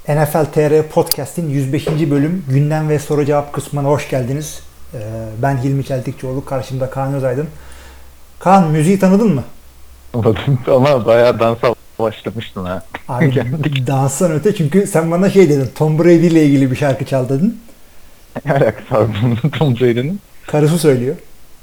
NFL TR Podcast'in 105. bölüm gündem ve soru cevap kısmına hoş geldiniz. Ben Hilmi Çeltikçioğlu, karşımda Kaan Özaydın. Kaan, müziği tanıdın mı? Ama bayağı dansa başlamıştın ha. Abi danstan öte, çünkü sen bana şey dedin, Tom Brady ile ilgili bir şarkı çal dedin. Ne alakası var bunun Tom Brady'nin? Karısı söylüyor.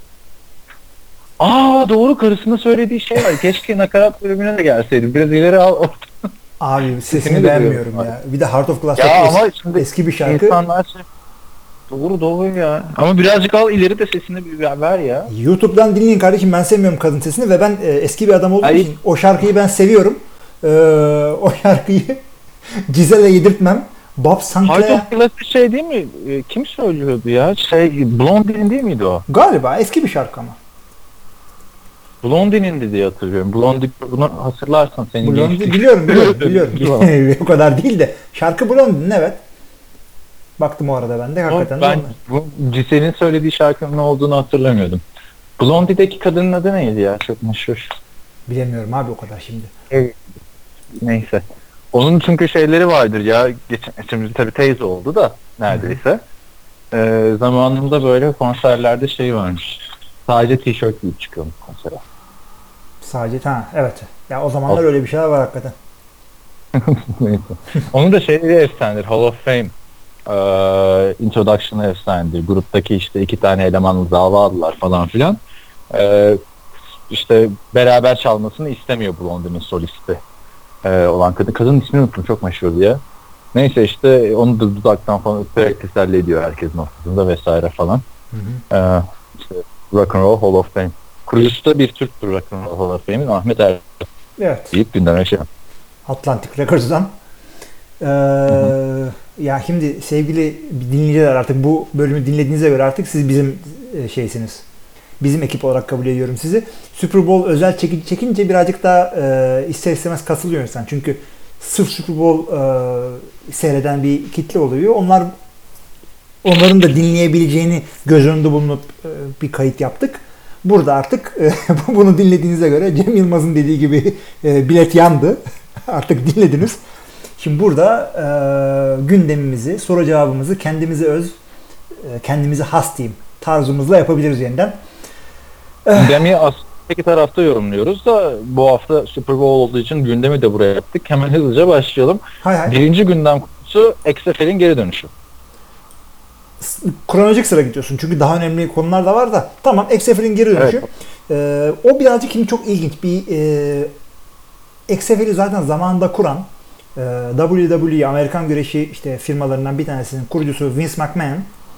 Doğru, karısının söylediği şey var. Keşke nakarat bölümüne de gelseydim. Biraz ileri al. Abi sesini Sesini beğenmiyorum duyuyorum. ya. Bir de Heart of Glass'taki Ya ama şimdi eski bir şarkı. İnsanlar doğru ya. Ama birazcık al ileri de sesini bir ver ya. YouTube'dan dinleyin kardeşim, ben sevmiyorum kadın sesini ve ben eski bir adam olduğum için o şarkıyı ben seviyorum. O şarkıyı Gizel'e yedirtmem. Bob Sinclair. Heart of Glass şey değil mi? Kim söylüyordu ya? Blondie'nin değil miydi o? Galiba eski bir şarkı ama. Blondie'nin diye hatırlıyorum. Blondie, bunu hatırlarsan senin Blondie biliyorum. O kadar değil de. Şarkı Blondie'nin, evet. Baktım o arada ben de hakikaten. Ben bu Gisel'in söylediği şarkının ne olduğunu hatırlamıyordum. Blondie'deki kadının adı neydi ya? Çok meşhur. Bilemiyorum abi o kadar şimdi. Evet. Neyse. Onun çünkü şeyleri vardır ya. Şimdi tabii teyze oldu da neredeyse. Zamanında böyle konserlerde şey varmış. Sadece tişört giyip çıkıyormuş konsere. Sadece evet. Ya o zamanlar öyle bir şeyler var hakikaten. Neyse. Onun da şeyleri efsanedir. Hall of Fame introduction'ı efsanedir. Gruptaki işte 2 tane elemanlı dava aldılar falan filan. İşte beraber çalmasını istemiyor Blondie'nin solisti olan kadın. Kadının ismini unuttum, çok meşhurdu ya. Neyse işte onu da dudaktan falan öperek teselli ediyor herkesin ortasında vesaire falan. İşte Rock and Roll Hall of Fame. Kurucusu da bir Türk Rock and Roll Hall of Fame'in Ahmet Erdoğan. Evet. Deyip gündeme şey. Atlantic Records'dan. Ya şimdi sevgili dinleyiciler, artık bu bölümü dinlediğinize göre artık siz bizim şeysiniz. Bizim ekip olarak kabul ediyorum sizi. Super Bowl özel çekince birazcık daha ister istemez kasılıyor insan. Çünkü sırf Super Bowl seyreden bir kitle oluyor. Onların da dinleyebileceğini göz önünde bulunup bir kayıt yaptık. Burada artık bunu dinlediğinize göre Cem Yılmaz'ın dediği gibi bilet yandı. Artık dinlediniz. Şimdi burada gündemimizi, soru cevabımızı kendimize has diyeyim tarzımızla yapabiliriz yeniden. Gündemi aslında iki tarafta yorumluyoruz da bu hafta Super Bowl olduğu için gündemi de buraya yaptık. Hemen hızlıca başlayalım. Hay. Birinci gündem konusu XFL'in geri dönüşü. Kronolojik sıra gidiyorsun çünkü daha önemli konular da var da. Tamam, XFL'in geri dönüşü. Evet. O birazcık şimdi çok ilginç bir XFL'i zaten zamanında kuran WWE Amerikan güreşi işte firmalarından bir tanesinin kurucusu Vince McMahon,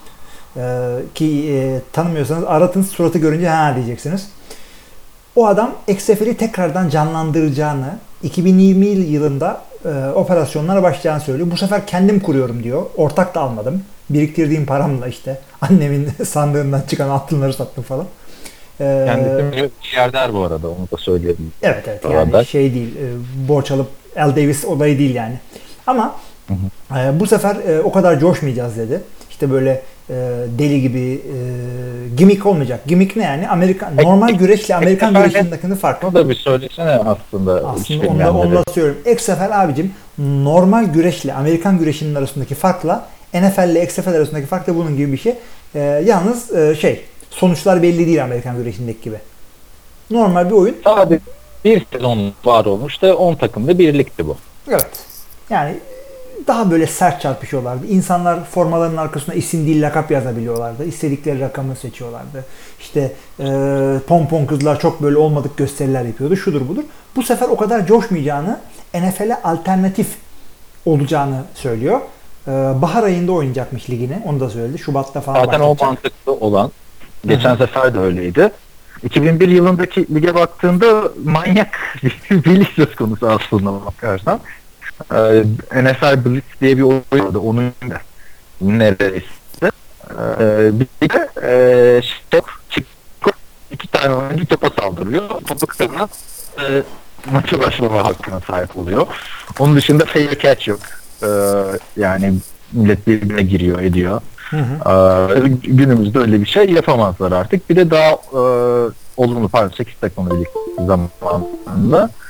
ki tanımıyorsanız aratın, suratı görünce ha diyeceksiniz. O adam XFL'i tekrardan canlandıracağını, 2020 yılında operasyonlara başlayacağını söylüyor. Bu sefer kendim kuruyorum diyor. Ortak da almadım. Biriktirdiğim paramla işte annemin sandığından çıkan altınları sattım falan. Kendisi milyarder bu arada, onu da söyleyelim. Evet yani şey değil, borç alıp Al Davis olayı değil yani. Ama bu sefer o kadar coşmayacağız dedi. İşte böyle deli gibi gimmick olmayacak. Gimmick ne yani? Normal güreşle Amerikan güreşindekinin farkı. Onu da bir söylesene aslında. Aslında onu da söylüyorum. XFL abicim, normal güreşle Amerikan güreşinin arasındaki farkla NFL ile XFL arasındaki fark da bunun gibi bir şey. Yalnız sonuçlar belli değil Amerikan güreşindeki gibi. Normal bir oyun. Sadece bir sezon var olmuş da 10 takımlı birlikti bu. Evet. Yani daha böyle sert çarpışıyorlardı. İnsanlar formalarının arkasına isim değil lakap yazabiliyorlardı. İstedikleri rakamı seçiyorlardı. İşte pompon kızlar çok böyle olmadık gösteriler yapıyordu. Şudur budur. Bu sefer o kadar coşmayacağını, NFL'e alternatif olacağını söylüyor. Bahar ayında oynayacakmış ligini. Onu da söyledi. Şubat'ta falan zaten başlayacak. o mantıklı olan. Geçen sefer de öyleydi. 2001 yılındaki lige baktığında manyak bir lig söz konusu aslında bakarsan. NFL Blitz diye bir oyun vardı. Onun da neredeyse. Bir de iki tane oyuncu topa saldırıyor. Topu kıran maçı başlama hakkına sahip oluyor. Onun dışında fair catch yok. Yani millet birbirine giriyor, ediyor. Günümüzde öyle bir şey yapamazlar artık. Bir de daha olumlu 8 takımlı birlikte zamanında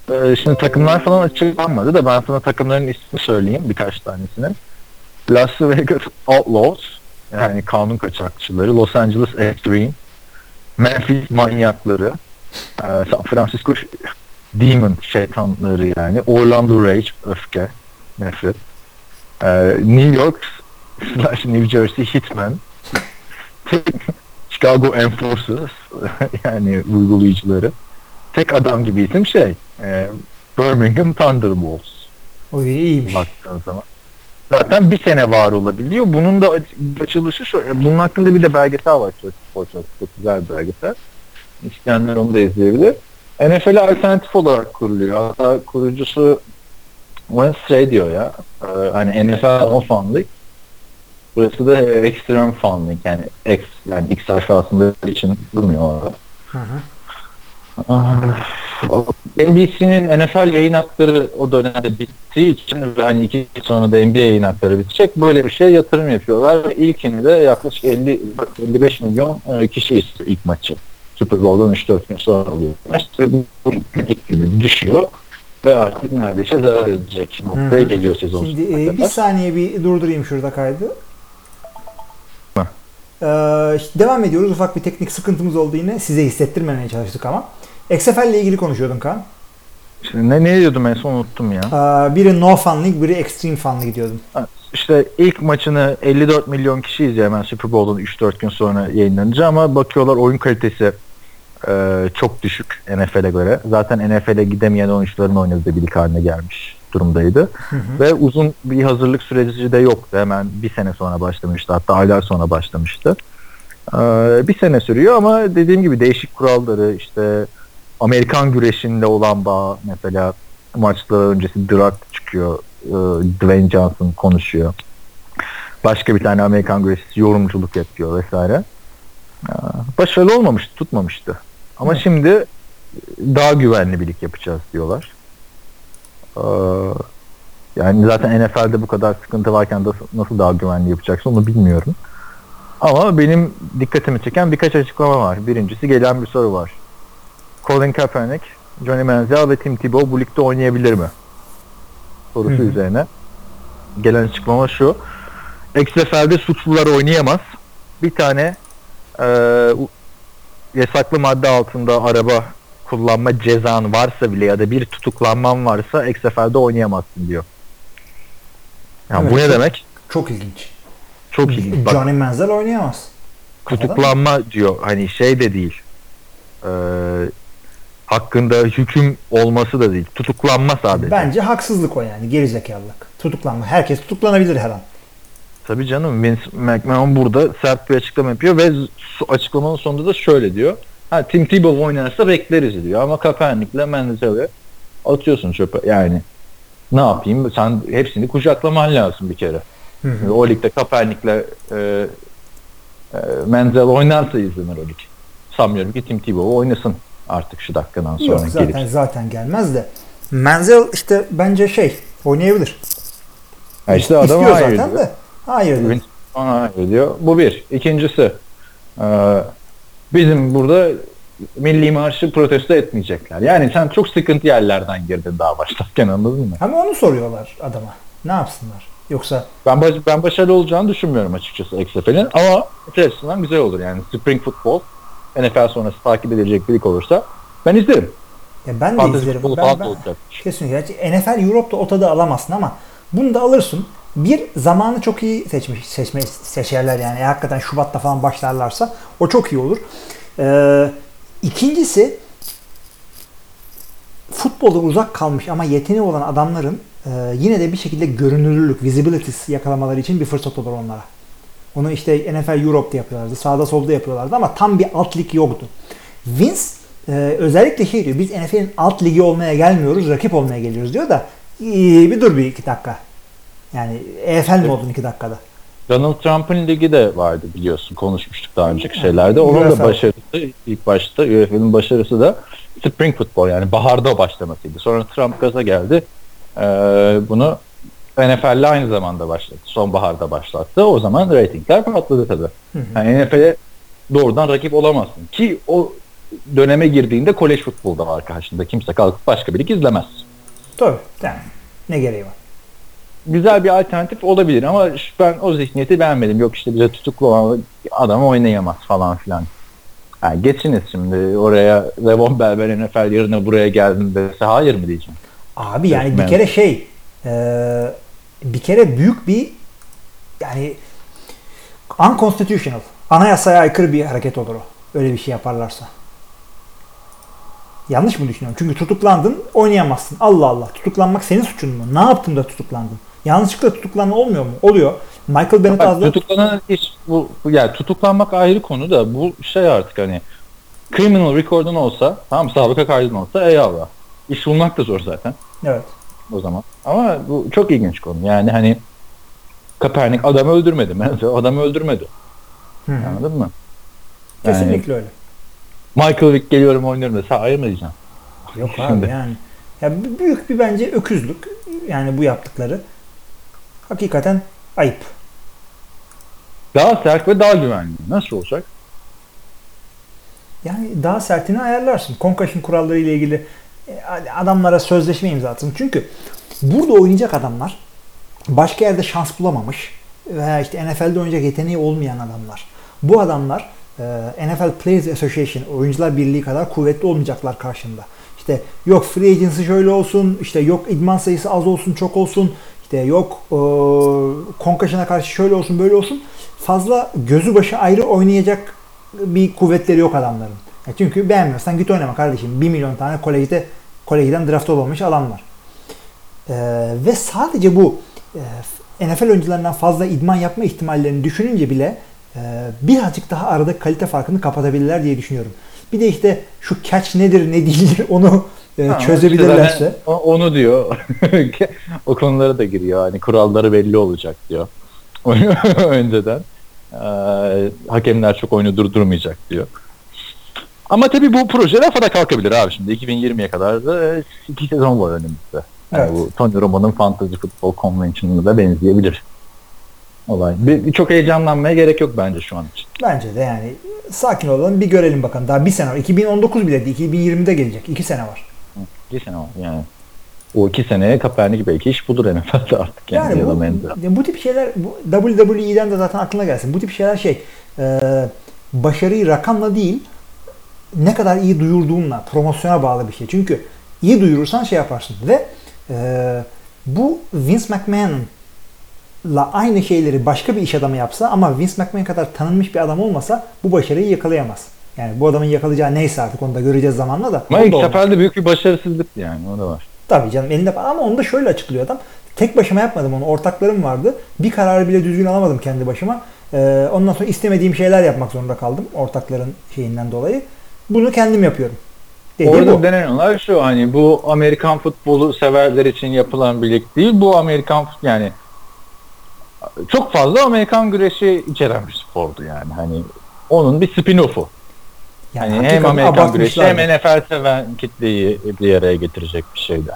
Şimdi takımlar falan açıklanmadı da ben sana takımların ismini söyleyeyim birkaç tanesini. Las Vegas Outlaws, yani kanun kaçakçıları, Los Angeles Extreme, Memphis Manyakları, San Francisco Demon şeytanları, yani Orlando Rage, öfke, nefret, New York / New Jersey Hitman, Chicago Enforcers yani uygulayıcıları, tek adam gibi isim Birmingham Thunderbolts. O iyiymiş. Baktığın zaman. Zaten bir sene var olabiliyor. Bunun da açılışı şöyle. Bunun hakkında bir de belgesel var. Çok güzel bir belgesel. İsteyenler onu da izleyebilir. NFL'e alternatif olarak kuruluyor. Hatta kurucusu diyor ya. Hani NFL no fun league. Burası da extreme fun league. Yani X aşağısında için durmuyor orada. Hı hı. NBC'nin NFL yayın hakları o dönemde bittiği için ve hani 2 yıl sonra da NBA yayın hakları bitecek, böyle bir şey yatırım yapıyorlar ve ilkini de yaklaşık 55 milyon kişi istiyor ilk maçı. Super Bowl'dan 3-4 gün sonra oluyor. İşte bu düşüyor ve artık neredeyse zarar edecek noktaya geliyor sezon. Şimdi bir saniye bir durdurayım şurada kaydı. İşte devam ediyoruz. Ufak bir teknik sıkıntımız oldu yine. Size hissettirmemeye çalıştık ama. XFL ile ilgili konuşuyordun Kaan. Şimdi ne diyordum en son, unuttum ya. Biri No Fun League, biri Extreme Fun League diyordum. İşte ilk maçını 54 milyon kişi izliyor hemen Super Bowl'dan 3-4 gün sonra yayınlanınca, ama bakıyorlar oyun kalitesi çok düşük NFL'e göre. Zaten NFL'e gidemeyen oyuncuların oynadığı bir lig haline gelmiş durumdaydı. Hı hı. Ve uzun bir hazırlık süreci de yoktu. Hemen bir sene sonra başlamıştı. Hatta aylar sonra başlamıştı. Bir sene sürüyor ama dediğim gibi değişik kuralları, işte Amerikan güreşinde olan bağ, mesela maçlar öncesi drag çıkıyor. Dwayne Johnson konuşuyor. Başka bir tane Amerikan güreşçisi yorumculuk yapıyor vesaire. Başarılı olmamıştı, tutmamıştı. Ama şimdi daha güvenli bir lig yapacağız diyorlar. Yani zaten NFL'de bu kadar sıkıntı varken nasıl daha güvenli yapacaksın onu bilmiyorum. Ama benim dikkatimi çeken birkaç açıklama var. Birincisi, gelen bir soru var. Colin Kaepernick, Johnny Manziel ve Tim Tebow bu ligde oynayabilir mi? Sorusu üzerine. Gelen açıklama şu. XFL'de suçlular oynayamaz. Bir tane yasaklı madde altında araba kullanma cezan varsa bile ya da bir tutuklanman varsa XFL'de oynayamazsın diyor. Yani evet, bu ne demek? Çok ilginç. Çok ilginç. Johnny Manziel oynayamaz. Tutuklanma diyor. Hani şey de değil. Hakkında hüküm olması da değil. Tutuklanma sadece. Bence haksızlık o yani. Gerizekalılık. Tutuklanma. Herkes tutuklanabilir her an. Tabii canım. Vince McMahon burada sert bir açıklama yapıyor ve açıklamanın sonunda da şöyle diyor. Tim Tebow oynarsa bekleriz diyor. Ama Kaepernick'le Manziel'i atıyorsun çöpe. Yani ne yapayım? Sen hepsini kucaklaman lazım bir kere. Hı. O ligde Kaepernick'le Manziel oynarsa izlenir o lig. Sanmıyorum ki Tim Tebow oynasın artık şu dakikadan sonra. Yok, zaten gelmez de. Manziel işte bence oynayabilir. İşte adam hayır zaten diyor. De. Hayır diyor. Hayır diyor. Bu bir. İkincisi, bizim burada milli marşı protesto etmeyecekler. Yani sen çok sıkıntı yerlerden girdin daha başlarken, anladın mı? Ama onu soruyorlar adama. Ne yapsınlar? Yoksa ben başarılı olacağını düşünmüyorum açıkçası XFL'in, ama öte açısından güzel olur. Yani Spring Football NFL sonrası takip edilecek bir lig olursa ben izlerim. Ya ben de izlerim. Kesinlikle. NFL Europe'da o tadı alamazsın ama bunu da alırsın. Bir, zamanı çok iyi seçerler yani. Hakikaten Şubat'ta falan başlarlarsa o çok iyi olur. İkincisi, futbolda uzak kalmış ama yeteneği olan adamların yine de bir şekilde görünürlük, visibility yakalamaları için bir fırsat olur onlara. Onu işte NFL Europe'da yapıyorlardı. Sağda solda yapıyorlardı ama tam bir alt lig yoktu. Vince özellikle diyor. Biz NFL'in alt ligi olmaya gelmiyoruz. Rakip olmaya geliyoruz diyor da bir dur bir 2 dakika. Yani EFL mi oldun 2 dakikada? Donald Trump'ın ligi de vardı biliyorsun. Konuşmuştuk daha önceki şeylerde. Onun da başarısı, ilk başta UFL'in başarısı da Spring Football, yani baharda başlamasıydı. Sonra Trump gaza geldi. Bunu NFL'le aynı zamanda başladı. Sonbaharda başlattı. O zaman reytingler patladı tabii. Yani NFL'e doğrudan rakip olamazsın. Ki o döneme girdiğinde kolej futbolda var karşında. Kimse kalkıp başka bir lig izlemez. Tabii. Yani ne gereği var? Güzel bir alternatif olabilir ama ben o zihniyeti beğenmedim. Yok işte bize tutuklu olan adam oynayamaz falan filan. Yani geçiniz şimdi oraya Levon Bell NFL yerine buraya geldin dese hayır mı diyeceğim. Abi yani bir kere bir kere büyük bir yani unconstitutional, anayasaya aykırı bir hareket olur o. Öyle bir şey yaparlarsa. Yanlış mı düşünüyorum? Çünkü tutuklandın, oynayamazsın. Allah Allah. Tutuklanmak senin suçun mu? Ne yaptın da tutuklandın? Yanlışlıkla tutuklanma olmuyor mu? Oluyor. Michael Bennett azlı. Tutuklanan iş bu yani tutuklanmak ayrı konu da bu şey artık hani criminal record'un olsa, tamam sabıka kaydın olsa eyvallah. İş bulmak da zor zaten. Evet. O zaman. Ama bu çok ilginç konu. Yani hani Kaepernick adamı öldürmedi. Mesela adamı öldürmedi. Hı-hı. Anladın mı? Kesinlikle öyle. Michael Vick geliyorum oynuyorum dese hayır mı diyeceğim? Yok abi yani. Ya büyük bir bence öküzlük. Yani bu yaptıkları. Hakikaten ayıp. Daha sert ve daha güvenli. Nasıl olacak? Yani daha sertini ayarlarsın. Concussion kuralları ile ilgili adamlara sözleşme imzalatsın. Çünkü burada oynayacak adamlar başka yerde şans bulamamış veya işte NFL'de oynayacak yeteneği olmayan adamlar. Bu adamlar NFL Players Association, Oyuncular Birliği kadar kuvvetli olmayacaklar karşında. İşte yok free agency şöyle olsun, işte yok idman sayısı az olsun, çok olsun, işte yok concussion'a karşı şöyle olsun, böyle olsun. Fazla gözü başı ayrı oynayacak bir kuvvetleri yok adamların. Çünkü beğenmiyorsan git oynama kardeşim. 1 milyon tane kolejden draft olmamış adam var. Ve sadece bu NFL oyuncularından fazla idman yapma ihtimallerini düşününce bile birazcık daha aradaki kalite farkını kapatabilirler diye düşünüyorum. Bir de işte şu catch nedir ne değildir onu çözebilirlerse. İşte onu diyor. O konulara da giriyor. Hani kuralları belli olacak diyor. Önceden. Hakemler çok oyunu durdurmayacak diyor. Ama tabii bu proje rafa da kalkabilir abi şimdi. 2020'ye kadar da 2 sezon var önümüzde. Yani evet. Bu Tony Romo'nun Fantasy Football Convention'ına da benzeyebilir. Olay. Çok heyecanlanmaya gerek yok bence şu an için. Bence de yani sakin olalım bir görelim bakalım. Daha bir sene var. 2019 bile değil. 2020'de gelecek. 2 sene var. 2 sene var yani. O 2 seneye Kaepernick belki iş bulur NFL'de artık. Yani bu tip şeyler WWE'den de zaten aklına gelsin. Bu tip şeyler başarıyı rakamla değil ne kadar iyi duyurduğunla, promosyona bağlı bir şey. Çünkü iyi duyurursan şey yaparsın. Ve bu Vince McMahon'la aynı şeyleri başka bir iş adamı yapsa ama Vince McMahon kadar tanınmış bir adam olmasa bu başarıyı yakalayamaz. Yani bu adamın yakalayacağı neyse artık onu da göreceğiz zamanla da. Ama ilk seferde büyük bir başarısızlık yani o da var. Tabii canım elinde ama onu da şöyle açıklıyor adam. Tek başıma yapmadım onu. Ortaklarım vardı. Bir kararı bile düzgün alamadım kendi başıma. Ondan sonra istemediğim şeyler yapmak zorunda kaldım. Ortakların şeyinden dolayı. Bunu kendim yapıyorum. Orada denen olay şu hani bu Amerikan futbolu severler için yapılan bir lig değil. Bu Amerikan yani çok fazla Amerikan güreşi içeren bir spordu yani. Hani onun bir spin-off'u. Yani hem Amerikan güreşi hem NFL seven kitleyi bir araya getirecek bir şeydi.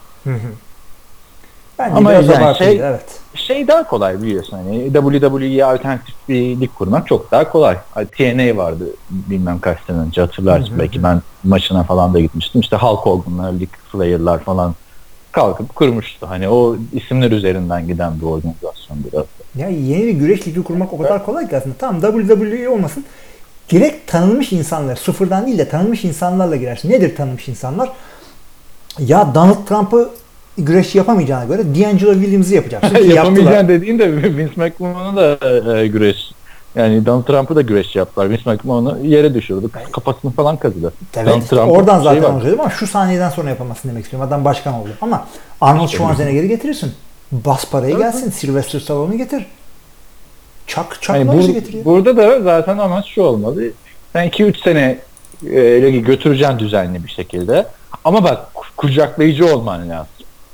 Ama yani şey daha kolay biliyorsun hani WWE'ye alternatif bir lig kurmak çok daha kolay. TNA vardı bilmem kaç sene önce hatırlarsın belki ben maçına falan da gitmiştim. İşte Hulk Hogan'lar, Ric Flair'lar falan kalkıp kurmuştu. Hani o isimler üzerinden giden bir organizasyon biraz. Ya yeni bir güreş ligi kurmak o kadar kolay ki aslında. Tamam WWE olmasın. Direkt tanınmış insanlar, sıfırdan değil de tanınmış insanlarla girersin. Nedir tanınmış insanlar? Ya Donald Trump'ı güreşçi yapamayacağına göre D'Angelo Williams'ı yapacaksın. Yapamayacağın dediğin de Vince McMahon'u da güreş. Yani Donald Trump'ı da güreşçi yaptılar. Vince McMahon'u yere düşürdü. Kafasını falan kazıdı. Evet, oradan zaten anlatıyorum ama şu saniyeden sonra yapamazsın demek istiyorum. Adam başkan oldu. Ama Arnold Schwarzenegger'i getirirsin. Bas parayı gelsin. Sylvester Stallone'u getir. Chuck Norris'i getiriyor. Burada da zaten amaç şu olmalı. Sen 2-3 sene götüreceksin düzenli bir şekilde. Ama bak kucaklayıcı olman lazım.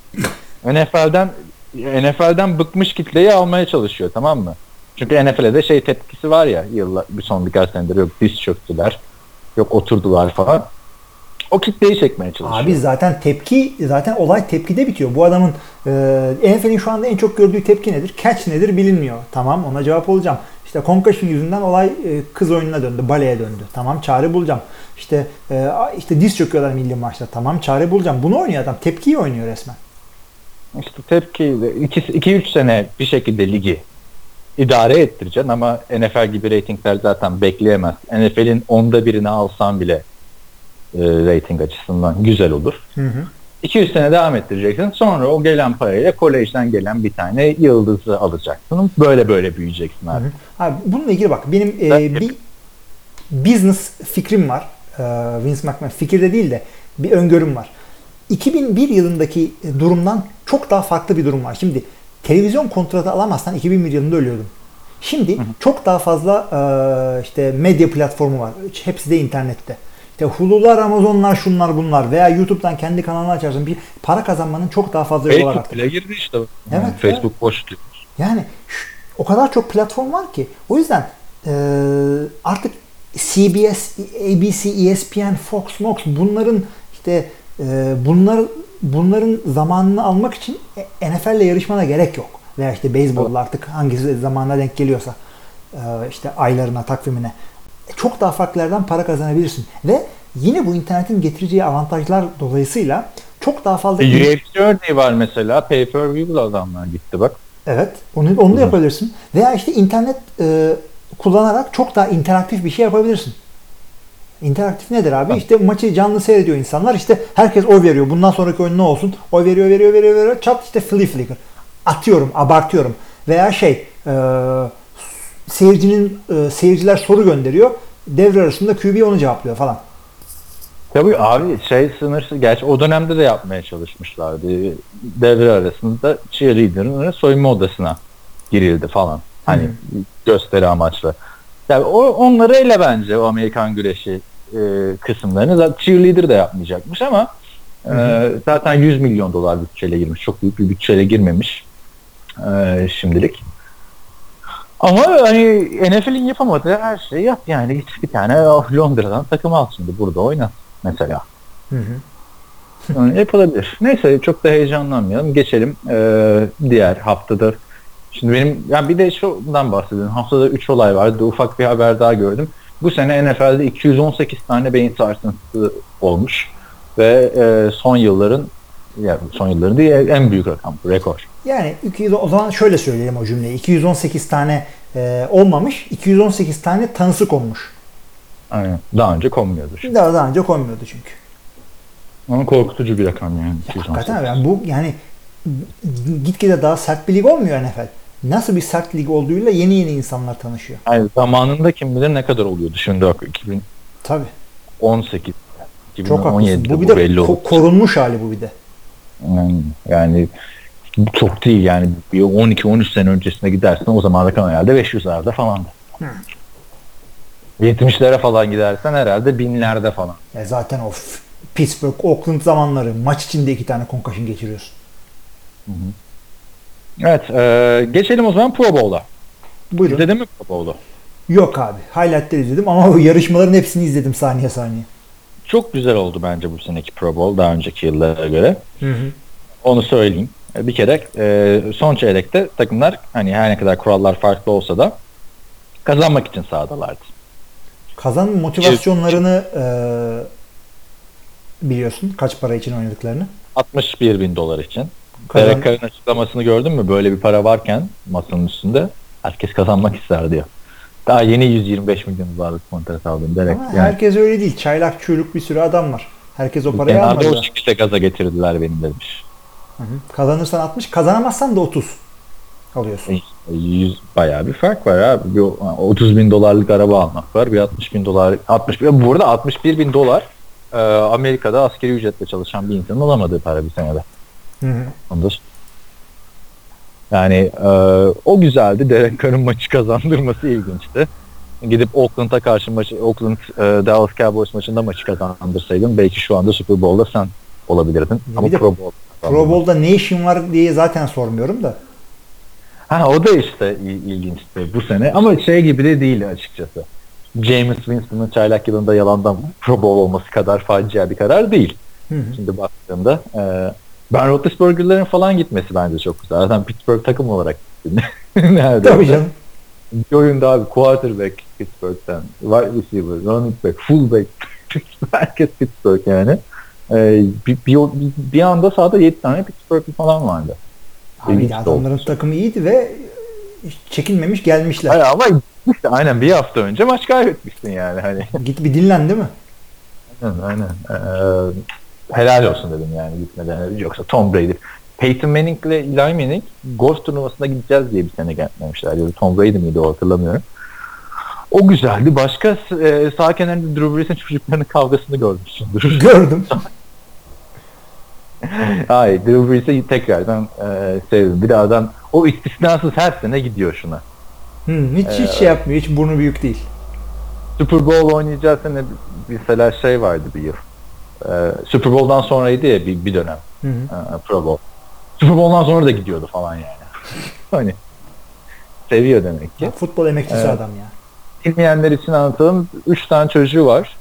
NFL'den bıkmış kitleyi almaya çalışıyor tamam mı? Çünkü NFL'de de tepkisi var ya son birkaç senedir yok diz çöktüler. Yok oturdular falan. O kitleyi çekmeye çalışıyor. Abi zaten olay tepkide bitiyor. Bu adamın NFL'in şu anda en çok gördüğü tepki nedir? Catch nedir bilinmiyor. Tamam ona cevap olacağım. İşte Concussion yüzünden olay kız oyununa döndü, baleye döndü. Tamam, çare bulacağım. İşte diz çöküyorlar milli maçta. Tamam, çare bulacağım. Bunu oynuyor adam. Tepkiyi oynuyor resmen. İşte tepki 2-3 sene bir şekilde ligi idare ettireceksin ama NFL gibi reytingler zaten bekleyemez. NFL'in 1/10'ını alsan bile reyting açısından güzel olur. Hı hı. 200 sene devam ettireceksin. Sonra o gelen parayla kolejden gelen bir tane yıldızı alacaksın. Böyle büyüyeceksin abi. Hı hı. Abi bununla ilgili bak benim bir business fikrim var. Vince McMahon fikir de değil de bir öngörüm var. 2001 yılındaki durumdan çok daha farklı bir durum var. Şimdi televizyon kontratı alamazsan 2001 yılında ölüyordun. Şimdi çok daha fazla işte medya platformu var. Hepsi de internette. İşte Hulu'lar, Amazon'lar, şunlar bunlar veya YouTube'dan kendi kanalını açarsın. Bir para kazanmanın çok daha fazla yolu var Facebook artık. bile girdi işte. Evet, Facebook boş diyor. Yani o kadar çok platform var ki. O yüzden artık CBS, ABC, ESPN, Fox, bunların işte bunların zamanını almak için NFL'le yarışmana gerek yok. Veya işte beyzbolda artık hangisi zamanına denk geliyorsa işte aylarına, takvimine. Çok daha farklı yerden para kazanabilirsin. Ve yine bu internetin getireceği avantajlar dolayısıyla çok daha fazla... UFC örneği var mesela. Pay-per-view'lu adamlar gitti bak. Evet. Onu da yapabilirsin. Veya işte internet kullanarak çok daha interaktif bir şey yapabilirsin. İnteraktif nedir abi? İşte maçı canlı seyrediyor insanlar. İşte herkes oy veriyor. Bundan sonraki oyun ne olsun? Oy veriyor. Çat işte flea flicker. Atıyorum, abartıyorum. Veya seyirciler soru gönderiyor. Devre arasında QB onu cevaplıyor falan. Tabii abi sınırsız. Gerçi o dönemde de yapmaya çalışmışlardı. Devre arasında cheerleader'ın soyunma odasına girildi falan. Hani gösteri amaçlı. Yani onları ele bence o Amerikan güreşi kısımlarını. Zaten cheerleader de yapmayacakmış ama zaten 100 milyon dolar bütçeyle girmiş. Çok büyük bir bütçeyle girmemiş şimdilik. Ama hani NFL'in yapamadığı her şeyi yap. Yani git bir tane Londra'dan takım al şimdi. Burada oynat mesela. Yani yapılabilir. Neyse çok da heyecanlanmayalım. Geçelim diğer haftada. Şimdi bir de şundan bahsedelim. Haftada 3 olay vardı. Ufak bir haber daha gördüm. Bu sene NFL'de 218 tane beyin sarsıntısı olmuş. Ve son yılların değil en büyük rakam. Rekor. Yani o zaman şöyle söyleyelim o cümleyi. 218 tane olmamış. 218 tane tanısı konmuş. Aynen. Daha önce konmuyordu. Şimdi. Daha önce konmuyordu çünkü. Ama korkutucu bir rakam yani. Hakikaten yani bu gitgide daha sert bir lig olmuyor NFL. Nasıl bir sert lig olduğuyla yeni insanlar tanışıyor. Yani zamanında kim bilir ne kadar oluyordu şimdi 2018 Tabii. 2017 bu bir de belli oldu. korunmuş hali bu bir de. Yani çok değil yani 12-13 sene öncesine gidersen o zaman rakam herhalde 500'lerde falandı. 70'lere falan gidersen herhalde binlerde falan. Zaten o Pittsburgh, Oakland zamanları maç içinde 2 tane concussion geçiriyorsun. Evet, geçelim o zaman Pro Bowl'a. Buyurun. İzledin mi Pro Bowl'u? Yok abi. Highlight'leri izledim ama o yarışmaların hepsini izledim saniye. Çok güzel oldu bence bu seneki Pro Bowl daha önceki yıllara göre. Onu söyleyeyim. Bir kere son çeyrekte takımlar hani her ne kadar kurallar farklı olsa da kazanmak için sahadalardı. Kazanma motivasyonlarını biliyorsun. Kaç para için oynadıklarını? $61.000 için. Derek Carr'ın açıklamasını gördün mü? Böyle bir para varken masanın üstünde herkes kazanmak ister diyor. Daha yeni 125 milyon dolarlık kontrat aldım Derek. Ama herkes öyle değil. Çaylak çuyluk bir sürü adam var. Herkes o parayı almadı. Genelde o çıkışta gaza getirdiler benim demiş. Kazanırsan 60, kazanamazsan da 30 alıyorsun. 100 bayağı bir fark var abi. Bir $30.000 araba almak var. Bir $60.000. Bu arada $61.000 Amerika'da askeri ücretle çalışan bir insanın alamadığı para bir senede. Ondan. Yani o güzeldi. Derek Carr'ın maçı kazandırması ilginçti. Gidip Oakland'a karşı Oakland Dallas Cowboys maçında maçı kazandırsaydın belki şu anda Super Bowl'da sen olabilirdin. Ama Pro Bowl'da ne işin var diye zaten sormuyorum da. O da işte ilginçti bu sene. Ama gibi de değil açıkçası. Jameis Winston'ın çaylak yılında yalandan Pro Bowl olması kadar facia bir karar değil. Şimdi baktığımda Ben Roethlisberger'lerin falan gitmesi bence çok güzel. Zaten Pittsburgh takım olarak gitti. Tabii canım. Bir oyunda abi quarterback Pittsburgh'ten, wide receiver, running back, fullback herkes Pittsburgh yani. Bir anda sahada 7 tane Pittsburgh'li falan vardı. Abi adamların takımı iyiydi ve çekinmemiş gelmişler. Hayır ama işte aynen bir hafta önce maç kaybetmişsin yani hani. Git bir dinlen değil mi? Aynen. Helal olsun dedim yani gitmeden. Yoksa Tom Brady. Peyton Manning ile Eli Manning golf turnuvasına gideceğiz diye bir sene gelmemişler. Ya da Tom Brady miydi o hatırlamıyorum. O güzeldi. Başka sağ kenarında Drew Brees'in çocuklarının kavgasını görmüşsündür. Gördüm. Hayır, Drew Brees'i tekrardan sevdim. Bir de adam o istisnasız her sene gidiyor şuna. Hiç şey yapmıyor. Hiç burnu büyük değil. Super Bowl oynayacağı sene mesela şey vardı bir yıl. Super Bowl'dan sonraydı ya bir dönem. Pro Bowl. Super Bowl'dan sonra da gidiyordu falan yani. Hani seviyor demek ki. Futbol emekçisi adam ya. Bilmeyenler için anlatalım. 3 tane çocuğu var.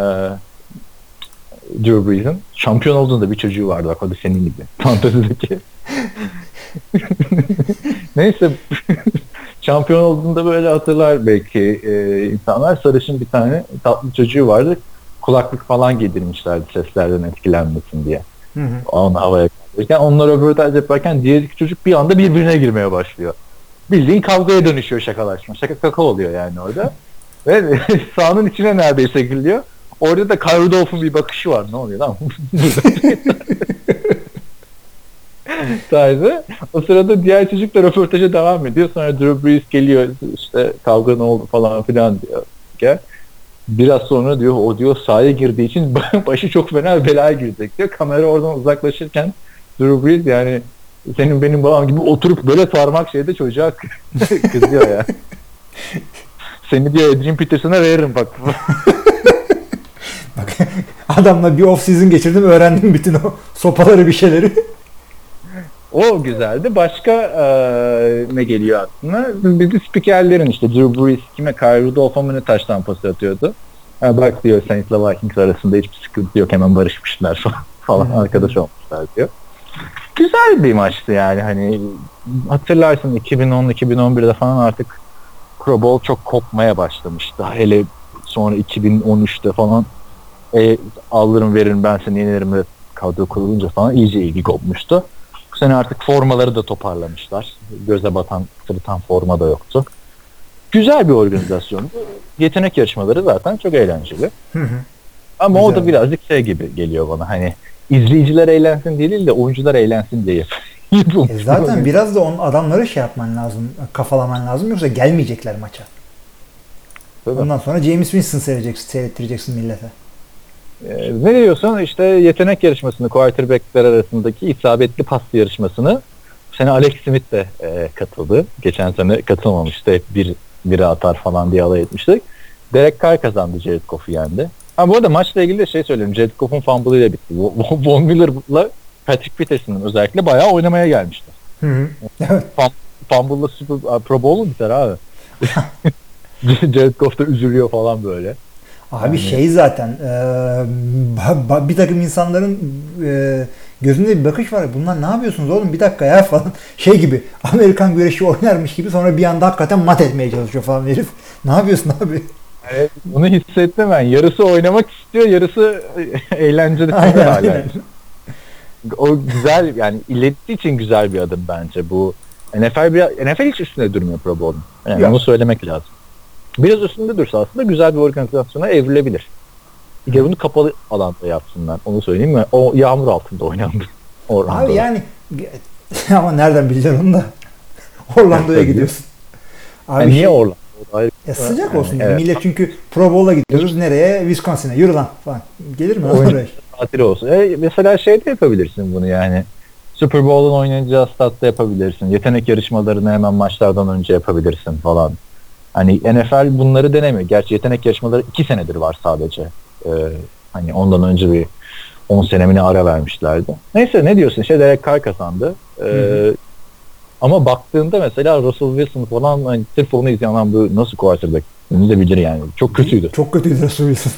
Drew Brees'in. Şampiyon olduğunda bir çocuğu vardı. Bak o da senin gibi. Fantezideki. Neyse. Şampiyon olduğunda böyle hatırlar belki insanlar. Sarışın bir tane tatlı çocuğu vardı. Kulaklık falan giydirmişlerdi seslerden etkilenmesin diye. Onu havaya kaldırırken. Onlar röportaj yaparken diğer iki çocuk bir anda birbirine girmeye başlıyor. Bildiğin kavgaya dönüşüyor şakalaşma. Şaka kaka oluyor yani orada. Ve sahanın içine neredeyse giriliyor. Orada da Kyle Rudolph'un bir bakışı var. Ne oluyor lan? Tarzı. O sırada diğer çocuk da röportaja devam ediyor. Sonra Drew Brees geliyor. İşte kavga ne oldu falan filan diyor. Biraz sonra diyor o diyor sahaya girdiği için başı çok fena belaya girecek diyor. Kamera oradan uzaklaşırken Drew Brees yani senin benim babam gibi oturup böyle parmak şeyde çocuğa kızıyor ya. Seni diyor Adrian Peterson'a veririm bak. Bak adamla bir off season geçirdim öğrendim bütün o sopaları bir şeyleri. O güzeldi. Başka ne geliyor aklına? Bizi spikerlerin işte Drew Brees kime Kyle Rudolph'a mı ne taştan pas atıyordu. Bak diyor Saints'la Vikings arasında hiçbir sıkıntı yok hemen barışmışlar falan arkadaş olmuşlar diyor. Güzel bir maçtı yani hani hatırlarsın 2010-2011'de falan artık Pro Bowl çok kopmaya başlamıştı. Hele sonra 2013'te falan alırım veririm ben seni yenilerim de kadro kurulunca falan iyice ilgi kopmuştu. Bu sene artık formaları da toparlamışlar. Göze batan, sırıtan forma da yoktu. Güzel bir organizasyondu. Yetenek yarışmaları zaten çok eğlenceli. Ama güzel. O da birazcık şey gibi geliyor bana hani izleyiciler eğlensin değil de oyuncular eğlensin diye. Zaten biraz da onun adamları şey yapman lazım, kafalaman lazım yoksa gelmeyecekler maça. Tabii. Ondan sonra James Winston seyrettireceksin millete. Ne diyorsun? İşte yetenek yarışmasını, quarterback'ler arasındaki isabetli pas yarışmasını bu sene Alex Smith de katıldı. Geçen sene katılmamıştı. Hep biri atar falan diye alay etmiştik. Derek Carr kazandı. Jared Goff'u yendi. Bu arada maçla ilgili de şey söyleyeyim. Jared Goff'un fumble'ıyla bitti. Von Miller'la Patrick Peterson'ın özellikle bayağı oynamaya gelmişler. Fumble'la Pro Bowl'u biter abi. Jared Goff da üzülüyor falan böyle. Abi yani. Şey zaten bir takım insanların gözünde bir bakış var. Bunlar ne yapıyorsunuz oğlum bir dakika ya falan. Şey gibi Amerikan güreşi oynarmış gibi sonra bir anda hakikaten mat etmeye çalışıyor falan herif. Ne yapıyorsun abi? Evet, bunu hissettim ben. Yarısı oynamak istiyor, yarısı eğlenceli. Aynen. O güzel yani iletişim için güzel bir adım bence bu. NFL hiç üstüne durmuyor Pro Bowl'un. Yani onu söylemek lazım. Biraz üstünde dursa aslında güzel bir organizasyona evrilebilir. Bir de bunu kapalı alanda yapsınlar. Onu söyleyeyim mi? O yağmur altında oynandı. Abi yani ama nereden bileceksin onu da? Orlando'ya gidiyorsun. Abi yani niye Orlando? Sıcak olsun. Evet. Millet çünkü Pro Bowl'a gidiyoruz. Nereye? Wisconsin'e. Yürü lan falan. Gelir mi lan oraya? Tatili olsun. Mesela şey de yapabilirsin bunu yani. Super Bowl'un oynanacağı statta yapabilirsin. Yetenek yarışmalarını hemen maçlardan önce yapabilirsin falan. Hani NFL bunları denemiyor. Gerçi yetenek yarışmaları 2 senedir var sadece. Hani ondan önce bir 10 senemine ara vermişlerdi. Neyse ne diyorsun? Derek Carr kazandı. Ama baktığında mesela Russell Wilson falan hani sırf onu izleyen bu nasıl quarterback? Bunu da bilir yani. Çok kötüydü. Çok kötüydü Russell Wilson.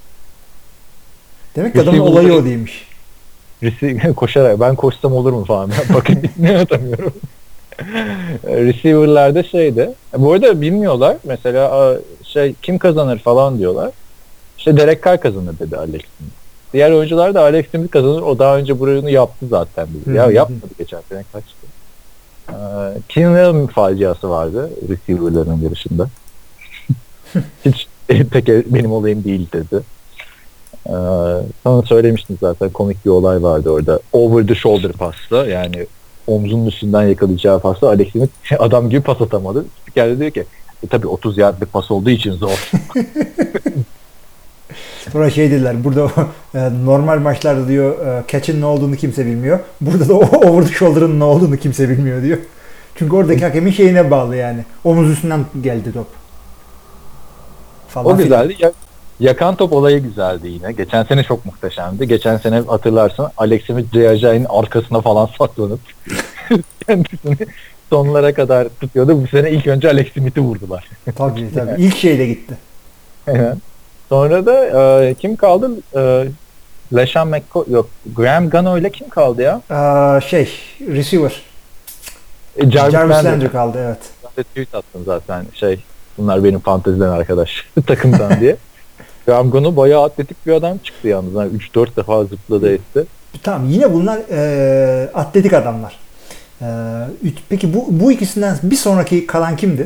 Demek ki adamın olayı o değilmiş. Koşarak ben koşsam olur mu falan. Bakın ne atamıyorum. Receiver'larda şeydi. Bu arada bilmiyorlar. Mesela kim kazanır falan diyorlar. İşte Derek Carr kazanır dedi Alex Smith. Diğer oyuncular da Alex Smith kazanır. O daha önce bunu yaptı zaten dedi. Ya yapmadı geçen sene kaçtı. Keenan Allen faciası vardı receiver'ların yarışında. Hiç pek benim olayım değil dedi. Sana söylemiştim zaten, komik bir olay vardı orada. Over the shoulder pasta, yani omzunun üstünden yakalayacağı pasta Alex Smith adam gibi pas atamadı. Spiker de diyor ki tabii 30 yard bir pas olduğu için zor. Sonra şey dediler, burada normal maçlarda diyor catch'in ne olduğunu kimse bilmiyor. Burada da over the shoulder'ın ne olduğunu kimse bilmiyor diyor. Çünkü oradaki hakemin şeyine bağlı yani. Omuz üstünden geldi top. Falan o güzeldi. Yakan top olayı güzeldi yine. Geçen sene çok muhteşemdi. Geçen sene hatırlarsın Alex Smith J.J.'in arkasına falan saklanıp kendisini sonlara kadar tutuyordu. Bu sene ilk önce Alex Smith'i vurdular. Tabii. İlk şeyle gitti. Sonra da kim kaldı? LeSean McCoy yok. Graham Gano ile kim kaldı ya? Receiver. Jarvis Landry kaldı, evet. Ben de tweet attım zaten. Bunlar benim fanteziden arkadaş takımdan diye. Graham Gano bayağı atletik bir adam çıktı yalnız. Yani 3-4 defa zıpladı etti. Tamam, yine bunlar atletik adamlar. Peki bu ikisinden bir sonraki kalan kimdi?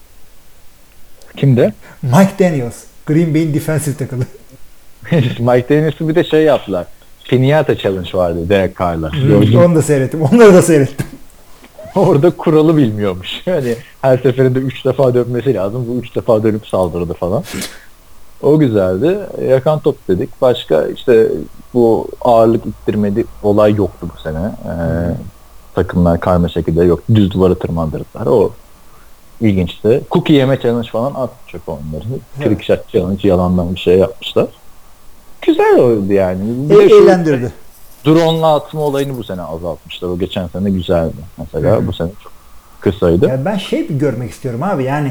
Kimdi? Mike Daniels. Green Bay'in defensive tackle'ı. Mike Daniels'ı bir de yaptılar. Piñata Challenge vardı Derek Carr'la. Onu da seyrettim. Onları da seyrettim. Orada kuralı bilmiyormuş. Yani her seferinde 3 defa dönmesi lazım. Bu 3 defa dönüp saldırdı falan. O güzeldi. Yakan top dedik. Başka bu ağırlık ittirmedi olay yoktu bu sene. Takımlar karma şekilde yok. Düz duvara tırmandırdılar. O ilginçti. Cookie yeme challenge falan at çöp onları. Trick shot challenge yalandan bir şey yapmışlar. Güzel oldu yani. Eğlendirdi. Drone'la atma olayını bu sene azaltmışlar. O geçen sene güzeldi. Mesela bu sene çok kısaydı. Ya ben görmek istiyorum abi, yani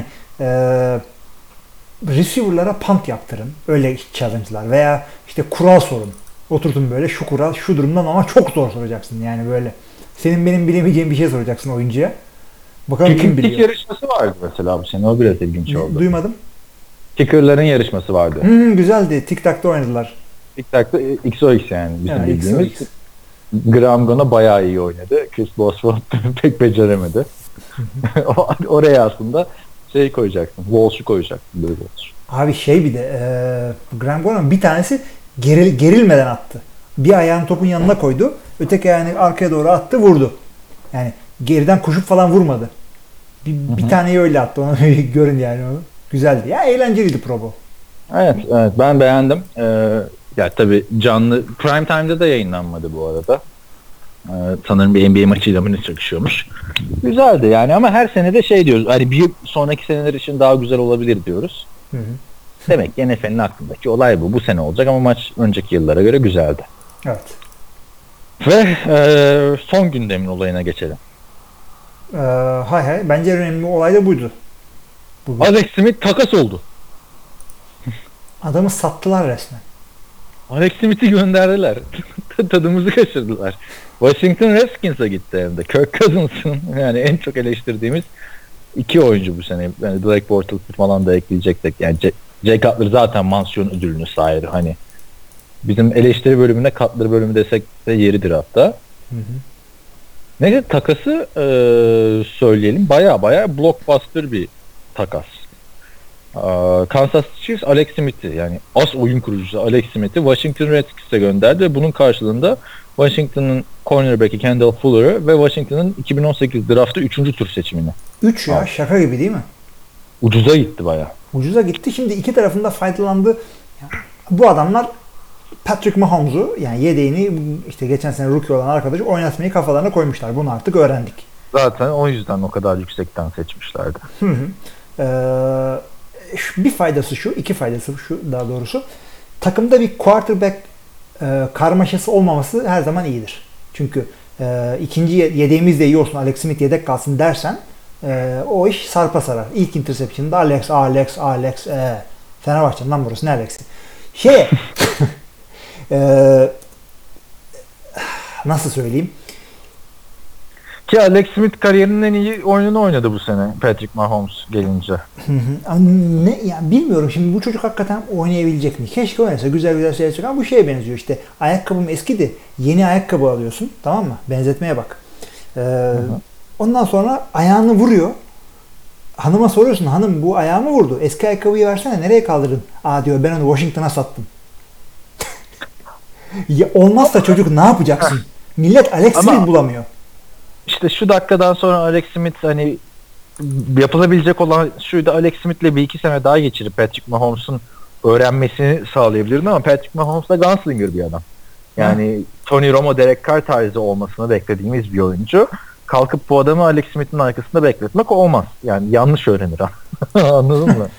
receiver'lara punt yaptırın. Öyle challenge'lar veya kural sorun. Oturtun böyle, şu kural şu durumdan ama çok zor soracaksın yani böyle. Senin benim bilemeyeceğim bir şey soracaksın oyuncuya. Bakalım kim biliyor. Kick yarışması vardı mesela bu sene. O biraz ilginç oldu. Duymadım. Kicker'ların yarışması vardı. Güzeldi. Tic-Tac'ta oynadılar. Tic-Tac'ta XOX yani bizim bildiğimiz. Graham Gano bayağı iyi oynadı. Chris Boswell pek beceremedi. Oraya aslında koyacaksın. Walsh'u koyacaksın. Böyle Walsh. Abi bir de Graham Gano'nun bir tanesi gerilmeden attı. Bir ayağını topun yanına koydu. Öteki ayağını arkaya doğru attı, vurdu. Yani geriden koşup falan vurmadı. Bir taneyi öyle attı. Onu görün yani onu. Güzeldi. Ya eğlenceliydi Pro Bowl. Evet ben beğendim. Ya tabii canlı prime time'da da yayınlanmadı bu arada. Sanırım bir NBA maçıyla mı ne çakışıyormuş. Güzeldi yani, ama her sene de diyoruz. Hani bir sonraki seneler için daha güzel olabilir diyoruz. Hı. Demek ki NFL'in aklındaki olay bu. Bu sene olacak ama maç önceki yıllara göre güzeldi. Evet. Ve son gündemin olayına geçelim. Bence önemli olay da buydu. Alex Smith takas oldu. Adamı sattılar resmen. Alex Smith'i gönderdiler. Tadımızı kaçırdılar. Washington Redskins'a gitti hem de. Kirk Cousins'ın yani en çok eleştirdiğimiz iki oyuncu bu sene. Yani Blake Bortles falan da ekleyeceksek. Yani Jay Cutler zaten mansiyon ödülünü sahibi. Hani bizim eleştiri bölümüne Cutler bölümü desek de yeridir hatta. Hı. Neyse takası söyleyelim. Baya blockbuster bir takas. Kansas Chiefs Alex Smith'i, yani as oyun kurucusu Alex Smith'i Washington Redskins'e gönderdi ve bunun karşılığında Washington'ın cornerback'i Kendall Fuller'ı ve Washington'ın 2018 draftı 3. tur seçimini. 3 ya, şaka gibi değil mi? Ucuza gitti bayağı. Ucuza gitti. Şimdi iki tarafında faydalandı. Bu adamlar Patrick Mahomes'u, yani yedeğini geçen sene rookie olan arkadaşı oynatmayı kafalarına koymuşlar. Bunu artık öğrendik. Zaten o yüzden o kadar yüksekten seçmişlerdi. Bir faydası şu, iki faydası şu daha doğrusu. Takımda bir quarterback karmaşası olmaması her zaman iyidir. Çünkü ikinci yedeğimiz de iyi olsun, Alex Smith yedek kalsın dersen o iş sarpa sarar. İlk interception'da Alex Fenerbahçe'nin lan burası, ne Alex'i? Nasıl söyleyeyim? Ki Alex Smith kariyerinin en iyi oyununu oynadı bu sene Patrick Mahomes gelince. Ama ne yani bilmiyorum şimdi bu çocuk hakikaten oynayabilecek mi? Keşke oynasa güzel güzel şeyler çıkar ama bu şeye benziyor işte. Ayakkabım eskidi. Yeni ayakkabı alıyorsun. Tamam mı? Benzetmeye bak. Ondan sonra ayağını vuruyor. Hanıma soruyorsun. Hanım bu ayağımı vurdu. Eski ayakkabıyı versene. Nereye kaldırdın? Aa diyor ben onu Washington'a sattım. Ya olmazsa çocuk ne yapacaksın? Millet Alex Smith bulamıyor. İşte şu dakikadan sonra Alex Smith hani yapılabilecek olan şuydu, Alex Smith'le bir iki sene daha geçirip Patrick Mahomes'un öğrenmesini sağlayabilirdin ama Patrick Mahomes da gunslinger bir adam. Yani Tony Romo, Derek Carr tarzı olmasını beklediğimiz bir oyuncu. Kalkıp bu adamı Alex Smith'in arkasında bekletmek olmaz. Yani yanlış öğrenir. Anladın mı?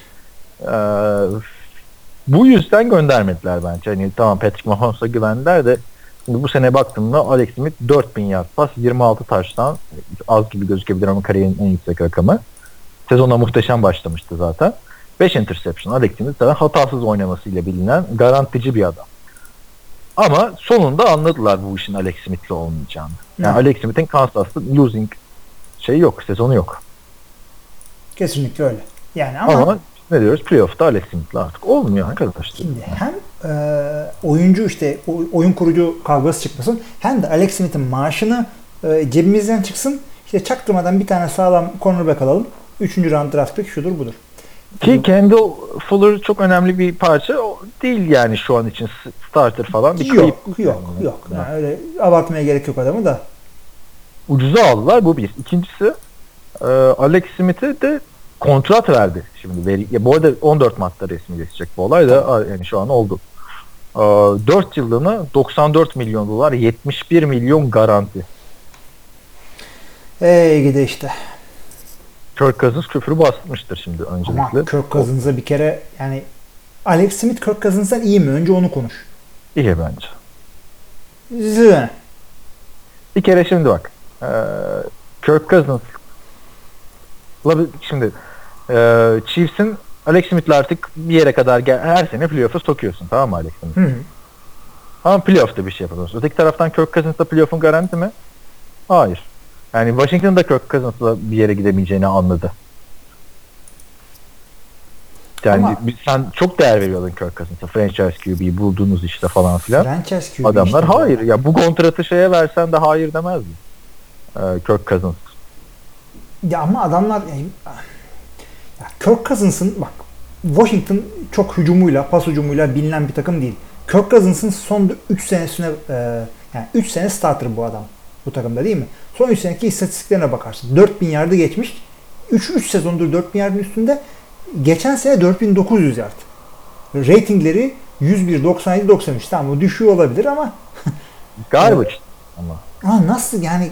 Bu yüzden göndermediler bence. Hani tamam Patrick Mahomes'a güvendiler de şimdi bu sene baktığımda Alex Smith 4000 yard pas, 26 taştan, az gibi gözükebilir ama kariyerin en yüksek rakamı. Sezona muhteşem başlamıştı zaten. 5 interception. Alex Smith zaten hatasız oynamasıyla bilinen garantici bir adam. Ama sonunda anladılar bu işin Alex Smith'le olmayacağını. Yani Alex Smith'in Kansas'ta losing yok, sezonu yok. Kesinlikle öyle. Yani ama ne diyoruz? Playoff'ta Alex Smith'le artık olmuyor arkadaşlar. Şimdi hem oyuncu işte oyun kurucu kavgası çıkmasın hem de Alex Smith'in maaşını cebimizden çıksın. İşte çaktırmadan bir tane sağlam cornerback alalım. 3. round draft pick şudur budur. Ki Kendall Fuller çok önemli bir parça değil yani şu an için starter falan. Bir yok. Yani öyle abartmaya gerek yok adamı da. Ucuza aldılar bu bir. İkincisi Alex Smith'e de kontrat verdi şimdi. Bu arada 14 Mart'ta resmileşecek bu olay da yani şu an oldu. 4 yıllığına 94 milyon dolar, 71 milyon garanti. Gide işte. Kirk Cousins küfürü basmıştır şimdi öncelikle. Ama Kirk Cousins'a bir kere yani Alex Smith Kirk Cousins'tan iyi mi? Önce onu konuş. İyi bence. Zıvı. Bir kere şimdi bak. Kirk Cousins şimdi Chiefs'in Alex Smith'le artık bir yere kadar her sene playoff'a sokuyorsun, tamam mı Alex Smith? Ama playoff'ta bir şey yapamıyorsun. Öteki taraftan Kirk Cousins'la playoff'un garanti mi? Hayır. Yani Washington'da Kirk Cousins'la bir yere gidemeyeceğini anladı. Yani sen çok değer veriyordun Kirk Cousins'a. Franchise QB bulduğunuz işte falan filan. Franchise QB adamlar işte hayır. Ya bu kontratı şeye versen de hayır demez mi? Kirk Cousins. Ya ama adamlar ya Kirk Cousins'ın bak Washington çok hücumuyla, pas hücumuyla bilinen bir takım değil. Kirk Cousins'ın son 3 senesine yani 3 sene starter bu adam bu takımda değil mi? Son 3 seneki istatistiklerine bakarsın. 4000 yardı geçmiş. 3 sezondur 4000 yardın üstünde. Geçen sene 4900 yard. Ratingleri 101, 97, 93. Tamam o düşüyor olabilir ama garbage ama nasıl yani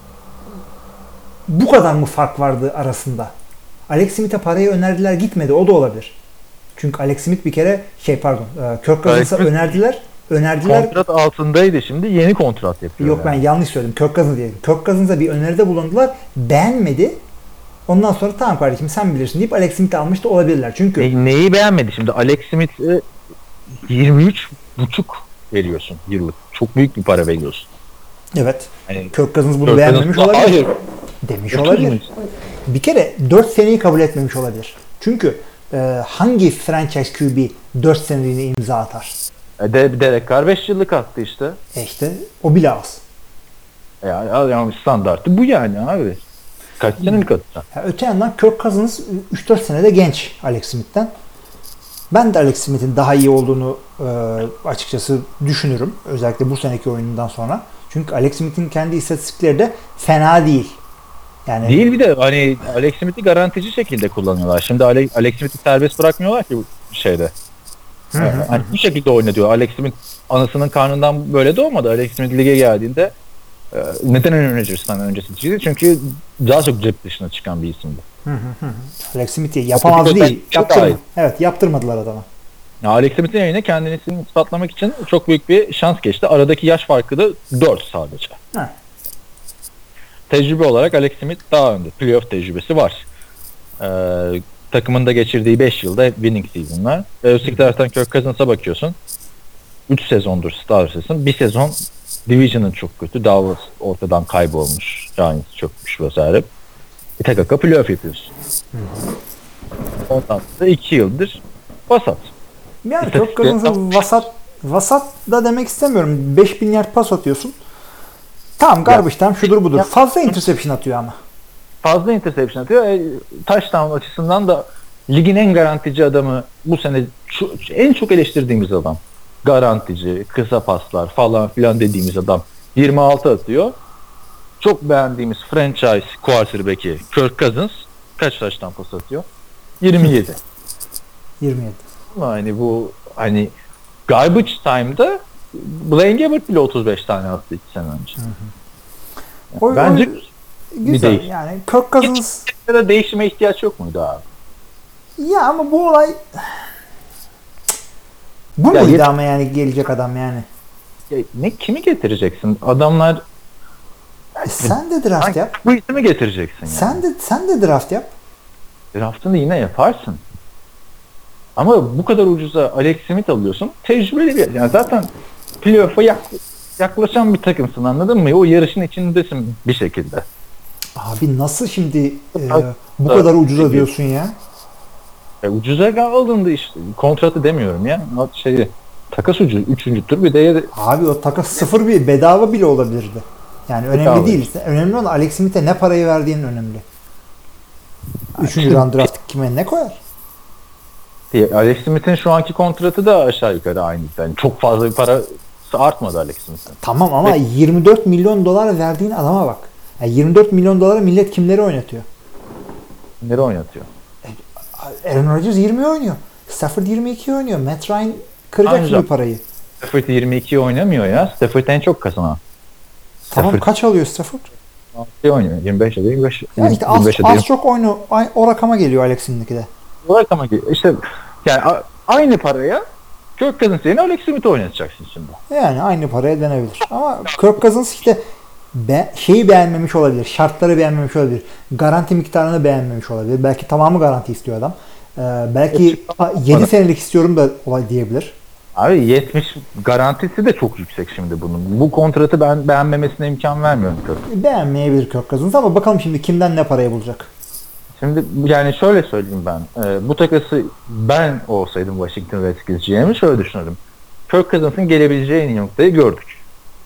bu kadar mı fark vardı arasında? Alex Smith'e parayı önerdiler gitmedi. O da olabilir. Çünkü Alex Smith bir kere Kirk Cousins'a önerdiler. Kontrat altındaydı şimdi. Yeni kontrat yapıyor. Yok yani. Ben yanlış söyledim. Kirk Cousins diyelim. Kirk Cousins'a bir öneride bulundular. Beğenmedi. Ondan sonra tamam kardeşim sen bilirsin deyip Alex Smith'i almış da olabilirler. Çünkü neyi beğenmedi şimdi? Alex Smith'e 23,5 veriyorsun yıllık. Çok büyük bir para veriyorsun. Evet. Yani, Kirk Cousins bunu beğenmemiş olabilir. Hayır. Demiş olabilir. Bir kere 4 seneyi kabul etmemiş olabilir. Çünkü hangi franchise QB 4 seneliğine imza atar? Derek Carr 5 yıllık attı işte. İşte o bile az. Yani standartı bu yani abi. Kaç senelik atacak? Öte yandan Kirk Cousins 3-4 senede genç Alex Smith'ten. Ben de Alex Smith'in daha iyi olduğunu açıkçası düşünürüm. Özellikle bu seneki oyunundan sonra. Çünkü Alex Smith'in kendi istatistikleri de fena değil. Yani değil bir de hani Alex Smith'i garantici şekilde kullanıyorlar. Şimdi Alex Smith'i serbest bırakmıyorlar ki bu şeyde. Hani bu şekilde oyna diyor. Alex Smith anasının karnından böyle doğmadı. Alex Smith lige geldiğinde neden Aaron Rodgers'tan öncesiydi? Çünkü daha çok cep dışına çıkan bir isimdi. Alex Smith'i yapamaz değil. Evet yaptırmadılar adama. Alex Smith'in yerine kendini ispatlamak için çok büyük bir şans geçti. Aradaki yaş farkı da 4 sadece. Tecrübe olarak Alex Smith daha önde. Playoff tecrübesi var. Takımında geçirdiği 5 yılda winning season'lar. Öteki taraftan Kirk Cousins'a bakıyorsun. 3 sezondur starter season. Bir sezon Division'ın çok kötü. Dallas ortadan kaybolmuş. Giants çökmüş vesaire. Tek aka playoff yapıyorsun. Ondan sonra 2 yıldır vasat. Yani Kirk Cousins'ı vasat da demek istemiyorum. 5000 yard pas atıyorsun. Tamam garbage time şudur budur. Fazla interception atıyor ama. Fazla interception atıyor. Touchdown açısından da ligin en garantici adamı bu sene en çok eleştirdiğimiz adam. Garantici, kısa paslar falan filan dediğimiz adam. 26 atıyor. Çok beğendiğimiz franchise quarterback'i Kirk Cousins kaç touchdown pas atıyor? 27. 27. Ama hani bu hani garbage time'da Blaine Gabbert bile 35 tane attı 2 sene önce. Bence güzel. Yani Kirk Cousins da değişime ihtiyaç yok muydu abi? Ya ama bu olay bu muydu ama yani gelecek adam yani? Kimi getireceksin? Adamlar sen de draft yap. Bu ismi getireceksin yani. Sen de draft yap. Draftını yine yaparsın. Ama bu kadar ucuza Alex Smith alıyorsun. Tecrübeli bir yani zaten playoff'a yaklaşan bir takımsın, anladın mı? O yarışın içindesin bir şekilde. Abi nasıl şimdi bu kadar ucuza diyorsun ya? Ucuza alındı işte. Kontratı demiyorum ya. Takas ucu 3. tur bir de abi o takas 0-1 bedava bile olabilirdi. Yani önemli değil. Önemli olan Alex Smith'e ne parayı verdiğinin önemli. 3. round draft kime ne koyar? Alex Smith'in şu anki kontratı da aşağı yukarı aynı. Yani çok fazla bir parası artmadı Alex Smith'in. Tamam ama 24 milyon dolar verdiğin adama bak. Yani 24 milyon dolara millet kimleri oynatıyor? Kimleri oynatıyor? Aaron Rodgers 20 oynuyor. Stafford 22 oynuyor. Matt Ryan kıracak gibi parayı. Stafford 22 oynamıyor ya. Stafford en çok kazanan. Tamam kaç alıyor Stafford? 6 oynuyor. 25 ya da 25. Ya işte az çok oyunu o rakama geliyor Alex'inki de. O rakama geliyor. İşte yani aynı paraya Kirk Cousins yerine Alex Smith'i oynatacaksın şimdi. Yani aynı paraya denebilir. Ama Kirk Cousins işte şeyi beğenmemiş olabilir. Şartları beğenmemiş olabilir. Garanti miktarını beğenmemiş olabilir. Belki tamamı garanti istiyor adam. Belki 7 senelik istiyorum da olay diyebilir. Abi 70 garantisi de çok yüksek şimdi bunun. Bu kontratı ben beğenmemesine imkan vermiyorum. Beğenmeyebilir Kirk Cousins ama bakalım şimdi kimden ne parayı bulacak. Şimdi yani şöyle söyleyeyim ben. Bu takası ben olsaydım Washington Redskins GM'i şöyle düşünürdüm. Kirk Cousins'ın gelebileceği en iyi noktayı gördük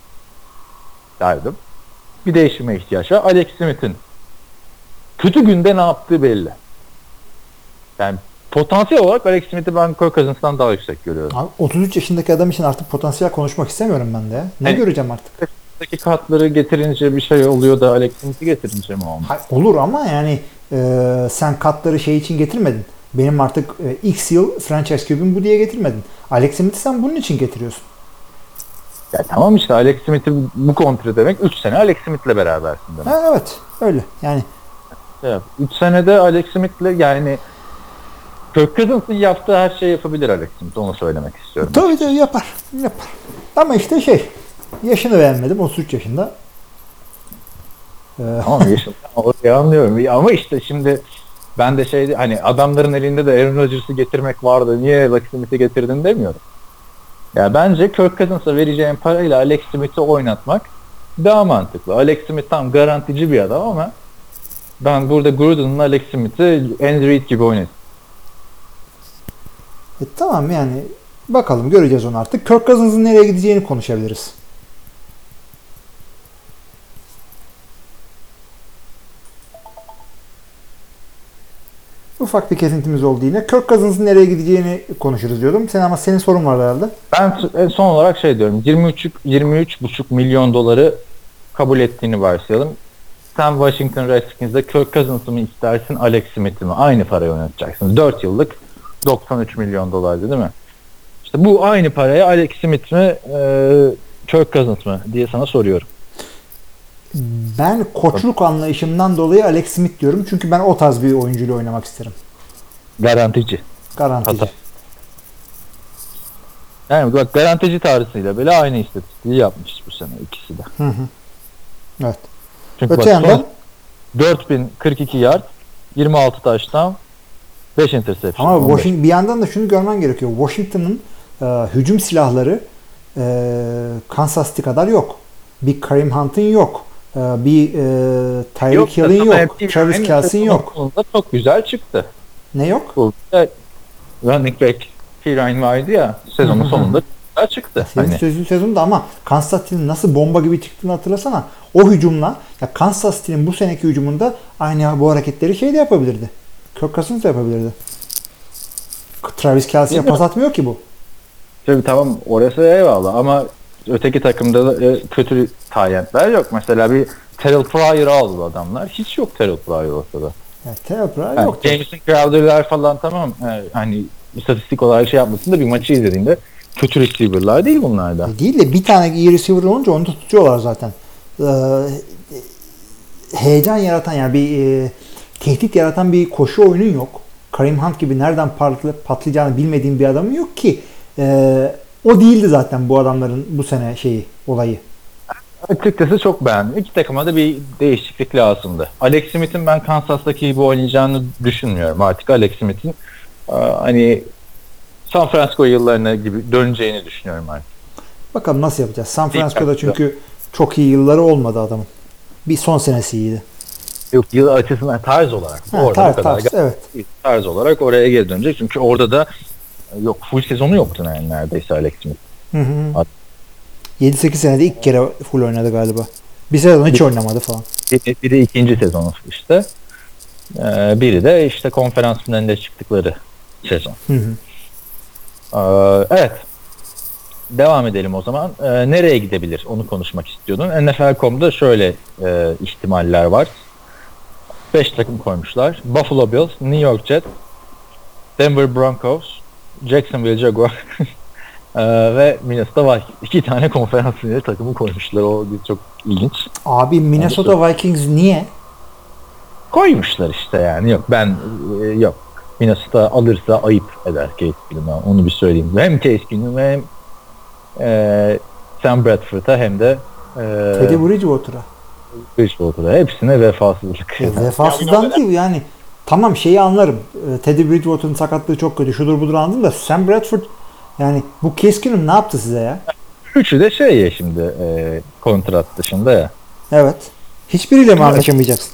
derdim. Bir değişime ihtiyaç var. Alex Smith'in kötü günde ne yaptığı belli. Yani potansiyel olarak Alex Smith'i ben Kirk Cousins'tan daha yüksek görüyorum. Abi, 33 yaşındaki adam için artık potansiyel konuşmak istemiyorum ben de. Ne göreceğim artık? Buradaki kartları getirince bir şey oluyor da Alex Smith'i getirince mi olmuyor? Olur ama yani sen katları şey için getirmedin. Benim artık X yıl franchise QB'm bu diye getirmedin. Alex Smith'i sen bunun için getiriyorsun. Ya tamam işte Alex Smith'i bu kontra demek 3 sene Alex Smith'le berabersin demek. Ha, evet öyle yani. 3 senede Alex Smith'le yani Kirk Cousins'ın yaptığı her şeyi yapabilir Alex Smith. Onu söylemek istiyorum. Tabii yapar. Ama işte yaşını beğenmedim. 33 yaşında. Ama yaşını orayı anlıyorum. Ama işte şimdi ben de hani adamların elinde de Aaron Rodgers'ı getirmek vardı. Niye Alex Smith'i getirdin demiyorum. Ya bence Kirk Cousins'a vereceğin parayla Alex Smith'i oynatmak daha mantıklı. Alex Smith tam garantici bir adam ama ben burada Gruden'la Alex Smith'i Andy Reid gibi oynadım. Tamam yani bakalım göreceğiz onu artık. Kirk Cousins'ın nereye gideceğini konuşabiliriz. Ufak bir kesintimiz oldu yine. Kirk Cousins'ın nereye gideceğini konuşuruz diyordum. Senin sorun var herhalde. Ben son olarak diyorum. 23,5 milyon doları kabul ettiğini varsayalım. Sen Washington Redskins'de Kirk Cousins'ı mı istersin, Alex Smith'i mi? Aynı parayı oynatacaksın. 4 yıllık 93 milyon dolardı değil mi? İşte bu aynı paraya Alex Smith mi, Kirk Cousins mı diye sana soruyorum. Ben koçluk anlayışımdan dolayı Alex Smith diyorum. Çünkü ben o tarz bir oyuncuyla oynamak isterim. Garantici. Garantici. Yani bak garantici tarzıyla böyle aynı istatistiği yapmış bu sene ikisi de. Hı. Evet. Çünkü öte yandan 4042 yard, 26 touchdown, 5 interception. Ama bir yandan da şunu görmen gerekiyor. Washington'ın hücum silahları Kansas City kadar yok. Bir Kareem Hunt'ın yok. Bir Tyreek Yok, Hill'in yok. P. Travis Ryan Kelce'in yok. sonunda çok güzel çıktı. Ne yok? Bu running back P. Ryan vardı ya, sezonun sonunda güzel çıktı. Senin sözün sezonda ama Kansas City'nin nasıl bomba gibi çıktığını hatırlasana. O hücumla ya Kansas City'nin bu seneki hücumunda aynı bu hareketleri şey de yapabilirdi. Kirk Cousins da yapabilirdi. Travis Kelce'ye pas atmıyor ki bu. Tabii tamam, orası eyvallah ama öteki takımda da kötü tayyentler yok. Mesela bir Terrell Pryor'ı aldı adamlar. Hiç yok Terrell Pryor ortada. Yani Terrell Yani yok. Jameson Crowder'lar falan tamam. Hani istatistik olarak şey yapmasın da bir maçı izlediğinde kötü receiver'lar değil bunlar da. Değil de bir tane iyi receiver olunca onu da tutuyorlar zaten. Heyecan yaratan yani bir tehdit yaratan bir koşu oyunun yok. Kareem Hunt gibi nereden patlayacağını bilmediğim bir adamın yok ki. O değildi zaten bu adamların bu sene olayı. Açıkçası çok beğendim. İki takıma da bir değişiklik lazımdı. Alex Smith'in ben Kansas'taki gibi oynayacağını düşünmüyorum. Artık Alex Smith'in hani San Francisco yıllarına gibi döneceğini düşünüyorum artık. Bakalım nasıl yapacağız. San Francisco'da çünkü çok iyi yılları olmadı adamın. Bir son senesi iyiydi. Yok, yıl açısından tarz olarak. Tarz olarak oraya geri dönecek. Çünkü orada da yok, full sezonu yoktu yani neredeyse Alex Smith. 7-8 senede ilk kere full oynadı galiba. Bir sezon hiç oynamadı falan. Bir de ikinci sezonu işte. Biri de işte konferans finalinde çıktıkları sezon. Evet. Devam edelim o zaman. Nereye gidebilir? Onu konuşmak istiyordun. NFL.com'da şöyle ihtimaller var. 5 takım koymuşlar. Buffalo Bills, New York Jets, Denver Broncos, Jacksonville Jaguars ve Minnesota Vikings. 2 tane konferans finali takımı koymuşlar. O çok ilginç. Abi Minnesota Vikings niye? Koymuşlar işte yani. Yok. Minnesota alırsa ayıp eder Case Keenum'a. Onu bir söyleyeyim. Hem Case Keenum'a hem Sam Bradford'a hem de Teddy Bridgewater'a. Hepsine vefasızlık. Vefasızdan değil yani. Tamam şeyi anlarım. Teddy Bridgewater'ın sakatlığı çok kötü. Şudur budur anladım da Sam Bradford yani bu Case Keenum ne yaptı size ya? Üçü de şimdi kontrat dışında ya. Evet. Hiçbiriyle mi anlaşamayacaksın?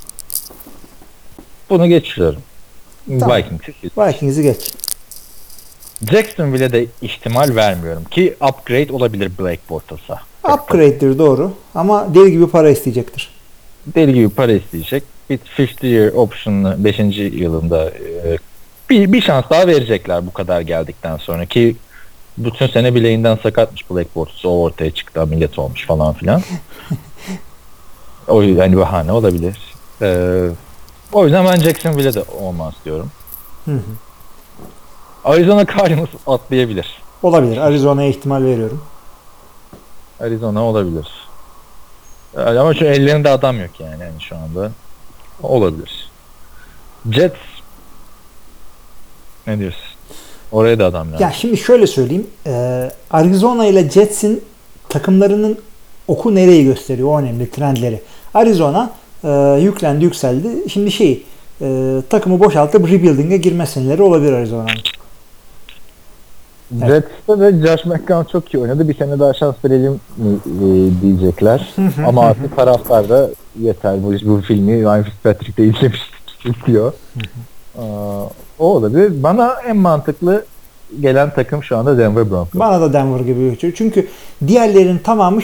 Bunu geçiyorum. Tamam. Vikings'i geç. Jacksonville'e de ihtimal vermiyorum ki upgrade olabilir Blake Bortles'a. Upgrade'dir doğru ama deli gibi para isteyecektir. Deli gibi para isteyecek. Bir 50 year option'lı 5. yılında bir şans daha verecekler bu kadar geldikten sonra ki bütün sene bileğinden sakatmış Blake Bortles. O ortaya çıktı, ameliyat olmuş falan filan. O yüzden bahane olabilir. O yüzden ben Jacksonville'e de olmaz diyorum. Arizona Cardinals atlayabilir. Olabilir. Arizona'ya ihtimal veriyorum. Arizona olabilir. Ama şu ellerinde adam yok yani şu anda. Olabilir. Jets ne diyorsun? Oraya da adam lazım. Ya şimdi şöyle söyleyeyim. Arizona ile Jets'in takımlarının oku nereyi gösteriyor? O önemli trendleri. Arizona yüklendi, yükseldi. Şimdi takımı boşaltıp rebuilding'e girme seneleri olabilir Arizona'nın. Evet. Jets'te de Josh McCown çok iyi oynadı. Bir sene daha şans verelim diyecekler. Ama artık taraftar da yeter. Bu filmi Ryan Fitzpatrick'te izlemiştik diyor. O olabilir. Bana en mantıklı gelen takım şu anda Denver Broncos. Bana da Denver gibi geçiyor. Çünkü diğerlerinin tamamı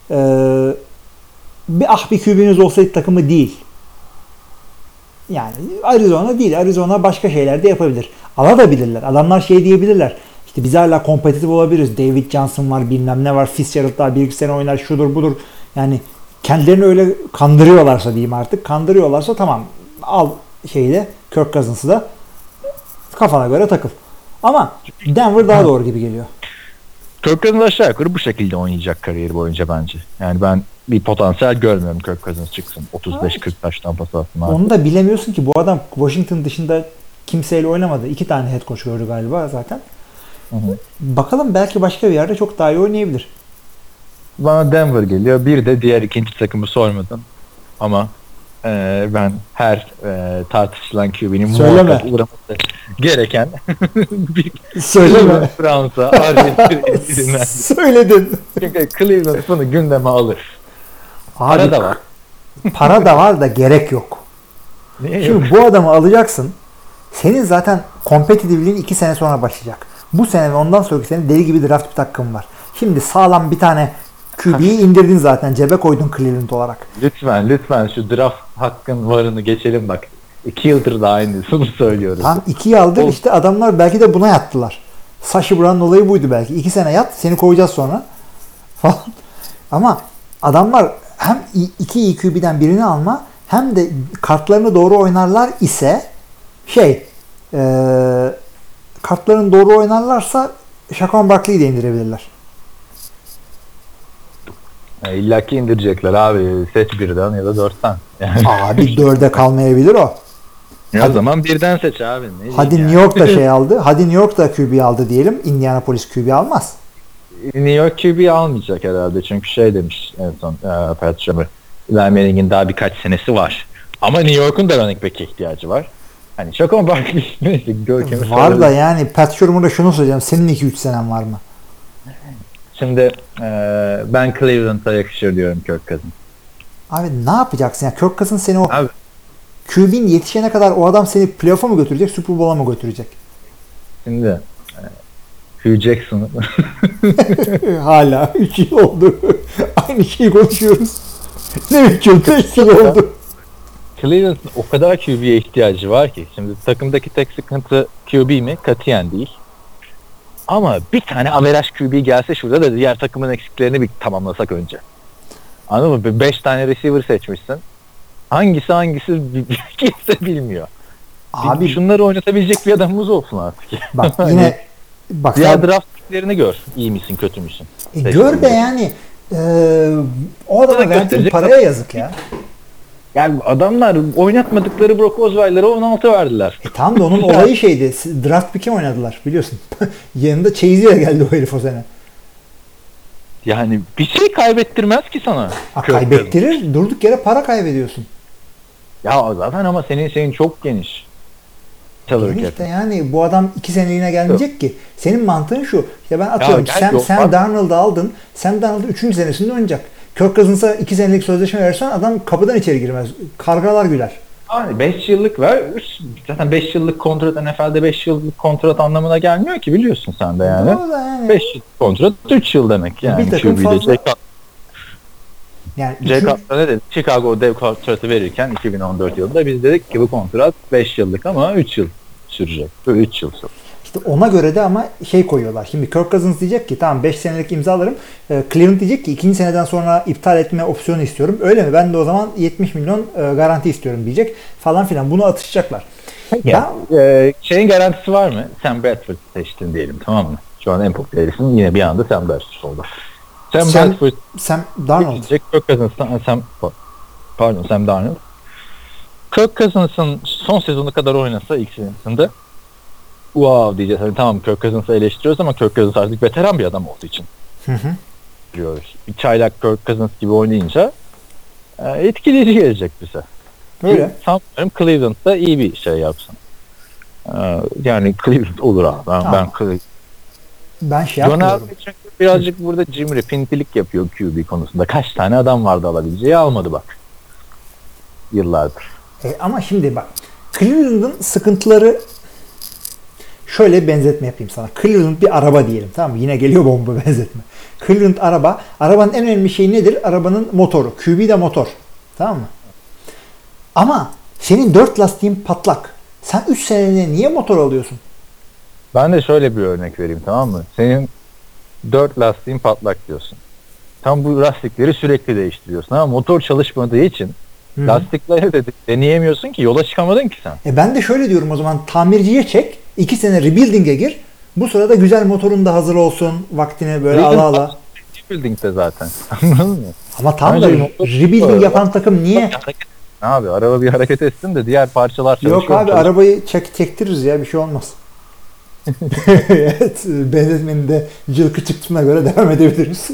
bir QB'niz olsaydı takımı değil. Yani Arizona değil. Arizona başka şeyler de yapabilir. Alabilirler. Adamlar diyebilirler. İşte biz hala kompetitif olabiliriz. David Johnson var, bilmem ne var. Fitzgerald daha 1-2 sene oynar, şudur budur. Yani kendilerini öyle kandırıyorlarsa diyeyim artık. Kandırıyorlarsa tamam. Al Kirk Cousins'ı da kafana göre takıl. Ama Denver daha doğru gibi geliyor. Kirk Cousins aşağı yukarı bu şekilde oynayacak kariyeri boyunca bence. Yani ben bir potansiyel görmüyorum Kirk Cousins çıksın. 35-40 taştan pas atsın. Onu da bilemiyorsun ki bu adam Washington dışında kimseyle oynamadı. 2 tane head coach gördü galiba zaten. Bakalım belki başka bir yerde çok daha iyi oynayabilir. Bana Denver geliyor. Bir de diğer ikinci takımı sormadım. Ama ben her tartışılan QB'nin Söyleme. muhakkak uğraması gereken bir Söyleme. Fransa, Arjantin. Söyledin. Çünkü Cleveland bunu gündeme alır. Abi, Para da var. Para da var da gerek yok. Niye yok? Şimdi bu adamı alacaksın. Senin zaten kompetitifliğin 2 sene sonra başlayacak. Bu sene ve ondan sonraki sene deli gibi draft bir takım var. Şimdi sağlam bir tane QB'yi indirdin zaten. Cebe koydun Cleveland olarak. Lütfen şu draft hakkın varını geçelim bak. 2 yıldır da aynısını söylüyoruz. Tam 2 yıldır işte adamlar belki de buna yattılar. Sashi Brown'un olayı buydu belki. 2 sene yat, seni kovacağız sonra. Falan. Ama adamlar hem 2 iyi QB'den birini alma hem de kartlarını doğru oynarlar ise kartlarını doğru oynarlarsa Saquon Barkley'i de indirebilirler. İlla ki indirecekler abi. Seç birden ya da 4'ten. Yani. Abi 4'e kalmayabilir o. O zaman birden seç abi. Ne Hadi diyeyim New York da şey aldı. Hadi New York da QB aldı diyelim. Indianapolis QB almaz. New York QB almayacak herhalde. Çünkü şey demiş en son Pat Shurmur. Eli Manning'in daha birkaç senesi var. Ama New York'un da running back'e ihtiyacı var. Hani Saquon Barkley neyse görkemi Var da yani Pat Shurmur'a şunu söyleyeceğim. Senin 2-3 senen var mı? Şimdi ben Cleveland'a yakışır diyorum Kirk Cousins. Abi ne yapacaksın ya? Kirk Cousins seni o Abi. QB'nin yetişene kadar o adam seni playoff'a mı götürecek, Super Bowl'a mı götürecek? Şimdi Hugh Jackson Hala 3 yıl oldu. Aynı şeyi konuşuyoruz. Ne 3 yıl? 5 yıl oldu. Cleveland'ın o kadar QB'ye ihtiyacı var ki. Şimdi takımdaki tek sıkıntı QB mi? Katiyen değil. Ama bir tane averaj QB gelse şurada da diğer takımın eksiklerini bir tamamlasak önce. Anladın mı? 5 tane receiver seçmişsin. Hangisi kimse bilmiyor. Abi Şunları oynatabilecek bir adamımız olsun artık. bak yine bak Diğer sen, draft picklerini gör. İyi misin, kötü müsün? gör de yani o adama verdiğin gösterecek paraya yazık ya. Yani adamlar oynatmadıkları Brock Osweiler'a 16 verdiler. Tam da onun olayı şeydi. Draft pick'e oynadılar biliyorsun. Yanında Chase'ye geldi o herif o sene. Yani bir şey kaybettirmez ki sana. Kaybettirir. Durduk yere para kaybediyorsun. Ya zaten ama senin şeyin çok geniş. İşte yani bu adam 2 seneliğine gelmeyecek ki. Senin mantığın şu. İşte ben atıyorum Sam Darnold'u aldın. Sam Darnold 3. senesinde oynayacak. Kirk Cousins'a 2 senelik sözleşme verirsen adam kapıdan içeri girmez. Kargalar güler. Abi 5 yıllık ver. Zaten 5 yıllık kontrat NFL'de 5 yıllık kontrat anlamına gelmiyor ki biliyorsun sen de yani. Yani. 5 yıllık kontrat 3 yıl demek yani. Bir takım fazla. Yani ne dedi? Chicago dev kontratı verirken 2014 yılında biz dedik ki bu kontrat 5 yıllık ama 3 yıl sürecek. 3 yıl sonra. İşte ona göre de ama şey koyuyorlar. Şimdi Kirk Cousins diyecek ki tamam 5 senelik imzalarım. Cleveland diyecek ki 2. seneden sonra iptal etme opsiyonu istiyorum. Öyle mi? Ben de o zaman 70 milyon garanti istiyorum diyecek falan filan. Bunu atışacaklar. Ya, şeyin garantisi var mı? Sam Bradford seçtin diyelim, tamam mı? Şu an en popüler isim yine bir anda Sam Bradford oldu. Sam Darnold. Kirk Cousins'tan Sam Darnold. Kirk Cousins'ın son sezonu kadar oynasa ilk senesinde wow diyeceğiz. Hani tamam Kirk Cousins'ı eleştiriyoruz ama Kirk Cousins artık veteran bir adam olduğu için. Biliyoruz. Bir çaylak Kirk Cousins gibi oynayınca etkileyici gelecek bize. Öyle. Sanırım Cleveland'da iyi bir şey yapsın. Yani Cleveland olur abi. Ben Cleveland. Ben şey yapmıyorum. Çünkü birazcık burada cimri, pintilik yapıyor QB konusunda. Kaç tane adam vardı alabileceği, almadı bak. Yıllardır. Ama şimdi bak Cleveland'ın sıkıntıları şöyle benzetme yapayım sana. Cleveland bir araba diyelim, tamam mı? Yine geliyor bomba benzetme. Cleveland araba. Arabanın en önemli şeyi nedir? Arabanın motoru. QB de motor. Tamam mı? Ama senin 4 lastiğin patlak. Sen 3 seneliğine niye motor alıyorsun? Ben de şöyle bir örnek vereyim, tamam mı? Senin 4 lastiğin patlak diyorsun. Tam bu lastikleri sürekli değiştiriyorsun ama motor çalışmadığı için lastikleri de deneyemiyorsun ki, yola çıkamadın ki sen. Ben de şöyle diyorum o zaman, tamirciye çek, 2 sene rebuilding'e gir. Bu sırada güzel motorun da hazır olsun, vaktine böyle ala. Rebuilding'de zaten. Anladın mı? Ama tam da rebuilding yapan takım niye? Abi araba bir hareket etsin de diğer parçalar çalışıyor. Yok abi arabayı çektiririz ya, bir şey olmaz. Evet, benzetmenin de cılkı çıktığına göre devam edebiliriz.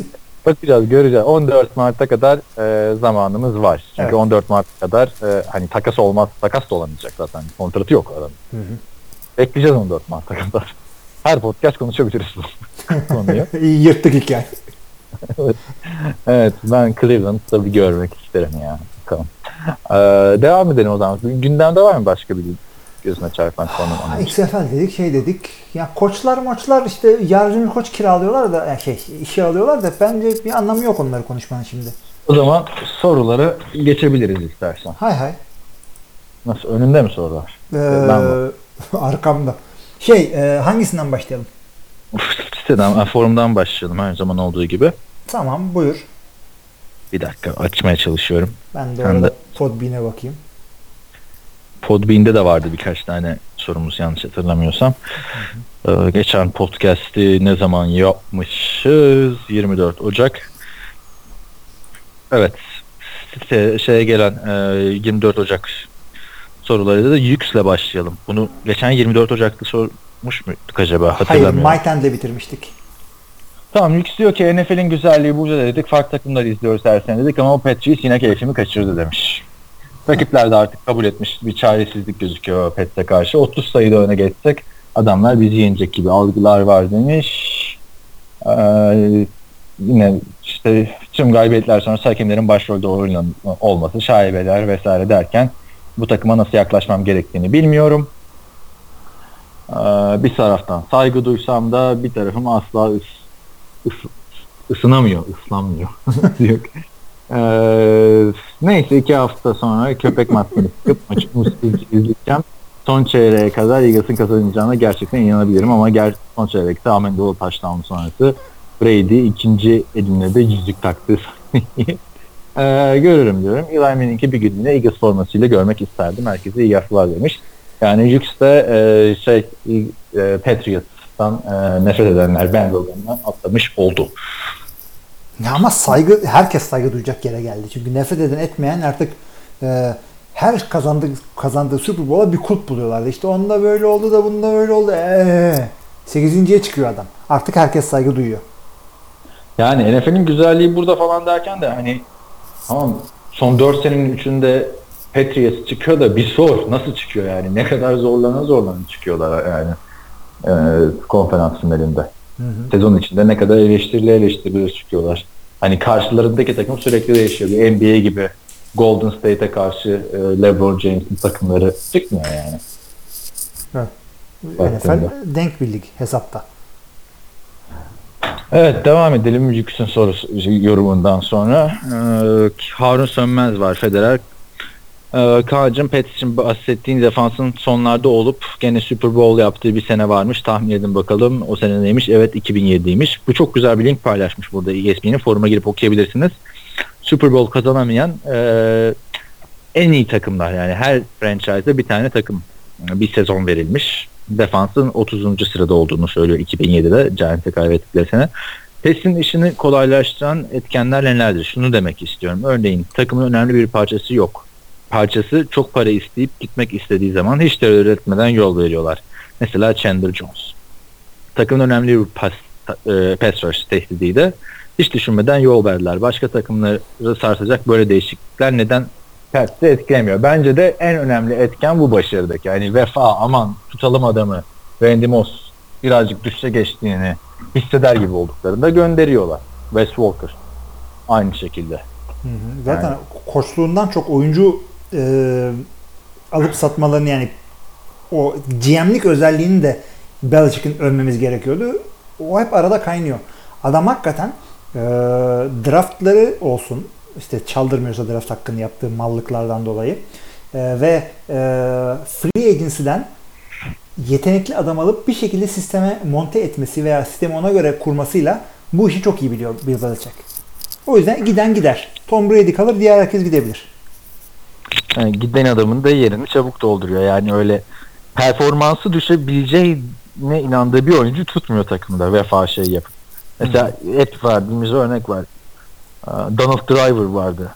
Bakacağız, göreceğiz. 14 Mart'a kadar zamanımız var. Çünkü Evet. 14 Mart'a kadar hani takas olmaz, takas da olamayacak zaten. Kontratı yok adamın. Hı hı. Bekleyeceğiz 14 Mart'a kadar. Her podcast konuşabiliriz bu konuyu. İyi yırttık hikaye. Evet, ben Cleveland'da bir görmek isterim ya. Bakalım. Devam edelim o zaman. Gündemde var mı başka bir gözüne çarpan konu? XFL dedik, şey dedik. Ya koçlar işte yardımcı koç kiralıyorlar da işe alıyorlar da bence bir anlamı yok onları konuşmanın şimdi. O zaman soruları geçebiliriz istersen. Hay. Nasıl? Önünde mi sorular? Arkamda. Hangisinden başlayalım? Siteden, forumdan başlayalım her zaman olduğu gibi. Tamam, buyur. Bir dakika açmaya çalışıyorum. Ben de orada Podbean'e bakayım. Podbean'de de vardı birkaç tane sorumuz yanlış hatırlamıyorsam. Geçen podcast'i ne zaman yapmışız? 24 Ocak. Evet. Şeye gelen 24 Ocak sorularıyla da Yüks'le başlayalım. Bunu geçen 24 Ocak'ta sormuş muyduk acaba? Hayır, Hatırlamıyorum. Might End'le bitirmiştik. Tamam, Yüks diyor ki NFL'in güzelliği burada dedik. Farklı takımları izliyoruz her sene dedik ama o Patriots yine keyfimi kaçırdı demiş. Rakipler de artık kabul etmiş, bir çaresizlik gözüküyor Pets'e karşı. 30 sayıda öne geçsek adamlar bizi yenecek gibi algılar var demiş. Yine işte tüm galibiyetler sonrası hakemlerin başrolde olması, şaibeler vesaire derken bu takıma nasıl yaklaşmam gerektiğini bilmiyorum. Bir taraftan saygı duysam da bir tarafım asla ısınamıyor. Diyor. Neyse 2 hafta sonra köpek maskeni sıkıp maçı izleyeceğim. Son çeyreğe kadar Eagles'ın kazanacağına gerçekten inanabilirim ama son çeyrekte Amendola touchdown sonrası Brady ikinci eline de yüzük taktı. Görürüm diyorum. Eli Manning'i bir günlüğüne Eagles formasıyla görmek isterdim. Herkese iyi haftalar demiş. Yani Jux de Patriots'tan nefret edenler Bengal'dan atlamış oldu. Ya ama herkes saygı duyacak yere geldi. Çünkü nefret eden etmeyen artık her kazandığı Super Bowl'a bir kulp buluyorlardı. İşte onda böyle oldu da bunda böyle oldu. 8.'ye çıkıyor adam. Artık herkes saygı duyuyor. Yani NFL'in güzelliği burada falan derken de hani tamam son 4 senenin 3'ünde Patriots çıkıyor da bir sor nasıl çıkıyor yani ne kadar zorlana çıkıyorlar yani konferans finalinde. Hı. Sezon içinde ne kadar eleştiriler çıkıyorlar. Hani karşılarındaki takım sürekli değişiyor. NBA gibi Golden State'e karşı LeBron James'in takımları çıkmıyor yani. Evet. NFL denk bir lig hesapta. Evet, devam edelim Yüksün sorusu yorumundan sonra. Harun Sönmez var Federer. Kaan'cığım Pets için bahsettiğin defansın sonlarda olup gene Super Bowl yaptığı bir sene varmış. Tahmin edin bakalım o sene neymiş? Evet 2007'ymiş. Bu çok güzel bir link paylaşmış burada ESPN'in. Foruma girip okuyabilirsiniz. Super Bowl kazanamayan en iyi takımlar yani her franchise'da bir tane takım bir sezon verilmiş. Defansın 30. sırada olduğunu söylüyor 2007'de Giants'e kaybettikleri sene. Pets'in işini kolaylaştıran etkenler nelerdir? Şunu demek istiyorum. Örneğin takımın önemli bir parçası yok. Parçası çok para isteyip gitmek istediği zaman hiç terör etmeden yol veriyorlar. Mesela Chandler Jones. Takımın önemli bir pass rush tehdidiydi. Hiç düşünmeden yol verdiler. Başka takımları sarsacak böyle değişiklikler neden Pets'i etkilemiyor? Bence de en önemli etken bu başarıdaki. Yani vefa, aman tutalım adamı. Randy Moss birazcık düşüşe geçtiğini hisseder gibi olduklarında gönderiyorlar. Wes Walker aynı şekilde. Zaten yani koçluğundan çok oyuncu alıp satmalarını yani o GM'lik özelliğini de Belichick'in övmemiz gerekiyordu. O hep arada kaynıyor. Adam hakikaten draftları olsun işte çaldırmıyorsa draft hakkını yaptığı mallıklardan dolayı ve free agency'den yetenekli adam alıp bir şekilde sisteme monte etmesi veya sistemi ona göre kurmasıyla bu işi çok iyi biliyor Bill Belichick. O yüzden giden gider. Tom Brady kalır, diğer herkes gidebilir. Yani giden adamın da yerini çabuk dolduruyor. Yani öyle performansı düşebileceğine inandığı bir oyuncu tutmuyor takımda vefa şey yapıp. Mesela hep verdiğimiz örnek var. Donald Driver vardı.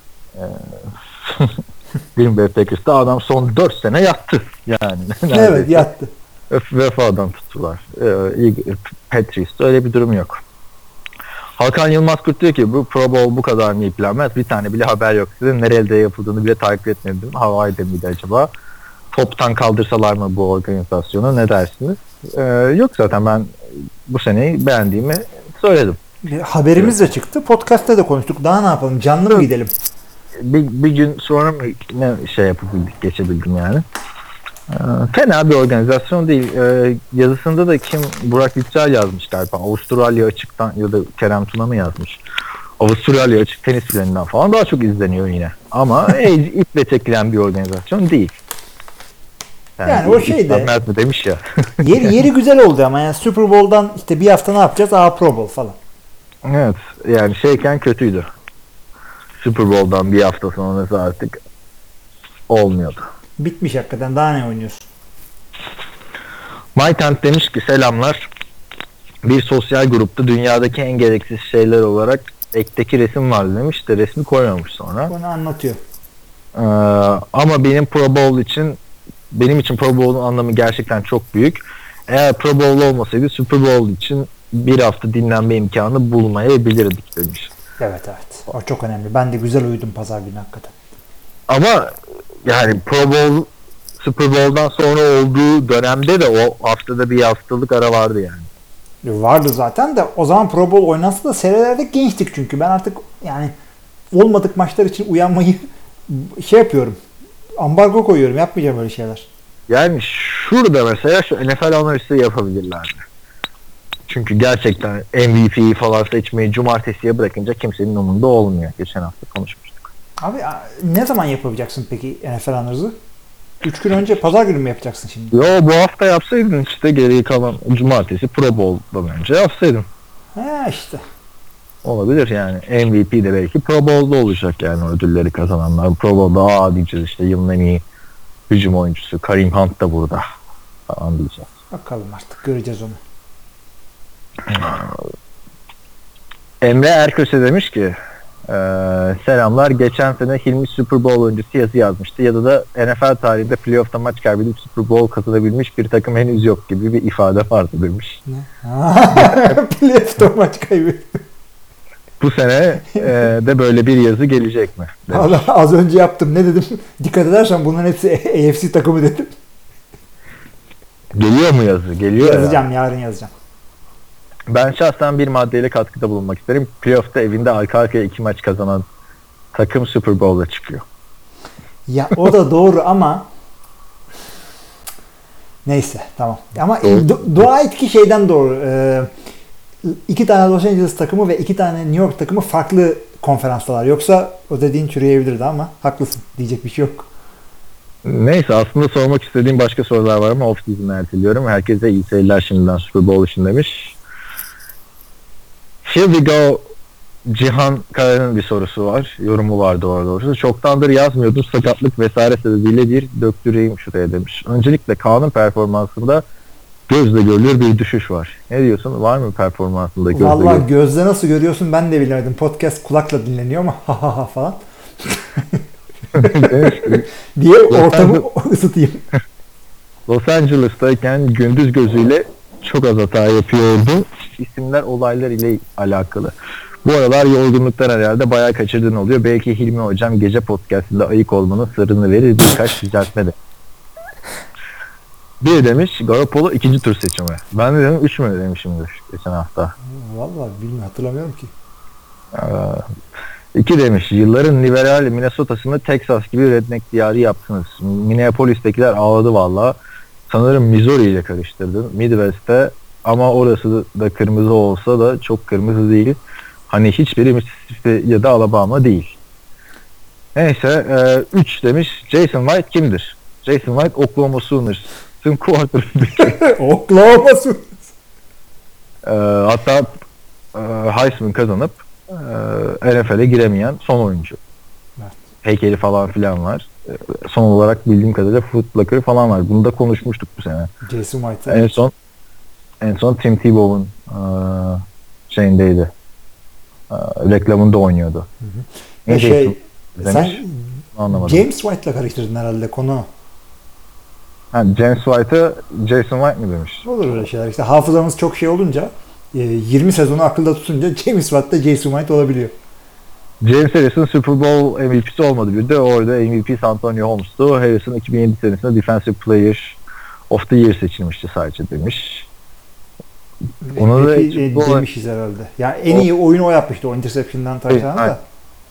Green Bay Packers'ta adam son 4 sene yattı. Yani. Evet yattı. Vefadan tuttular. Patriots'ta öyle bir durum yok. Hakan Yılmaz Kurt diyor ki bu Pro Bowl bu kadar mı iplenmez? Bir tane bile haber yok. Dedim nerede yapıldığını bile takip etmedim. Hawaii'de miydi acaba? Toptan kaldırsalar mı bu organizasyonu? Ne dersiniz? Yok zaten ben bu seneyi beğendiğimi söyledim. Haberimiz de çıktı. Podcast'ta da konuştuk. Daha ne yapalım? Canlı mı gidelim? Bir gün sonra mı ne şey yapabildik, geçebildim yani. Fena bir organizasyon değil. Yazısında da Burak Yüksel yazmış galiba. Avustralya açıktan ya da Kerem Tuna mı yazmış? Avustralya açık tenis filminden falan daha çok izleniyor yine. Ama iple çekilen bir organizasyon değil. Yani o şey de Mert mi demiş ya. yeri güzel oldu ama yani Super Bowl'dan işte bir hafta ne yapacağız? Pro Bowl falan. Evet. Yani şeyken kötüydü. Super Bowl'dan bir hafta sonrası artık olmuyordu. Bitmiş hakikaten. Daha ne oynuyorsun? MyTent demiş ki selamlar. Bir sosyal grupta dünyadaki en gereksiz şeyler olarak ekteki resim var demiş de resmi koymamış sonra. Bunu anlatıyor. Ama benim için Pro Bowl'un anlamı gerçekten çok büyük. Eğer Pro Bowl olmasaydı Super Bowl için bir hafta dinlenme imkanı bulmayabilirdik demiş. Evet. O çok önemli. Ben de güzel uyudum pazar günü hakikaten. Ama yani Super Bowl'dan sonra olduğu dönemde de o haftada bir haftalık ara vardı yani. Vardı zaten de o zaman Pro Bowl oynansa da serelerde gençtik çünkü. Ben artık yani olmadık maçlar için uyanmayı şey yapıyorum. Ambargo koyuyorum. Yapmayacağım öyle şeyler. Yani şurada mesela şu NFL analizi yapabilirlerdi. Çünkü gerçekten MVP'yi falan seçmeyi cumartesiye bırakınca kimsenin umurunda olmuyor. Geçen hafta konuşmuştuk. Abi ne zaman yapacaksın peki NFL analizi? 3 gün önce pazar günü mü yapacaksın şimdi? Yo bu hafta yapsaydın işte geriye kalan cumartesi Pro Bowl'dan önce yapsaydın. He işte. Olabilir yani. MVP de belki Pro Bowl'da olacak yani ödülleri kazananlar. Pro Bowl'da diyeceğiz işte yılın en iyi hücum oyuncusu Kareem Hunt da burada falan diyeceğiz. Bakalım artık göreceğiz onu. Emre Erköse demiş ki selamlar. Geçen sene Hilmi Super Bowl öncesi yazı yazmıştı. Ya da NFL tarihinde playoff'ta maç kaybedip Super Bowl kazanabilmiş bir takım henüz yok gibi bir ifade vardı demiş. Ne? Playoff'ta maç kaybetti. Bu sene de böyle bir yazı gelecek mi? Allah, az önce yaptım. Ne dedim? Dikkat edersen bunların hepsi AFC takımı dedim. Geliyor mu yazı? Geliyor Yazacağım. Yarın yazacağım. Ben şahsen bir maddeyle katkıda bulunmak isterim. Playoff'ta evinde arka arkaya 2 maç kazanan takım Super Bowl'a çıkıyor. Ya o da doğru ama neyse tamam. Ama dua et ki şeyden doğru. 2 tane Los Angeles takımı ve 2 tane New York takımı farklı konferanstalar. Yoksa o dediğin çürüyebilirdi ama haklısın. Diyecek bir şey yok. Neyse aslında sormak istediğim başka sorular var ama off-season'ı erteliyorum. Herkese iyi seyirler şimdiden Super Bowl için demiş. Here we go. Cihan Kara'nın bir sorusu var. Yorumu vardı orada doğrusu. Çoktandır yazmıyordum. Sakatlık vesaire sebebiyle bir döktüreyim şuraya demiş. Öncelikle Kaan'ın performansında gözle görülür bir düşüş var. Ne diyorsun? Var mı performansında gözle görülür? Vallahi gözle nasıl görüyorsun ben de bilemedim. Podcast kulakla dinleniyor ama ha ha ha falan. diye ortamı ısıtayım. Los Angeles'tayken gündüz gözüyle çok az hata yapıyordu. İsimler olaylar ile alakalı. Bu aralar yorgunluktan herhalde bayağı kaçırdığın oluyor. Belki Hilmi Hocam gece podcastında ayık olmanın sırrını verir birkaç düzeltme de. Bir demiş Garoppolo 2. tur seçimi. Ben de dedim 3 mü demişimdir geçen hafta. Vallahi bilmiyorum hatırlamıyorum ki. 2 demiş yılların liberal Minnesota'sını Texas gibi redneck diyarı yaptınız. Minneapolis'tekiler ağladı valla. Sanırım Missouri ile karıştırdın. Midwest'te ama orası da kırmızı olsa da çok kırmızı değil. Hani hiçbiri Mississippi ya da Alabama değil. Neyse 3 demiş. Jason White kimdir? Jason White Oklahoma Sooners'ın quarterback'i. Oklahoma Sooners. Hatta Heisman kazanıp NFL'e giremeyen son oyuncu. Evet. Heykeli falan filan var. Son olarak bildiğim kadarıyla Footlocker falan var. Bunu da konuşmuştuk bu sene. Jason White. En son Tim Tebow'un şeyindeydi. Reklamında oynuyordu. Sen anlamadım. James White'la karıştırdın herhalde konu. James White'ı Jason White mi demiş? Olur öyle şeyler. İşte hafızamız çok şey olunca 20 sezonu akılda tutunca James Watt da Jason White olabiliyor. James Harrison Super Bowl MVP'si olmadı bir de. Orada MVP Santonio Holmes'tu. Harrison 2007 senesinde Defensive Player of the Year seçilmişti sadece demiş. Ona da demişiz herhalde. Yani en iyi oyunu o yapmıştı o interception'dan taşıyan da.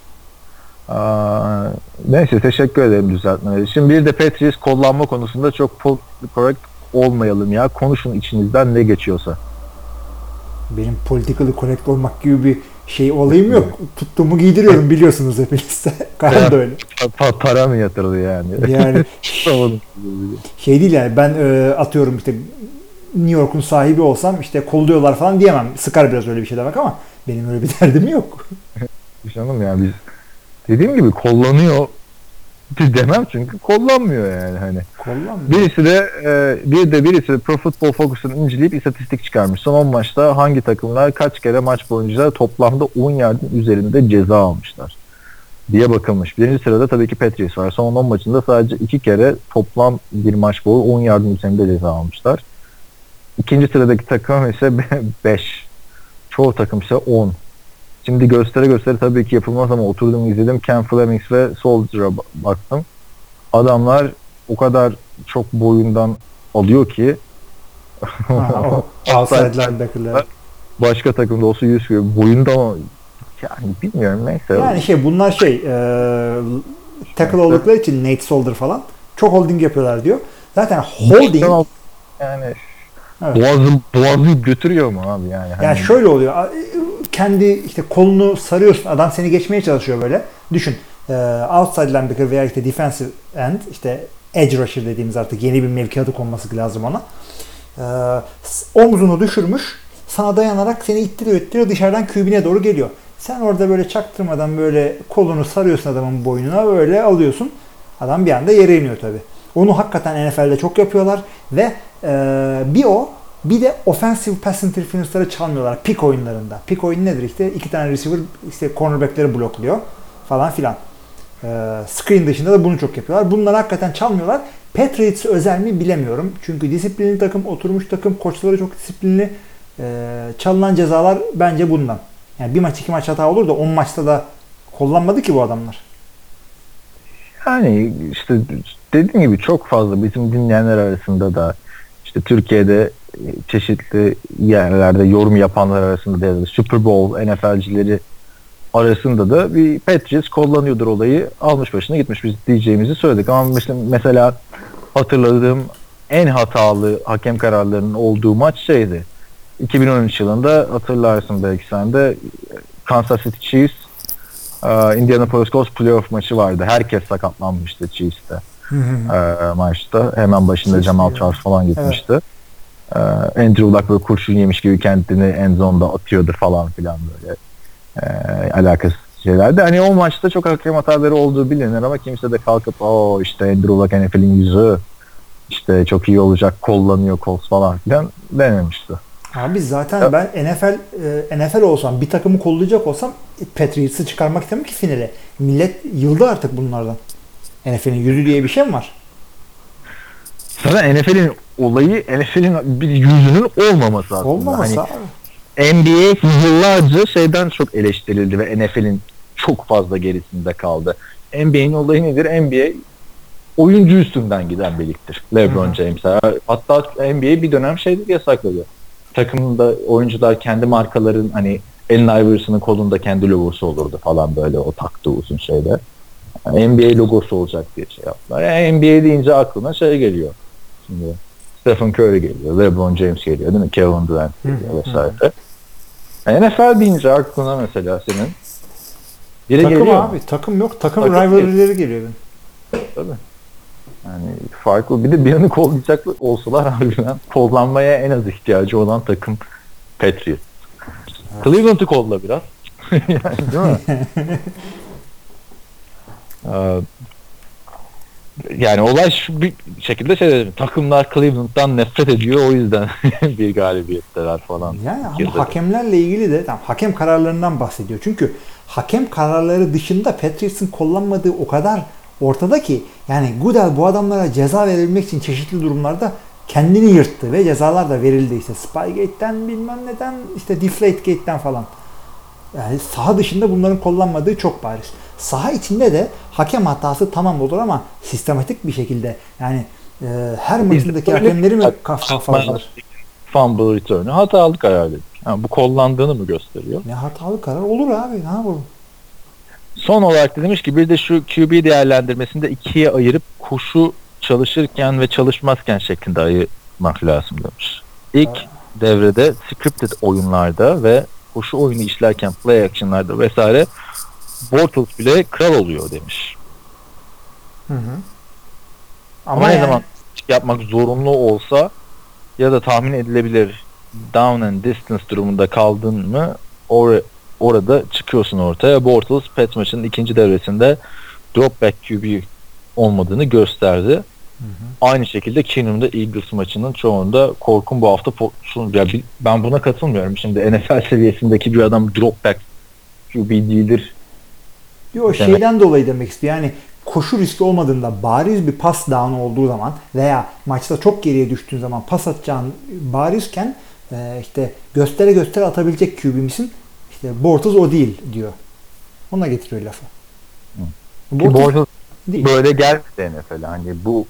Neyse teşekkür ederim düzeltmeleri. Şimdi bir de Patriots kullanma konusunda çok correct olmayalım ya. Konuşun içinizden ne geçiyorsa. Benim politically correct olmak gibi bir şey olayım yok. Tuttuğumu giydiriyorum biliyorsunuz hepiniz. Karan da öyle. Para mı yatırdı yani? Yani şey değil yani ben atıyorum işte New York'un sahibi olsam işte kolluyorlar falan diyemem. Sıkar biraz öyle bir şey demek ama benim öyle bir derdim yok. Canım yani biz dediğim gibi kullanıyor demem çünkü kullanmıyor yani hani. Kullanmıyor. Birisi de Pro Football Focus'un inceleyip istatistik çıkarmış. Son 10 maçta hangi takımlar kaç kere maç boyunca toplamda 10 yardın üzerinde ceza almışlar diye bakılmış. Birinci sırada tabii ki Patriots var. Son 10 maçında sadece 2 kere toplam bir maç boyu 10 yardın üzerinde ceza almışlar. İkinci sıradaki takım ise 5. Çoğu takım ise 10. Şimdi göstere tabii ki yapılmaz ama oturdum izledim. Cam Flemings ve Soldier'a baktım. Adamlar o kadar çok boyundan alıyor ki outside linebacker'lar. Başka takımda olsa 100 kilo boyundan yani bilmiyorum neyse. Yani bunlar tackle oldukları için Nate Solder falan çok holding yapıyorlar diyor. Zaten holding yani evet. Boğazını götürüyor mu abi yani? Yani şöyle oluyor. Kendi işte kolunu sarıyorsun. Adam seni geçmeye çalışıyor böyle. Düşün. Outside linebacker veya işte defensive end işte edge rusher dediğimiz artık yeni bir mevki adı konması lazım ona. Omzunu düşürmüş. Sana dayanarak seni ittiriyor dışarıdan QB'ne doğru geliyor. Sen orada böyle çaktırmadan böyle kolunu sarıyorsun adamın boynuna böyle alıyorsun. Adam bir anda yere iniyor tabii. Onu hakikaten NFL'de çok yapıyorlar ve bir de offensive pass interference'ları çalmıyorlar pick oyunlarında. Pick oyunu nedir işte? 2 tane receiver işte cornerback'leri blokluyor falan filan. Screen dışında da bunu çok yapıyorlar. Bunları hakikaten çalmıyorlar. Patriots özel mi bilemiyorum. Çünkü disiplinli takım, oturmuş takım, koçları çok disiplinli. Çalınan cezalar bence bundan. Yani bir maç 2 maç hata olur da 10 maçta da kullanmadı ki bu adamlar. Yani işte dediğim gibi çok fazla bizim dinleyenler arasında da işte Türkiye'de çeşitli yerlerde yorum yapanlar arasında da Super Bowl NFL'cileri arasında da bir Patriots kullanıyordur olayı almış başına gitmiş biz diyeceğimizi söyledik ama mesela hatırladığım en hatalı hakem kararlarının olduğu maç şeydi. 2013 yılında hatırlarsın belki sen de Kansas City Chiefs Indianapolis Colts playoff maçı vardı. Herkes sakatlanmıştı Chiefs'te. Maçta. Hemen başında Jamal Charles falan gitmişti. Evet. Andrew Luck böyle kurşun yemiş gibi kendini end zone'da atıyordu falan filan böyle. Alakasız şeylerdi. Hani o maçta çok hakem hataları olduğu bilinir ama kimse de kalkıp işte Andrew Luck NFL'in yüzü işte çok iyi olacak kullanıyor Colts falan filan dememişti. Abi zaten ben NFL olsam bir takımı kollayacak olsam Patriots'ı çıkarmak istemem ki finale. Millet yıldı artık bunlardan. NFL'in yüzü diye bir şey mi var? Sana NFL'in olayı NFL'in bir yüzünün olmaması aslında. Olmaması hani, abi. NBA yıllarca şeyden çok eleştirildi ve NFL'in çok fazla gerisinde kaldı. NBA'nin olayı nedir? NBA oyuncu üstünden giden bir ligdir. LeBron James'e. Hatta NBA bir dönem şeyleri yasakladı. Takımda oyuncular kendi markaların hani Allen Iverson'ın kolunda kendi logosu olurdu falan böyle o taktığı uzun şeyde. Yani NBA logosu olacak diye şey yaptılar. Yani NBA deyince aklına şey geliyor. Şimdi Stephen Curry geliyor, LeBron James geliyor değil mi? Kevin Durant geliyor vesaire. Yani NFL deyince aklına mesela senin biri takım geliyor abi, takım yok. Takım rivalry'leri geliyor benim. Tabii. Yani farklı. Bir de birini kollayacak olsalar harbiden kollanmaya en az ihtiyacı olan takım Patriots. Evet. Cleveland'ı kolla biraz. Yani, değil mi? Yani olay şu bir şekilde takımlar Cleveland'dan nefret ediyor o yüzden bir galibiyetteler falan. Yani ama hakemlerle ilgili de hakem kararlarından bahsediyor. Çünkü hakem kararları dışında Patriots'ın kullanmadığı o kadar ortada ki yani Goodell bu adamlara ceza verebilmek için çeşitli durumlarda kendini yırttı ve cezalar da verildi. İşte Spygate'den bilmem neden, işte Deflategate'den falan. Yani saha dışında bunların kullanmadığı çok bariz. Saha içinde de hakem hatası tamam olur ama sistematik bir şekilde, yani her maçındaki hakemleri mi kafalar? Fumble return'ü hatalı karar dedik. Yani bu kullandığını mı gösteriyor? Ne hatalı karar olur abi, ne yapalım? Son olarak da demiş ki bir de şu QB değerlendirmesinde ikiye ayırıp koşu çalışırken ve çalışmazken şeklinde ayırmak lazım demiş. İlk devrede scripted oyunlarda ve koşu oyunu işlerken play action'larda vesaire Bortles bile kral oluyor demiş. Hı hı. Ama ne zaman yapmak zorunlu olsa ya da tahmin edilebilir down and distance durumunda kaldın mı orada çıkıyorsun ortaya. Bortles Pets maçının ikinci devresinde drop back QB olmadığını gösterdi. Hı hı. Aynı şekilde Keenum'da Eagles maçının çoğunda Kork'un bu hafta ben buna katılmıyorum. Şimdi NFL seviyesindeki bir adam drop back QB değildir. Yo, şeyden dolayı demek istiyor. Yani koşu riski olmadığında, bariz bir pas down olduğu zaman veya maçta çok geriye düştüğün zaman pas atacağın barizken işte göstere atabilecek QB misin? İşte Bortles o değil diyor. Ona getiriyor lafı. Bortles böyle gelmedi NFL. Hani bu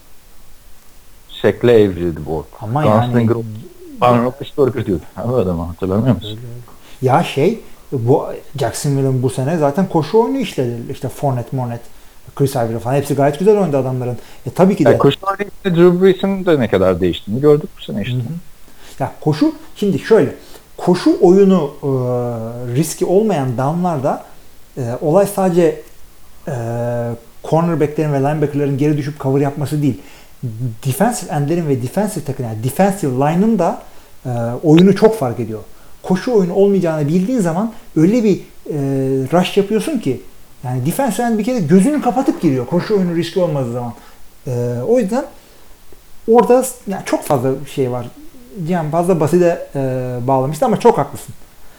şekle evrildi Bortles. Ama yani Roethlisberger diyordu. Anladın mı? Hatırlamıyor musun? Ya bu Jacksonville'ın bu sene zaten koşu oyunu işledi. İşte Fournette, Chris Ivory falan hepsi gayet güzel oynadı adamların. Tabii ki de. Yani koşu oyunu Drew Brees'in de ne kadar değiştiğini gördük bu sene işte. Hı hı. Ya şimdi şöyle, koşu oyunu riski olmayan down'larda olay sadece cornerback'lerin ve linebacker'ların geri düşüp cover yapması değil. Defensive end'lerin ve defensive takım, yani defensive line'ın da oyunu çok fark ediyor. Koşu oyunu olmayacağını bildiğin zaman öyle bir rush yapıyorsun ki, yani defensive end bir kere gözünü kapatıp giriyor koşu oyunu riski olmadığı zaman. O yüzden orada yani çok fazla şey var. Cihan fazla basite bağlamıştı ama çok haklısın.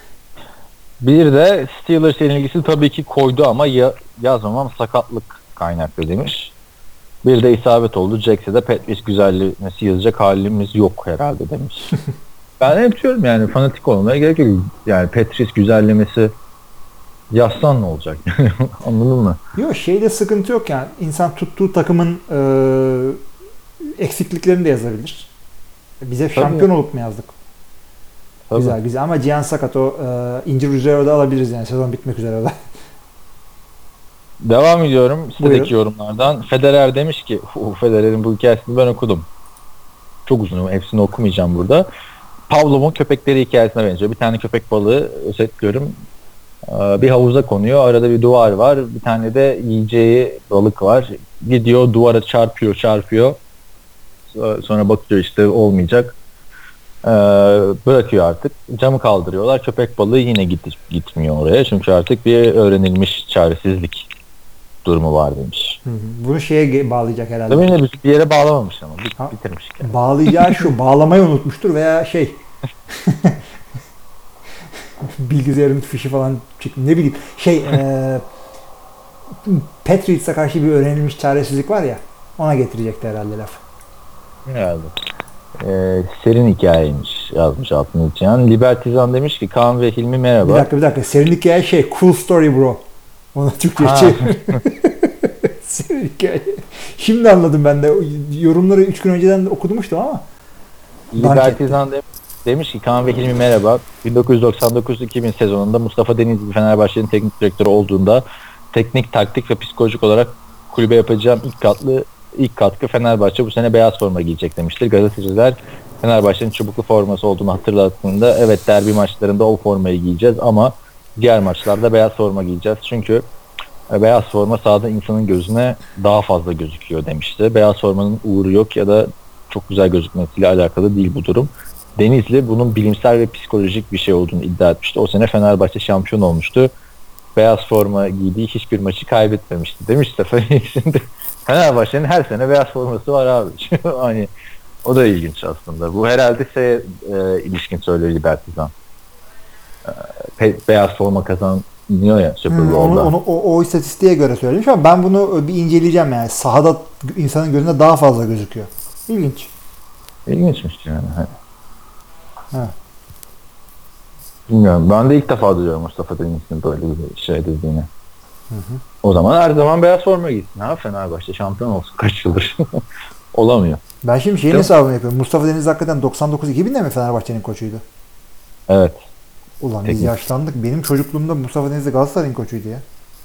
Bir de Steelers yenilgisi tabii ki koydu ama yazmamam sakatlık kaynaklı demiş. Bir de isabet oldu. Jacks'e de Patrice güzellemesi yazacak halimiz yok herhalde demiş. Ben hep diyorum yani fanatik olmaya gerek yok. Yani Patrice güzellemesi yazsan ne olacak? Anladın mı? Yok, şeyde sıkıntı yok yani. İnsan tuttuğu takımın eksikliklerini de yazabilir. Biz hep şampiyon olup mu yazdık? Tabii. Güzel ama Cihan sakat, o injury reserve'da alabiliriz yani sezon bitmek üzere da. Devam ediyorum sitedeki yorumlardan. Federer demiş ki Federer'in bu hikayesini ben okudum. Çok uzun, hepsini okumayacağım burada. Pavlov'un köpekleri hikayesine benziyor. Bir tane köpek balığı özetliyorum. Bir havuza konuyor. Arada bir duvar var. Bir tane de yiyeceği balık var. Gidiyor duvara çarpıyor. Sonra bakıyor işte olmayacak. Bırakıyor artık. Camı kaldırıyorlar. Köpek balığı yine gitmiyor oraya. Çünkü artık bir öğrenilmiş çaresizlik durumu var demiş. Bunu şeye bağlayacak herhalde. Tabii yine bir yere bağlamamış ama bitirmiş. Yani. Bağlayacağı şu, bağlamayı unutmuştur veya bilgisayarın fişi falan çıktı. Ne bileyim. Patriots'a karşı bir öğrenilmiş çaresizlik var ya, ona getirecekti herhalde laf. Herhalde. Serin hikayeymiş yazmış altını Cihan. Libertizan demiş ki Kaan ve Hilmi merhaba. Bir dakika. Serin hikaye cool story bro. Ona Türkçe çevir. Serin hikaye. Şimdi anladım ben de. Yorumları 3 gün önceden de okudumuştum ama. Libertizan demiş ki Kaan ve Hilmi merhaba. 1999-2000 sezonunda Mustafa Denizli Fenerbahçe'nin teknik direktörü olduğunda teknik, taktik ve psikolojik olarak kulübe yapacağım ilk katkı Fenerbahçe bu sene beyaz forma giyecek demiştir. Gazeteciler Fenerbahçe'nin çubuklu forması olduğunu hatırlattığında evet derbi maçlarında o formayı giyeceğiz ama diğer maçlarda beyaz forma giyeceğiz. Çünkü beyaz forma sahada insanın gözüne daha fazla gözüküyor demişti. Beyaz formanın uğru yok ya da çok güzel gözükmesiyle alakalı değil bu durum. Denizli bunun bilimsel ve psikolojik bir şey olduğunu iddia etmişti. O sene Fenerbahçe şampiyon olmuştu. Beyaz forma giydiği hiçbir maçı kaybetmemişti demişti. Şimdi Fenerbahçe'nin her sene beyaz forması var abi. Hani o da ilginç aslında. Bu herhalde ilişkin söylüyor Libertizan. Beyaz forma kazanıyor ya Super Bowl'da. O istatistiğe göre söylemiş ama ben bunu bir inceleyeceğim yani. Sahada insanın gözünde daha fazla gözüküyor. İlginç. İlginçmiş yani. Ha. Bilmiyorum. Ben de ilk defa duyuyorum Mustafa Denizli'nin böyle bir şey dediğini. Hı hı. O zaman her zaman beyaz forma gitsin. Ha, Fenerbahçe şampiyon olsun. Kaç yıldır olamıyor. Ben şimdi şeyin Değil mi? hesabını yapıyorum. Mustafa Denizli hakikaten 99-2000'de mi Fenerbahçe'nin koçuydu? Evet. Ulan biz Teknik. yaşlandık. Benim çocukluğumda Mustafa Denizli Galatasaray'ın koçuydu ya.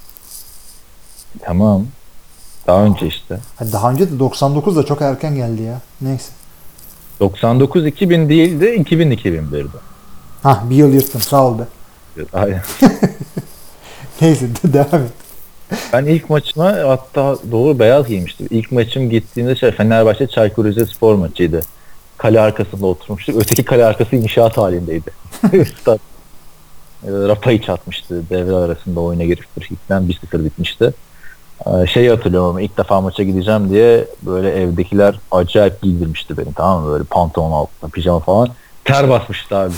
Tamam. Daha önce işte. Hani daha önce de 99 da çok erken geldi ya. Neyse. 99 2000 değildi, 2000 2001'di. Hah, bir yıl yırttım. Sağ ol be. Aynen. Neyse devam et. Ben ilk maçıma hatta doğru beyaz giymiştim. İlk maçım gittiğinde Fenerbahçe Çaykur Rizespor maçıydı. Kale arkasında oturmuştuk. Öteki kale arkası inşaat halindeydi. Stad. Rapayı çatmıştı. Devre arasında oyuna girip Frikik'ten 1-0 bitmişti. Şeyi hatırlıyorum ama ilk defa maça gideceğim diye böyle evdekiler acayip giydirmişti beni, tamam mı? Böyle pantolon altında pijama falan. Ter basmıştı abi.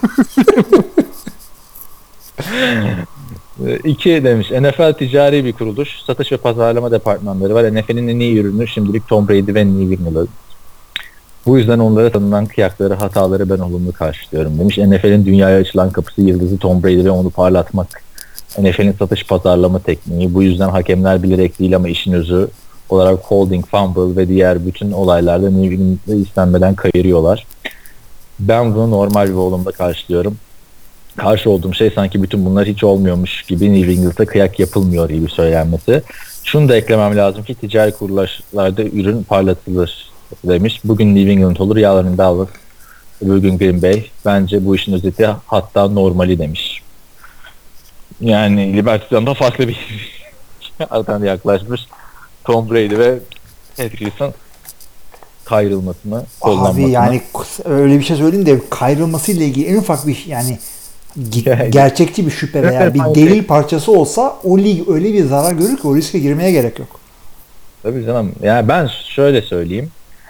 2 demiş. NFL ticari bir kuruluş. Satış ve pazarlama departmanları var. NFL'in en iyi ürünü şimdilik Tom Brady ve New England. Bu yüzden onlara tanınan kıyakları, hataları ben olumlu karşılıyorum demiş. NFL'in dünyaya açılan kapısı yıldızı Tom Brady ve onu parlatmak. NFL'in satış pazarlama tekniği. Bu yüzden hakemler bilerek değil ama işin özü olarak holding, fumble ve diğer bütün olaylarda New England'ı istenmeden kayırıyorlar. Ben bunu normal bir olumda karşılıyorum. Karşı olduğum şey sanki bütün bunlar hiç olmuyormuş gibi New England'a kıyak yapılmıyor gibi söylenmesi. Şunu da eklemem lazım ki ticari kuruluşlarda ürün parlatılır demiş. Bugün New England olur, yarın Dallas, bugün Green Bay. Bence bu işin özeti, hatta normali demiş. Yani Liberty'den farklı bir yerden yaklaşmış. Tom Brady ve Patrice'in kayrılmasını, kullanmasını. Abi yani öyle bir şey söyleyeyim de kayrılmasıyla ilgili en ufak bir yani Yani- gerçekçi bir şüphe veya bir Evet, delil parçası olsa o lig öyle bir zarar görür ki o riske girmeye gerek yok. Tabii canım. Yani ben şöyle söyleyeyim.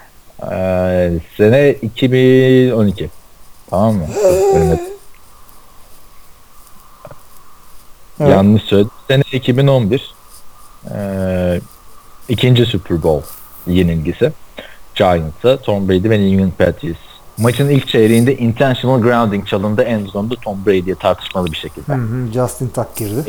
Sene 2012. Tamam mı? Evet. Evet. Yanlış söyledim. Sene 2011. İkinci Super Bowl yenilgisi. Giants'a Tom Brady ve New England Patriots. Maçın ilk çeyreğinde intentional grounding çalındı en sonunda Tom Brady'ye tartışmalı bir şekilde. Hı hı, Justin Tuck girdi.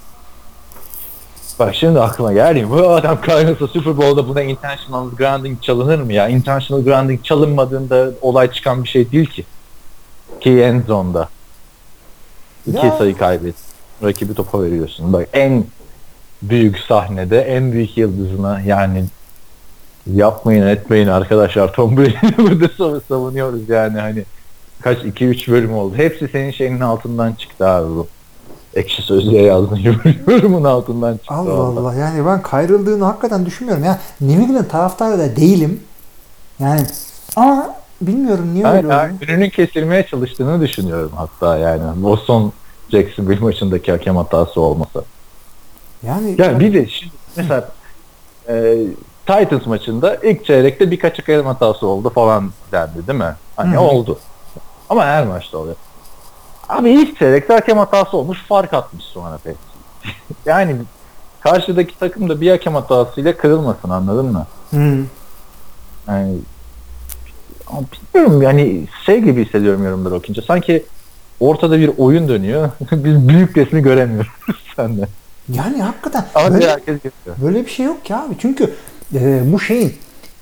Bak şimdi aklıma geldi. Bu adam kaynasa Super Bowl'da buna intentional grounding çalınır mı ya? Intentional grounding çalınmadığında olay çıkan bir şey değil ki. Ki end zone'da. 2 Ya. sayı kaybet. Rakibi topa veriyorsun. Bak en büyük sahnede en büyük yıldızına yani yapmayın etmeyin arkadaşlar. Tom Brady'yi burada savunuyoruz yani hani kaç 2-3 bölüm oldu. Hepsi senin şeyinin altından çıktı abi bu. Ekşi Sözlüğe yazdığın yorumun altından çıktı. Allah vallahi. Allah, yani ben kayrıldığını hakikaten düşünmüyorum ya. New England taraftarı da değilim. Yani ama bilmiyorum niye öyle Yani oldu. ürünün kesilmeye çalıştığını düşünüyorum hatta yani. Boston Jacksonville maçındaki hakem hatası olmasa. Yani Bir de şimdi mesela Titans maçında ilk çeyrekte birkaç hakem hatası oldu falan dendi değil mi? Hani Hı hı. oldu. Ama her maçta oluyor. Abi ilk çeyrekte hakem hatası olmuş, fark atmış sonra pek. Yani karşıdaki takım da bir hakem hatasıyla kırılmasın, anladın mı? hı. Yani ama bilmiyorum yani şey gibi hissediyorum yorumları okuyunca. Sanki ortada bir oyun dönüyor. Biz büyük resmi göremiyoruz sende. Yani hakikaten Ama böyle, herkes görüyor. böyle bir şey yok ki abi. Çünkü bu şeyin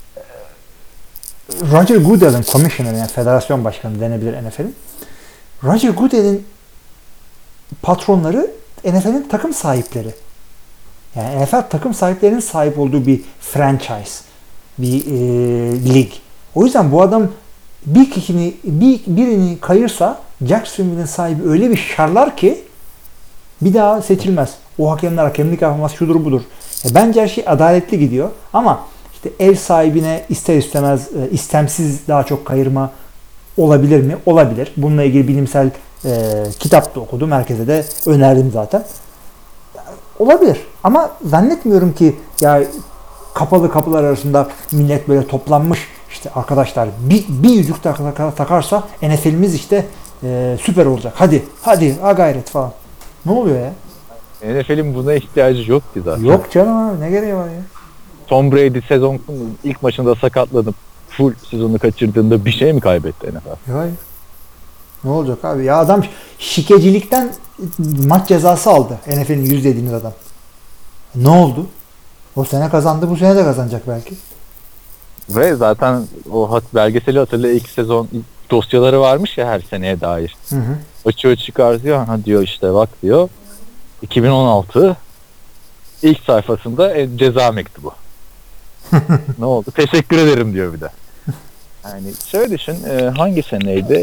Roger Goodell'in commissioner, yani federasyon başkanı denebilir NFL'in. Roger Goodell'in patronları NFL'in takım sahipleri. Yani NFL takım sahiplerinin sahip olduğu bir franchise, bir lig. O yüzden bu adam birini kayırsa Jacksonville'in sahibi öyle bir şarlar ki bir daha seçilmez. O hakemler hakemlik yapamaz, şudur budur. Bence her şey adaletli gidiyor ama işte ev sahibine ister istemez istemsiz daha çok kayırma olabilir mi? Olabilir. Bununla ilgili bilimsel kitap da okudum. Herkese de önerdim zaten. Olabilir. Ama zannetmiyorum ki ya kapalı kapılar arasında millet böyle toplanmış, işte arkadaşlar bir yüzük takarsa NFL'imiz işte süper olacak. Hadi ha gayret falan. Ne oluyor ya? NFL'in buna ihtiyacı yok ki zaten. Yok canım abi, ne gereği var ya? Tom Brady sezon ilk maçında sakatlanıp full sezonu kaçırdığında bir şey mi kaybetti NFL? Hayır. Ne olacak abi? Ya adam şikecilikten maç cezası aldı. NFL'in 100 dediğiniz adam. Ne oldu? O sene kazandı, bu sene de kazanacak belki. Ve zaten o belgeseli hatırla, ilk sezon dosyaları varmış ya her seneye dair. Hı hı. Açıyor çıkartıyor. Ha diyor işte bak diyor. 2016 ilk sayfasında ceza mektubu. Ne oldu? Teşekkür ederim diyor bir de. Yani şöyle düşün, hangi seneydi?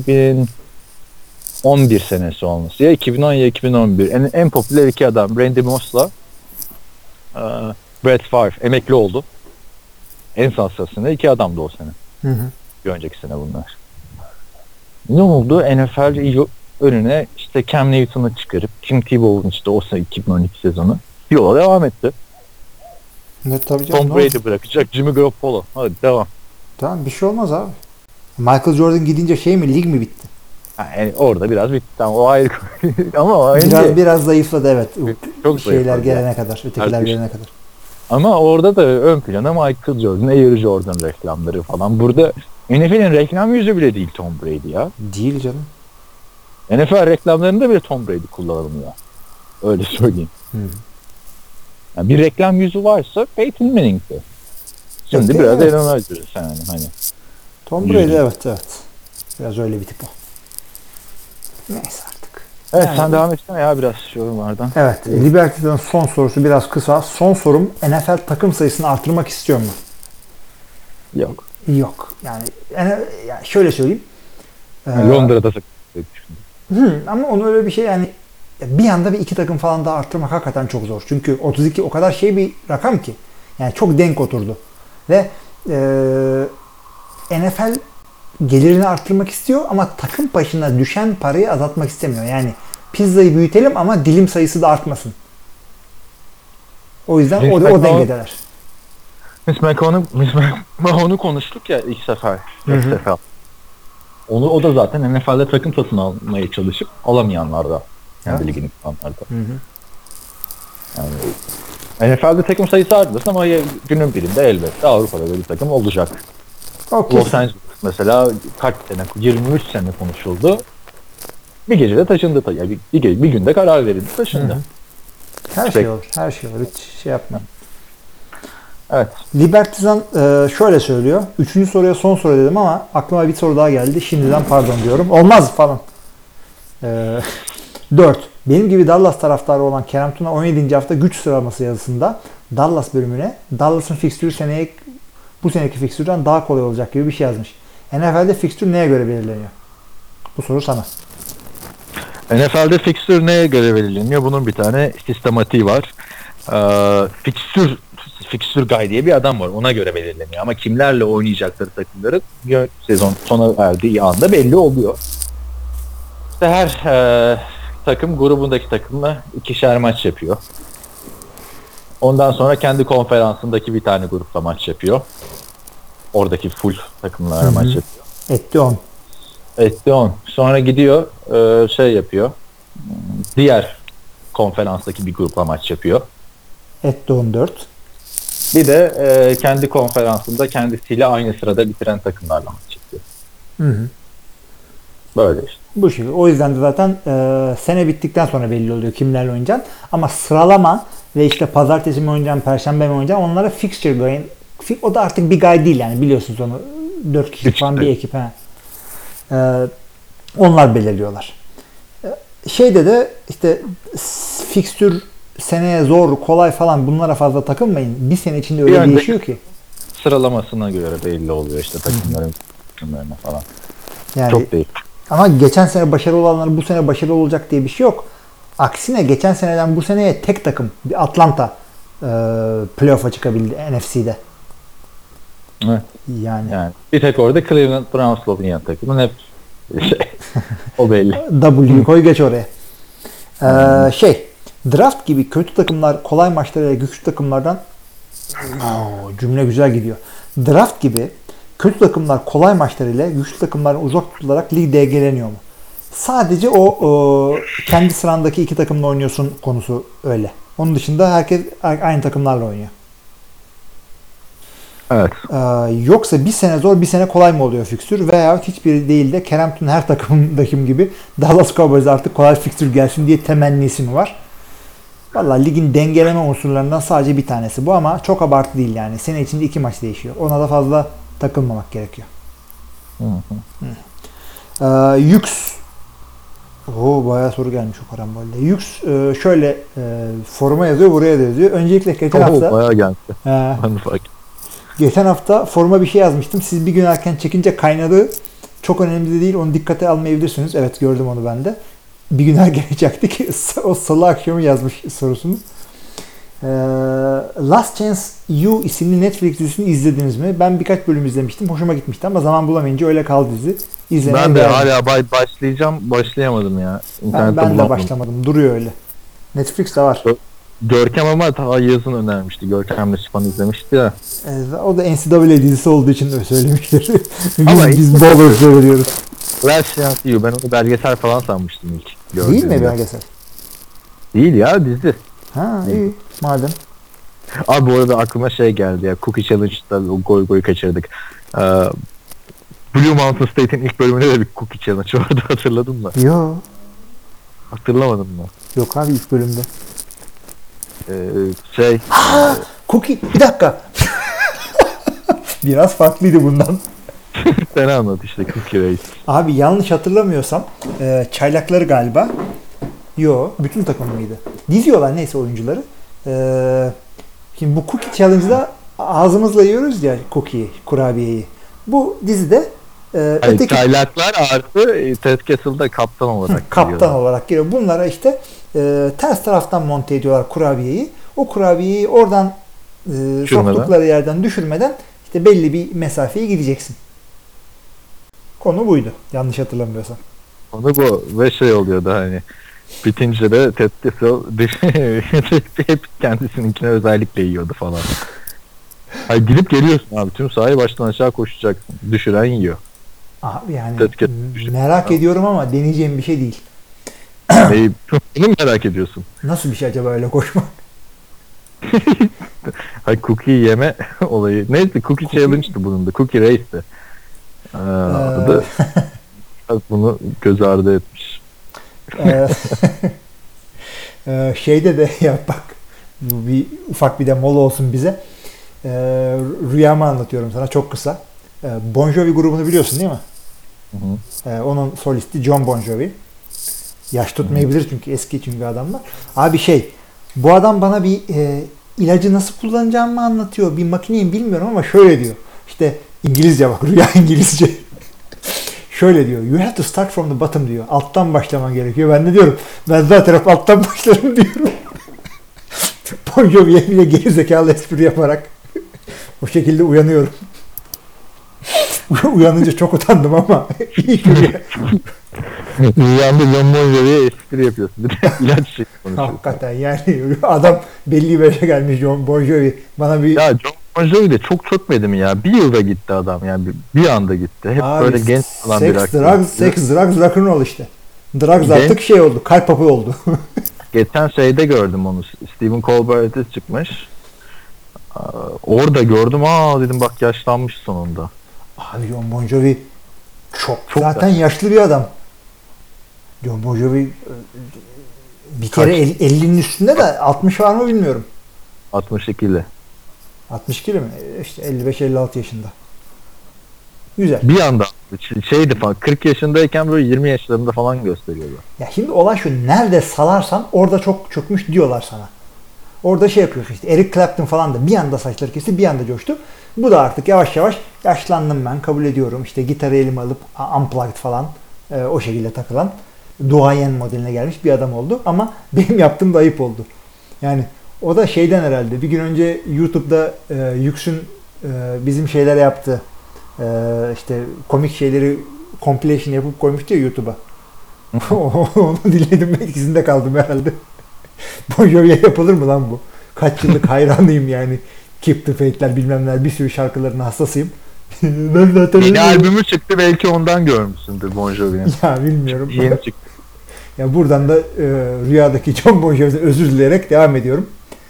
2011 senesi olması. Ya 2010 ya 2011. En popüler iki adam Randy Moss'la Brett Favre emekli oldu. En sansasyonel iki adamdı o sene. Hı hı. Bir önceki sene bunlar. Ne oldu? NFL önüne işte Cam Newton'u çıkarıp Tim Tebow'un işte o sene 2012 sezonu yola devam etti. Ne tabii canım. Tom Brady bırakacak, Jimmy Garoppolo. Hadi devam. Tamam, bir şey olmaz abi. Michael Jordan gidince şey mi, lig mi bitti? Yani orada biraz bitti. Tamam, o ayrı ama o ayrı. Biraz zayıfladı evet. Çok Şeyler zayıfladı gelene yani. kadar, ötekiler Artık gelene kadar. Ama orada da ön plana Michael Jordan, Air Jordan reklamları falan. Burada NFL'in reklam yüzü bile değil Tom Brady ya. Değil canım. NFL reklamlarında bile Tom Brady kullanılmıyor. Öyle söyleyeyim. Hı. Yani bir reklam yüzü varsa Peyton Manning'ti. Şimdi Evet, biraz evet. Aaron Rodgers yani hani. Tom Brady evet. Biraz öyle bir tip o. Neyse artık. Evet Yani- sen devam etsene ya biraz şu yorumlardan. Evet. Liberty'den son sorusu biraz kısa. Son sorum, NFL takım sayısını artırmak istiyor mu? Yok. Yok. Yani şöyle söyleyeyim. Londra'da Ama onu öyle bir şey yani bir anda bir iki takım falan daha arttırmak hakikaten çok zor. Çünkü 32 o kadar şey bir rakam ki. Yani çok denk oturdu. Ve NFL gelirini arttırmak istiyor ama takım başına düşen parayı azaltmak istemiyor. Yani pizzayı büyütelim ama dilim sayısı da artmasın. O yüzden o dengedeler. Miss McMahon'u konuştuk ya ilk sefer. Hı hı. İlk sefer. O da zaten NFL'de takım satın almaya çalışıp alamayanlar da. Kendi Evet. ligini tutanlar da. Hı hı. Yani NFL'de takım sayısı artmasın ama günün birinde elbette Avrupa'da böyle bir takım olacak. O Los kesin. Angeles mesela kaç sene, 23 sene konuşuldu. Bir gecede taşındı. Yani bir günde karar verildi, taşındı. Hı hı. Her şey olur. Her şey olur. Hiç şey yapma. Evet. Libertizan şöyle söylüyor. Üçüncü soruya son soru dedim ama aklıma bir soru daha geldi. Şimdiden pardon diyorum. Olmaz falan. 4. Benim gibi Dallas taraftarı olan Kerem Tuna 17. hafta güç sıralaması yazısında Dallas bölümüne Dallas'ın fikstürü bu seneki fikstürden daha kolay olacak gibi bir şey yazmış. NFL'de fikstür neye göre belirleniyor? Bu soru sana. NFL'de fixture neye göre belirleniyor? Bunun bir tane sistematiği var. Fixture guy diye bir adam var. Ona göre belirleniyor. Ama kimlerle oynayacakları takımların sezon sona erdiği anda belli oluyor. İşte her takım grubundaki takımla ikişer maç yapıyor. Ondan sonra kendi konferansındaki bir tane grupla maç yapıyor. Oradaki full takımlarla maç yapıyor. Etti 10. Etti 10. Sonra gidiyor şey yapıyor. Diğer konferanstaki bir grupla maç yapıyor. Etti 14. Bir de kendi konferansında kendisiyle aynı sırada bitiren takımlarla maç yapıyor. Hı hı. Böyle işte. Bu şekilde. O yüzden de zaten sene bittikten sonra belli oluyor kimlerle oynayacaksın. Ama sıralama ve işte pazartesi mi oynayacaksın, perşembe mi oynayacaksın onlara fixture guide. O da artık bir guide değil yani biliyorsunuz onu. 4 kişi falan bir ekip. Onlar belirliyorlar. Şeyde de işte fixture seneye zor, kolay falan bunlara fazla takılmayın. Bir sene içinde öyle Yani değişiyor ki. Sıralamasına göre belli oluyor işte takımlarına falan. Yani Çok değil. ama geçen sene başarılı olanlar bu sene başarılı olacak diye bir şey yok. Aksine geçen seneden bu seneye tek takım bir Atlanta playoff'a çıkabildi NFC'de. Evet. Yani bir tek orada Cleveland Browns'la oynayan takımın hep o belli. W'yu koy geç oraya. Draft gibi kötü takımlar kolay maçlarıyla güçlü takımlardan cümle güzel gidiyor. Draft gibi kötü takımlar kolay maçlarıyla güçlü takımlardan uzak tutularak lig DG'leniyor mu? Sadece o kendi sırandaki iki takımla oynuyorsun konusu öyle. Onun dışında herkes aynı takımlarla oynuyor. Evet. Yoksa bir sene zor bir sene kolay mı oluyor fikstür veya hiçbiri değil de Kerem Tun her takımdaki gibi Dallas Cowboys artık kolay fikstür gelsin diye temennisi mi var? Vallahi ligin dengeleme unsurlarından sadece bir tanesi bu ama çok abartı değil yani. Sene içinde 2 maç değişiyor. Ona da fazla takılmamak gerekiyor. Yüks. Bayağı soru gelmiş o karambolde. Yüks şöyle foruma yazıyor, buraya da yazıyor. Öncelikle geçen hafta Bayağı geldi. Geçen hafta foruma bir şey yazmıştım. Siz bir gün erken çekince kaynadı. Çok önemli de değil. Onu dikkate almayabilirsiniz. Evet, gördüm onu ben de. Bir gün erken çektik. O salı akşamı yazmış sorusunu. Last Chance You isimli Netflix dizisini izlediniz mi? Ben birkaç bölüm izlemiştim. Hoşuma gitmişti ama zaman bulamayınca öyle kaldı dizi. Ben de hala başlayamadım ya. Ben de başlamadım. Duruyor öyle. Netflix'te var. Görkem ama daha yazın önermişti. Görkem de Span izlemişti ya. O da NCAA dizisi olduğu için de söylemiştir. Ama biz bol söylüyoruz. Last Chance You. Ben onu belgesel falan sanmıştım ilk. Değil mi belgesel? Değil ya, dizi. Ha iyi. Madem. Abi bu arada aklıma şey geldi ya. Cookie Challenge'da o goyu kaçırdık. Blue Mountain State'in ilk bölümünde de bir Cookie Challenge vardı, hatırladın mı? Yo. Hatırlamadın mı? Yok abi, ilk bölümde. Cookie. Bir dakika. Biraz farklıydı bundan. Sen anlat işte Cookie Race. Abi yanlış hatırlamıyorsam çaylakları galiba. Yo. Bütün takım mıydı? Diziyorlar neyse oyuncuları. Şimdi bu Cookie Challenge'da ağzımızla yiyoruz ya cookie'yi, kurabiyeyi. Bu dizide öteki... Çaylaklar artı Ted Castle'da kaptan olarak kaptan olarak geliyor. Bunlara işte ters taraftan monte ediyorlar kurabiyeyi. O kurabiyeyi oradan soktukları yerden düşürmeden işte belli bir mesafeye gideceksin. Konu buydu. Yanlış hatırlamıyorsam. Konu bu ve şey oluyordu hani bitince de Ted Castle hep kendisininkine özellikle yiyordu falan. Hayır, gidip geliyorsun abi. Tüm sahayı baştan aşağı koşacaksın. Düşüren yiyor. Abi yani merak ediyorum ama deneyeceğim bir şey değil. Bunu merak ediyorsun. Nasıl bir şey acaba öyle koşmak? Hayır, cookie yeme olayı. Neyse, Cookie Challenge'dı bunun da. Cookie Race'ti. Bunu göz ardı etmiş. Şeyde de ya bak, bir ufak bir de mola olsun bize. Rüyamı anlatıyorum sana çok kısa. Bon Jovi grubunu biliyorsun değil mi? Hı. Onun solisti John Bon Jovi. Yaş tutmayabilir çünkü eski adamlar. Abi bu adam bana bir ilacı nasıl kullanacağımı anlatıyor. Bir makineyim bilmiyorum ama şöyle diyor. İşte İngilizce bak, rüya İngilizce. Şöyle diyor. You have to start from the bottom diyor. Alttan başlaman gerekiyor. Ben de diyorum. Ben zaten hep alttan başlarım diyorum. Bon Jovi'ye bile gerizekalı espri yaparak o şekilde uyanıyorum. Uyanınca çok utandım ama iyi ki Rüyanda John Bon Jovi'ye espri yapıyorsun. Bir de ilaç şey konuşuyorsun. Hakikaten yani adam belli bir yaşa gelmiş John Bon Jovi. Bana bir... Ya John Bon Jovi de çok çökmedi mi ya? Bir yılda gitti adam yani. Bir anda gitti. Hep abi, böyle genç olan bir aktör. Sex, drugs, rock'n'roll işte. Drugs artık oldu. Kalp hapı oldu. Geçen şeyde gördüm onu. Stephen Colbert'e çıkmış. Orada gördüm. Dedim bak yaşlanmış sonunda. Abi John Bon Jovi çok zaten yaşlı bir adam. John Bon Jovi bir kere 50'nin üstünde de 60 var mı bilmiyorum. 62 ile. 62 mi? İşte 55-56 yaşında. Güzel. Bir anda şeydi falan 40 yaşındayken böyle 20 yaşlarında falan gösteriyordu. Ya şimdi olay şu, nerede salarsan orada çok çökmüş diyorlar sana. Orada yapıyorsun işte, Eric Clapton falan da bir anda saçları kesti, bir anda coştu. Bu da artık yavaş yavaş yaşlandım ben, kabul ediyorum. İşte gitarı elime alıp unplugged falan o şekilde takılan duayen modeline gelmiş bir adam oldu. Ama benim yaptığım da ayıp oldu. Yani o da şeyden herhalde. Bir gün önce YouTube'da Yüksün bizim şeyler yaptı. İşte komik şeyleri compilation yapıp koymuştu ya YouTube'a. Onu dinledim, ikisinde kaldım herhalde. Bon Jovi'ye yapılır mı lan bu? Kaç yıllık hayranıyım yani. Keep the Faith'ler bilmem neler, bir sürü şarkılarına hastasıyım. Ben zaten yeni albümü çıktı, belki ondan görmüşsündür Bon Jovi'nin. Ya bilmiyorum. Yeni çıktı. Ya buradan da rüyadaki John Bon Jovi'den özür dileyerek devam ediyorum.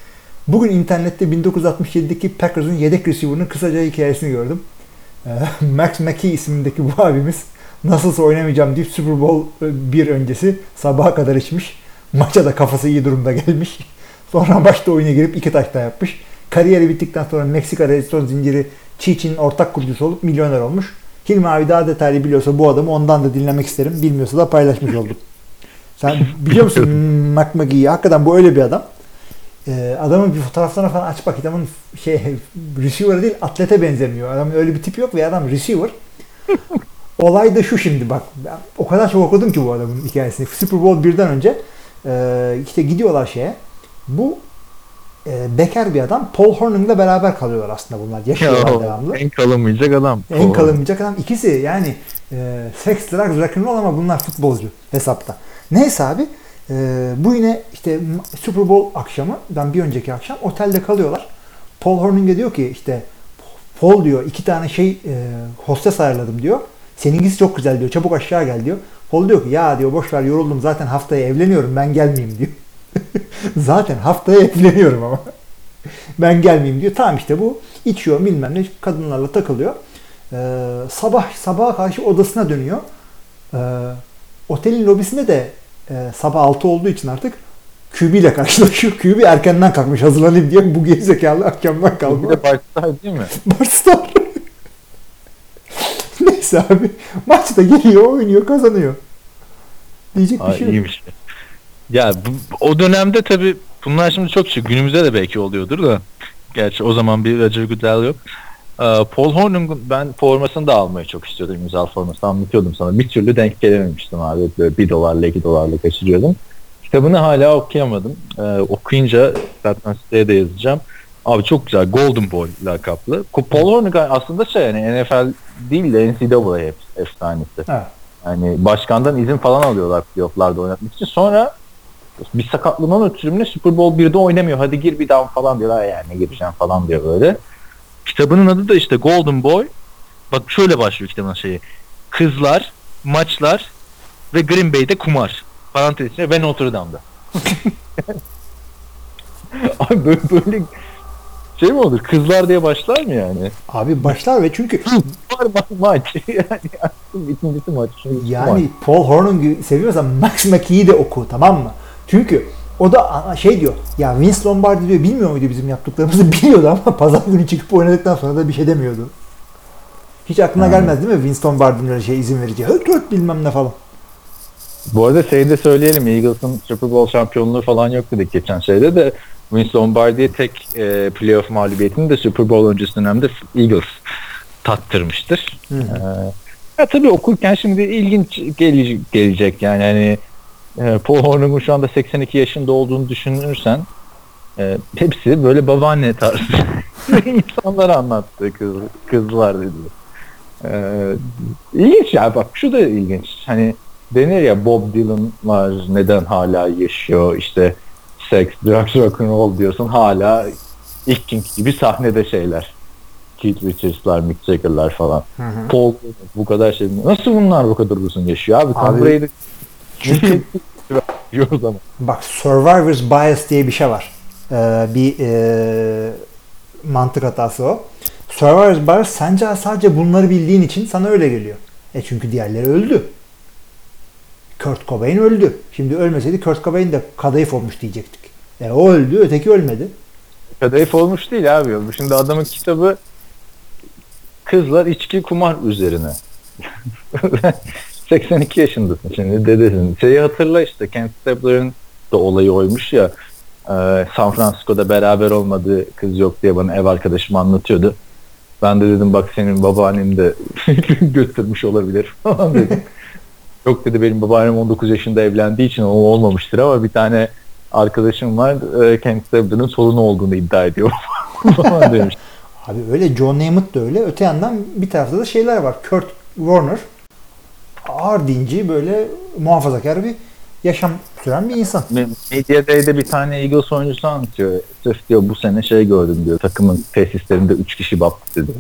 Bugün internette 1967'deki Packers'ın yedek receiver'ının kısaca hikayesini gördüm. Max McKee ismindeki bu abimiz nasılsa oynamayacağım deyip Super Bowl bir öncesi sabaha kadar içmiş. Maça da kafası iyi durumda gelmiş. Sonra maçta oyuna girip 2 taş daha yapmış. Kariyeri bittikten sonra Meksika restoran zinciri Chi-Chi'nin ortak kurucusu olup milyoner olmuş. Hilmi abi daha detaylı biliyorsa bu adamı ondan da dinlemek isterim. Bilmiyorsa da paylaşmış oldum. Sen biliyor musun Mac McGee'yi? Hakikaten bu öyle bir adam. Adamın bir fotoğraflarına falan aç bak. Adamın receiver değil atlete benzemiyor. Adamın öyle bir tipi yok ve adam receiver. Olay da şu şimdi bak. Ben o kadar çok okudum ki bu adamın hikayesini. Super Bowl 1'den önce işte gidiyorlar şeye. Bu bekar bir adam. Paul Hornung'la beraber kalıyorlar aslında bunlar. Yaşıyorlar devamlı. En kalınmayacak adam. En kalınmayacak adam. İkisi yani sex, drugs, rock'n'roll ama bunlar futbolcu hesapta. Neyse abi bu yine işte Super Bowl akşamından bir önceki akşam otelde kalıyorlar. Paul Hornung'e diyor ki işte Paul diyor 2 tane hostes ayarladım diyor. Seninkisi çok güzel diyor. Çabuk aşağı gel diyor. Paul diyor ki ya diyor boş ver yoruldum zaten haftaya evleniyorum ben gelmeyeyim diyor. Zaten haftaya evleniyorum ama. Ben gelmeyeyim diyor. Tamam işte bu içiyor bilmem ne kadınlarla takılıyor. Sabaha karşı odasına dönüyor. Otelin lobisinde de sabah 6 olduğu için artık QB ile karşılaşıyor. QB erkenden kalkmış hazırlanayım diye bu gerizekalı akşamdan kalkıyor. Bir de Bartstar değil mi? Bartstar. Neyse abi maçta geliyor oynuyor kazanıyor. Diyecek bir şey yok. İyiymiş. Ya o dönemde tabii bunlar şimdi çok şey. Günümüzde de belki oluyordur da. Gerçi o zaman bir Roger Goodell yok. Paul Hornung'un ben formasını da almayı çok istiyordum. İmzalı formasını anlatıyordum sana. Bir türlü denk gelememiştim abi. Böyle $1 $2 kaçırıyordum. Kitabını hala okuyamadım. Okuyunca zaten siteye de yazacağım. Abi çok güzel. Golden Boy lakaplı. Paul Hornung aslında yani NFL değil de NCAA efsanesi. Evet. Yani başkandan izin falan alıyorlar playoff'larda oynatmak için. Sonra bir sakatlığından ötürü Super Bowl 1'de oynamıyor. Hadi gir bir daha falan diyorlar. Yani ne gireceğim falan diyor böyle. Kitabının adı da işte Golden Boy. Bak şöyle başlıyor kitabın şeyi. Kızlar, maçlar ve Green Bay'de kumar. Parantez içinde ve Notre Dame'da. Abi böyle şey mi olur? Kızlar diye başlar mı yani? Abi başlar ve çünkü maç. Yani ikincisi maç. Yani Paul Hornung'u seviyorsan Max McKee'yi de oku tamam mı? Çünkü o da şey diyor ya Vince Lombardi diyor bilmiyor muydu bizim yaptıklarımızı biliyordu ama pazar günü çıkıp oynadıktan sonra da bir şey demiyordu. Hiç aklına gelmez değil mi Vince Lombardi'nin öyle izin vereceği. Öt bilmem ne falan. Bu arada de söyleyelim Eagles'ın Super Bowl şampiyonluğu falan yok dedik geçen şeyde de Vince Lombardi'ye tek playoff mağlubiyetini de Super Bowl öncesi dönemde Eagles tattırmıştır. Ya tabii okurken şimdi ilginç gelecek yani hani Paul Hornung'un şu anda 82 yaşında olduğunu düşünürsen hepsi böyle babaanne tarzı insanlar anlattı kızlar dedi. İlginç ya bak şu da ilginç hani denir ya Bob Dylan'lar neden hala yaşıyor işte sex, drugs, rock and roll diyorsun hala ilk gibi sahnede şeyler. Keith Richards'lar, Mick Jagger'lar falan. Paul bu kadar şey. Nasıl bunlar bu kadar uzun yaşıyor abi? Tom Brady çünkü o zaman. Bak Survivor's Bias diye bir şey var. Bir mantık hatası o. Survivor's Bias sence sadece bunları bildiğin için sana öyle geliyor. Çünkü diğerleri öldü. Kurt Cobain öldü. Şimdi ölmeseydi Kurt Cobain de kadayıf olmuş diyecektik. O öldü, öteki ölmedi. Kadayıf olmuş değil abi. Şimdi adamın kitabı kızlar, içki, kumar üzerine. 82 yaşındasın şimdi dedesin. Şeyi hatırla işte Kent Stabler'ın da olayı oymuş ya San Francisco'da beraber olmadığı kız yok diye bana ev arkadaşım anlatıyordu. Ben de dedim bak senin babaannen de götürmüş olabilir falan dedim. Yok dedi benim babaannem 19 yaşında evlendiği için o olmamıştır ama bir tane arkadaşım var Kent Stabler'ın sorunu olduğunu iddia ediyor falan demiş. Abi öyle John Namath da öyle. Öte yandan bir tarafta da şeyler var. Kurt Warner ağır dinci böyle muhafazakar bir yaşam süren bir insan. Media Day'de bir tane Eagles oyuncusu anlatıyor. Sırf diyor bu sene şey gördüm diyor. Takımın tesislerinde 3 kişi battı dedi.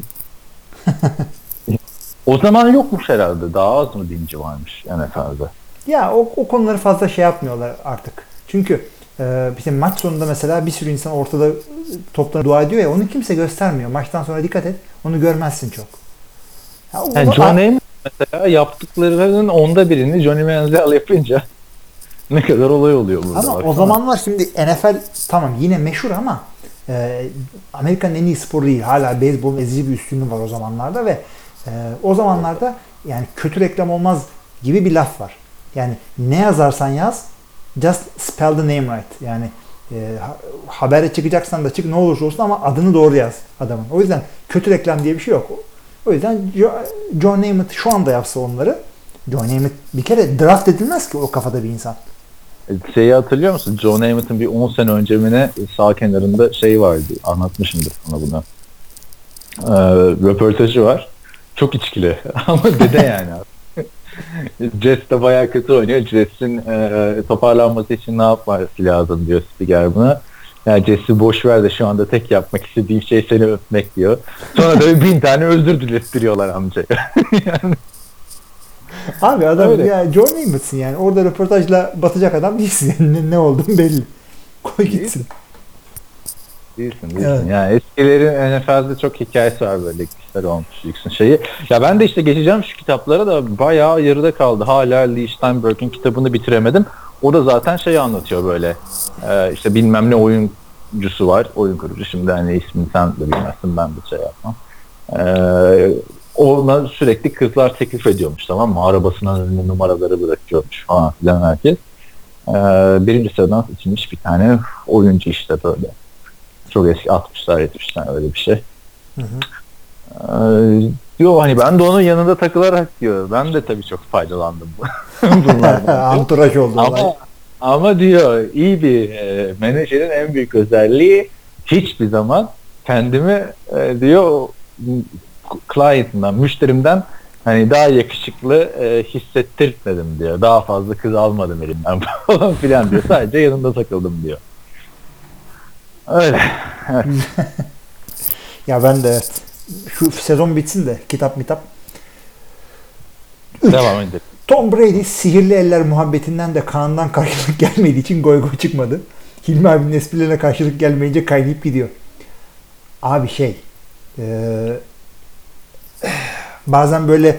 O zaman yokmuş herhalde. Daha az mı dinci varmış NFL'de? Ya o konuları fazla şey yapmıyorlar artık. Çünkü işte maç sonunda mesela bir sürü insan ortada toplara dua ediyor ya, onu kimse göstermiyor. Maçtan sonra dikkat et, onu görmezsin çok. Ya, Yani John Heyman mesela yaptıklarının onda birini Johnny Manziel yapınca ne kadar olay oluyor burada. Ama baksana. o zamanlar şimdi NFL tamam yine meşhur ama Amerika'nın en iyi sporu değil. Hala beyzbolun ezici bir üstünlüğü var o zamanlarda ve o zamanlarda yani kötü reklam olmaz gibi bir laf var. Yani ne yazarsan yaz, just spell the name right. Yani habere çıkacaksan da çık, ne olursa olsun ama adını doğru yaz adamın. O yüzden kötü reklam diye bir şey yok. O yüzden John Namath şu anda yapsa onları, John Namath bir kere draft edilmez ki o kafada bir insan. Şeyi hatırlıyor musun? John Namath'ın bir 10 sene önce mi ne sağ kenarında şey vardı. Anlatmışımdır sana bunu. Röportajı var. Çok içkili. Ama dede yani. Jets de bayağı kötü oynuyor. Jets'in toparlanması için ne yapması lazım diyor spiker buna. Yani Jets'i boş ver de şu anda tek yapmak istediğim şey seni öpmek diyor. Sonra da 1000 tane özür dilettiriyorlar amcaya. Yani. Abi adam Öyle. ya John Namath'sın yani. Orada röportajla batacak adam değilsin. Yani ne olduğun belli. Koy gitsin. Değilsin. Evet. Yani eskilerin NFL'de çok hikayesi var böyle kişiler olmuş yüksün şeyi. Ya ben de işte geçeceğim şu kitaplara da bayağı yarıda kaldı. Hala Lee Steinberg'in kitabını bitiremedim. O da zaten şeyi anlatıyor böyle. İşte bilmem ne oyuncusu var. Oyun kurucu. Şimdi hani ismini sen de bilmezsin, ben de şey yapmam. Ona sürekli kızlar teklif ediyormuş, tamam mı? Arabasına önüne numaraları bırakıyormuş falan filan herkes. Birinci sıradan seçilmiş bir tane oyuncu işte böyle. Çok eski 60'lar 70'ler öyle bir şey. Hı hı. Diyor hani ben de onun yanında takılarak diyor. Ben de tabii çok faydalandım bunlardan. Anturaj oldu. Ama diyor iyi bir menajerin en büyük özelliği hiçbir zaman kendimi diyor client'ımdan, müşterimden hani daha yakışıklı hissettirmedim diyor. Daha fazla kız almadım elimden falan filan diyor. Sadece yanında takıldım diyor. Öyle. Evet. Ya ben de evet. Şu sezon bitsin de kitap. Devam edelim. Tom Brady sihirli eller muhabbetinden de Kaan'dan karşılık gelmediği için goy goy çıkmadı. Hilmi abinin esprilerine karşılık gelmeyince kaynayıp gidiyor. Abi bazen böyle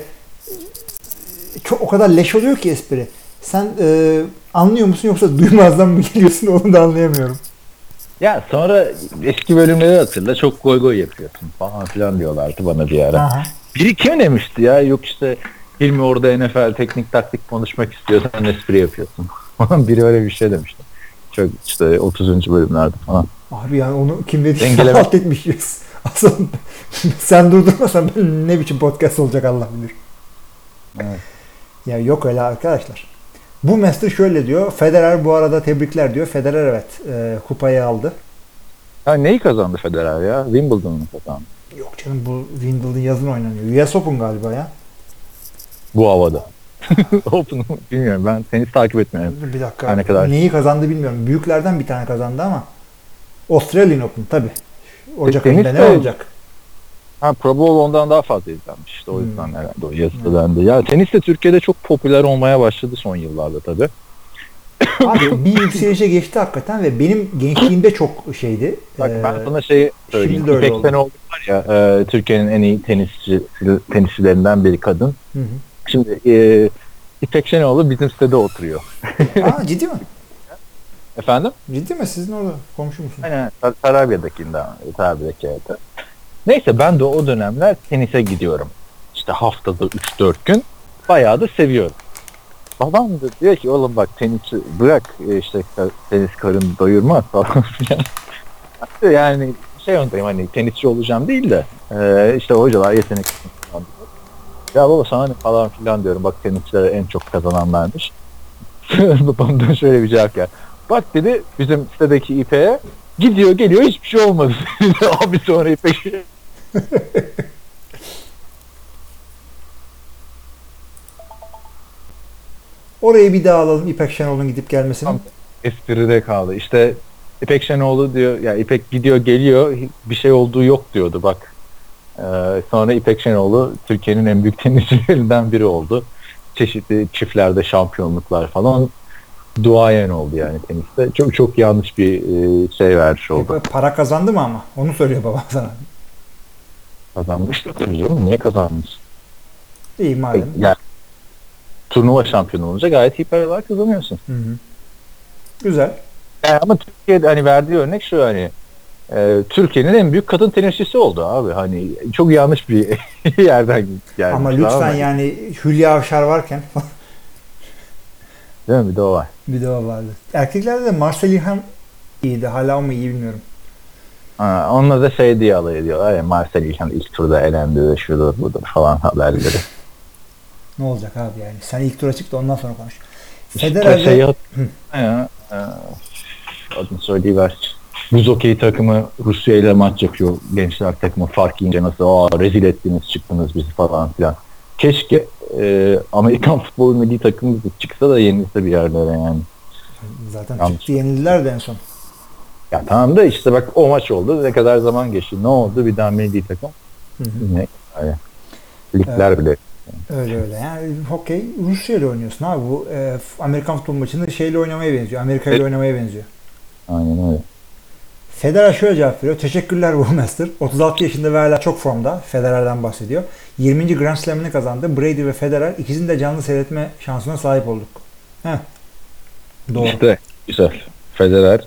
çok o kadar leş oluyor ki espri. Sen anlıyor musun yoksa duymazdan mı geliyorsun, onu da anlayamıyorum. Ya sonra eski bölümleri hatırla, çok goy goy yapıyorsun falan filan diyorlardı bana bir ara. Aha. Biri kim demişti ya, yok işte Hilmi orada NFL teknik taktik konuşmak istiyor, sen espri yapıyorsun falan, biri öyle bir şey demişti. Çok işte 30. bölümlerde falan. Abi yani onu kim dedi? Dengeleme. Alt etmişiz. Aslında sen durdurmasan ben ne biçim podcast olacak Allah bilir. Evet. Ya yok öyle arkadaşlar. Bu Master şöyle diyor. Federer bu arada tebrikler diyor. Federer evet kupayı aldı. Ha, neyi kazandı Federer ya? Wimbledon'u kazandı. Yok canım, bu Wimbledon yazın oynanıyor. US Open galiba ya. Bu havada. Open bilmiyorum, ben tenis takip etmiyorum. Bir dakika. Ne kadar? Neyi kazandı bilmiyorum. Büyüklerden bir tane kazandı ama Australian Open tabii. Ocak Tenis ayında ne de- olacak? Ha, Pro Bowl ondan daha fazla izlenmiş işte, o yüzden herhalde o yazıda dendi. Ya tenis de Türkiye'de çok popüler olmaya başladı son yıllarda tabii. Abi bir yükselişe geçti hakikaten ve benim gençliğimde çok şeydi. Bak ben sana şey söyleyeyim. şimdi de öyle İpek oldu. Şenoğlu var ya, Türkiye'nin en iyi tenisçilerinden bir kadın. Hı hı. Şimdi İpek Şenoğlu bizim sitede oturuyor. Aa, ciddi mi? Efendim? Ciddi mi? Sizin orada komşu musunuz? Aynen, Tarabya'dakinden. Tarabya'daki evet. Neyse ben de o dönemler tenise gidiyorum. İşte haftada 3-4 gün. Bayağı da seviyorum. Babam da diyor ki oğlum bak tenisi bırak, işte tenis karın doyurmaz falan filan. Yani şey ondayım, hani tenisçi olacağım değil de işte hocalar yetenek falan. Ya baba sana ne falan filan diyorum, bak tenisçilere en çok kazananlarmış. Babamdan şöyle bir cevap geldi. Bak dedi bizim sitedeki İpek'e gidiyor geliyor hiçbir şey olmadı. Abi sonra İpek Orayı bir daha alalım, İpek Şenol'un gidip gelmesini. espride kaldı. İşte İpek Şenoğlu diyor ya, İpek gidiyor geliyor bir şey olduğu yok diyordu bak. Sonra İpek Şenoğlu Türkiye'nin en büyük tenisçilerinden biri oldu. Çeşitli çiftlerde şampiyonluklar falan. duayen oldu yani teniste. Çok çok yanlış bir şey vermiş oldu. Para kazandı mı ama? Onu söylüyor babam sana. Kazanmıştır tabii canım. Niye kazanmış? İyi madem. Yani turnuva şampiyonu olunca gayet iyi paralar kazanıyorsun. Hı hı. Güzel. Yani ama Türkiye'de hani verdiği örnek şu hani Türkiye'nin en büyük kadın tenisçisi oldu abi. Hani çok yanlış bir yerden gelmiş. Ama lütfen yani Hülya Avşar varken değil mi? Bir de o var. bir de o vardı. Erkeklerde de Marcel İlhan iyiydi. Hala o mu iyi bilmiyorum. Ha, onunla da şey diye alay ediyorlar ya Marcel İlhan ilk turda elendi de şudur budur falan haberleri. Ne olacak abi yani? Sen ilk tura çık da ondan sonra konuş. İşte Federer'de şey ya adını söyleyiver. Buz okey takımı Rusya ile maç yapıyor. Gençler takımı fark yiyince nasıl rezil ettiniz çıktınız bizi falan filan. Keşke Amerikan futbol milli takımı çıksa da yenilse bir yerlere yani. zaten Yanlış. çıktı yenildiler de en son. Ya tamam da işte bak o maç oldu. Ne kadar zaman geçti. Ne oldu? Bir daha milli takım. Hı hı. Ne? Yani, ligler bile. Öyle öyle. Yani hokey Rusya ile oynuyorsun abi. Bu Amerikan futbol maçında şeyle oynamaya benziyor. Amerika ile oynamaya benziyor. Aynen öyle. Federer şöyle cevap veriyor. Teşekkürler Bullmaster. 36 yaşında ve hala çok formda. Federer'den bahsediyor. 20. Grand Slam'ını kazandı. Brady ve Federer ikisini de canlı seyretme şansına sahip olduk. Heh. Doğru. İşte güzel. Federer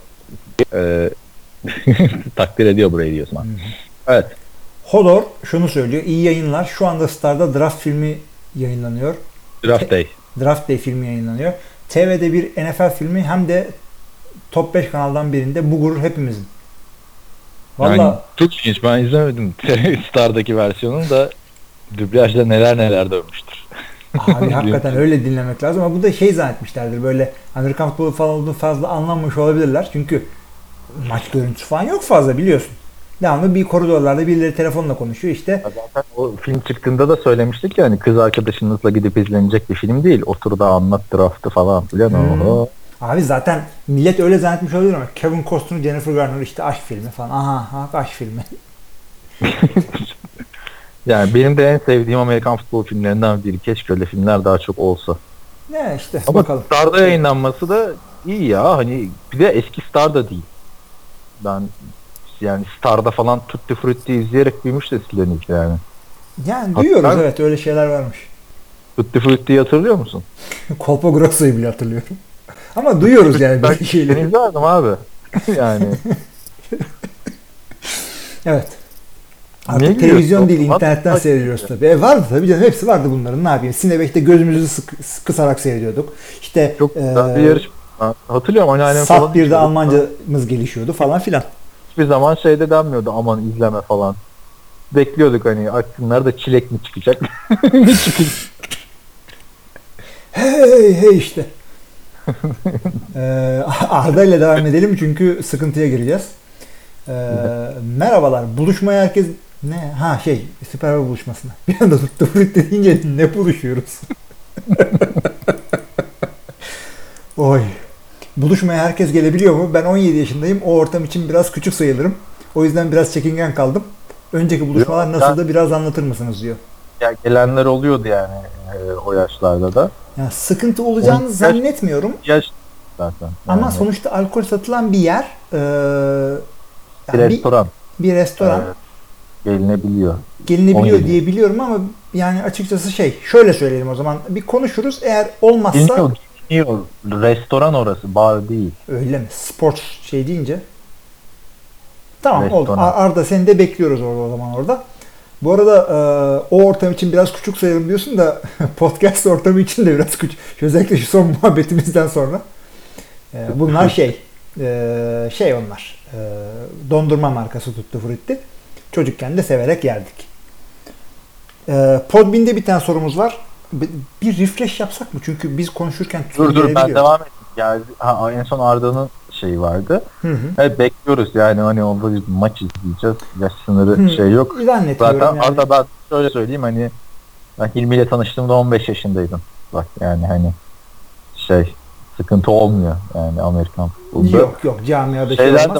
takdir ediyor burayı diyorsun. Evet. Hodor şunu söylüyor. İyi yayınlar. Şu anda Star'da Draft filmi yayınlanıyor. Draft Day. Draft Day filmi yayınlanıyor. TV'de bir NFL filmi hem de Top 5 kanaldan birinde. Bu gurur hepimizin. Valla Yani, çok ilginç. Ben izlemedim. Star'daki versiyonunu da dublajda neler dönmüştür. abi hakikaten öyle dinlemek lazım ama bu da şey zannetmişlerdir. Böyle Amerikan futbolu falan olduğunu fazla anlamamış olabilirler. Çünkü maç görüntüsü falan yok fazla biliyorsun. Devamlı bir koridorlarda birileri telefonla konuşuyor işte. Zaten o film çıktığında da söylemiştik ya hani kız arkadaşınızla gidip izlenecek bir film değil. Otur da anlat draftı falan filan. Abi zaten millet öyle zannetmiş olabilir ama Kevin Costner, Jennifer Garner işte aşk filmi falan. Aha aşk filmi. Yani benim de en sevdiğim Amerikan futbol filmlerinden biri. Keşke öyle filmler daha çok olsa. Ne işte Ama bakalım. Star'da yayınlanması da iyi ya. Hani bir de eski Star da değil. Ben yani Star'da falan Tutti Frutti izleyerek büyümüş nesilleriniz yani. Yani duyuyoruz evet öyle şeyler varmış. Tutti Frutti'yi hatırlıyor musun? Colpo Grosso'yu bile hatırlıyorum. Ama duyuyoruz yani böyle Ben şeyleri. izlerdim abi. Yani. Evet. Niye Artık gülüyorsun? televizyon değil What? internetten seyrediyoruz tabii. Vardı tabii canım hepsi vardı bunların ne yapayım. Sinebeş'te gözümüzü kısarak seyrediyorduk. İşte Çok güzel bir yarış. Hatırlıyorum anneannem Sat falan. 1'de Almancamız gelişiyordu falan filan. Hiçbir zaman şeyde denmiyordu aman izleme falan. Bekliyorduk hani açsınlar da çilek mi çıkacak? Ne çıkacak? Hey işte. Arda ile devam edelim çünkü sıkıntıya gireceğiz. Merhabalar. Buluşmaya herkes ne? Ha Süper Bowl buluşmasına. Bir anda tuttu Frutti deyince ne buluşuyoruz? Oy. Buluşmaya herkes gelebiliyor mu? Ben 17 yaşındayım. O ortam için biraz küçük sayılırım. O yüzden biraz çekingen kaldım. Önceki buluşmalar nasıldı biraz anlatır mısınız diyor. Ya gelenler oluyordu yani o yaşlarda da. Yani sıkıntı olacağını zannetmiyorum. Yaş zaten. Ama Yani. sonuçta alkol satılan bir yer. Bir restoran. Bir restoran. Evet. Gelinebiliyor. Gelinebiliyor 17. diye biliyorum ama yani açıkçası şöyle söyleyelim o zaman. Bir konuşuruz. Eğer olmazsa Bilmiyor. Restoran orası. Bar değil. öyle mi? Spor deyince. Tamam Restoran. oldu. Arda seni de bekliyoruz orada o zaman orada. Bu arada o ortam için biraz küçük sayarım diyorsun da podcast ortamı için de biraz küçük. Özellikle şu son muhabbetimizden sonra. Bunlar onlar. Dondurma markası Tutti Frutti. Çocukken de severek yerdik. Podbean'de bir tane sorumuz var. Bir refresh yapsak mı? Çünkü biz konuşurken Dur ben devam edeyim. Yani, en son Arda'nın şeyi vardı. Evet bekliyoruz yani hani onda bir maç izleyeceğiz. Yaş sınırı yok. Zannetmiyorum zaten yani. Arda ben şöyle söyleyeyim hani ben Hilmi ile tanıştığımda 15 yaşındaydım. Bak yani hani sıkıntı olmuyor yani Amerikan futbolunda. Yok camiada Şeyler olmaz.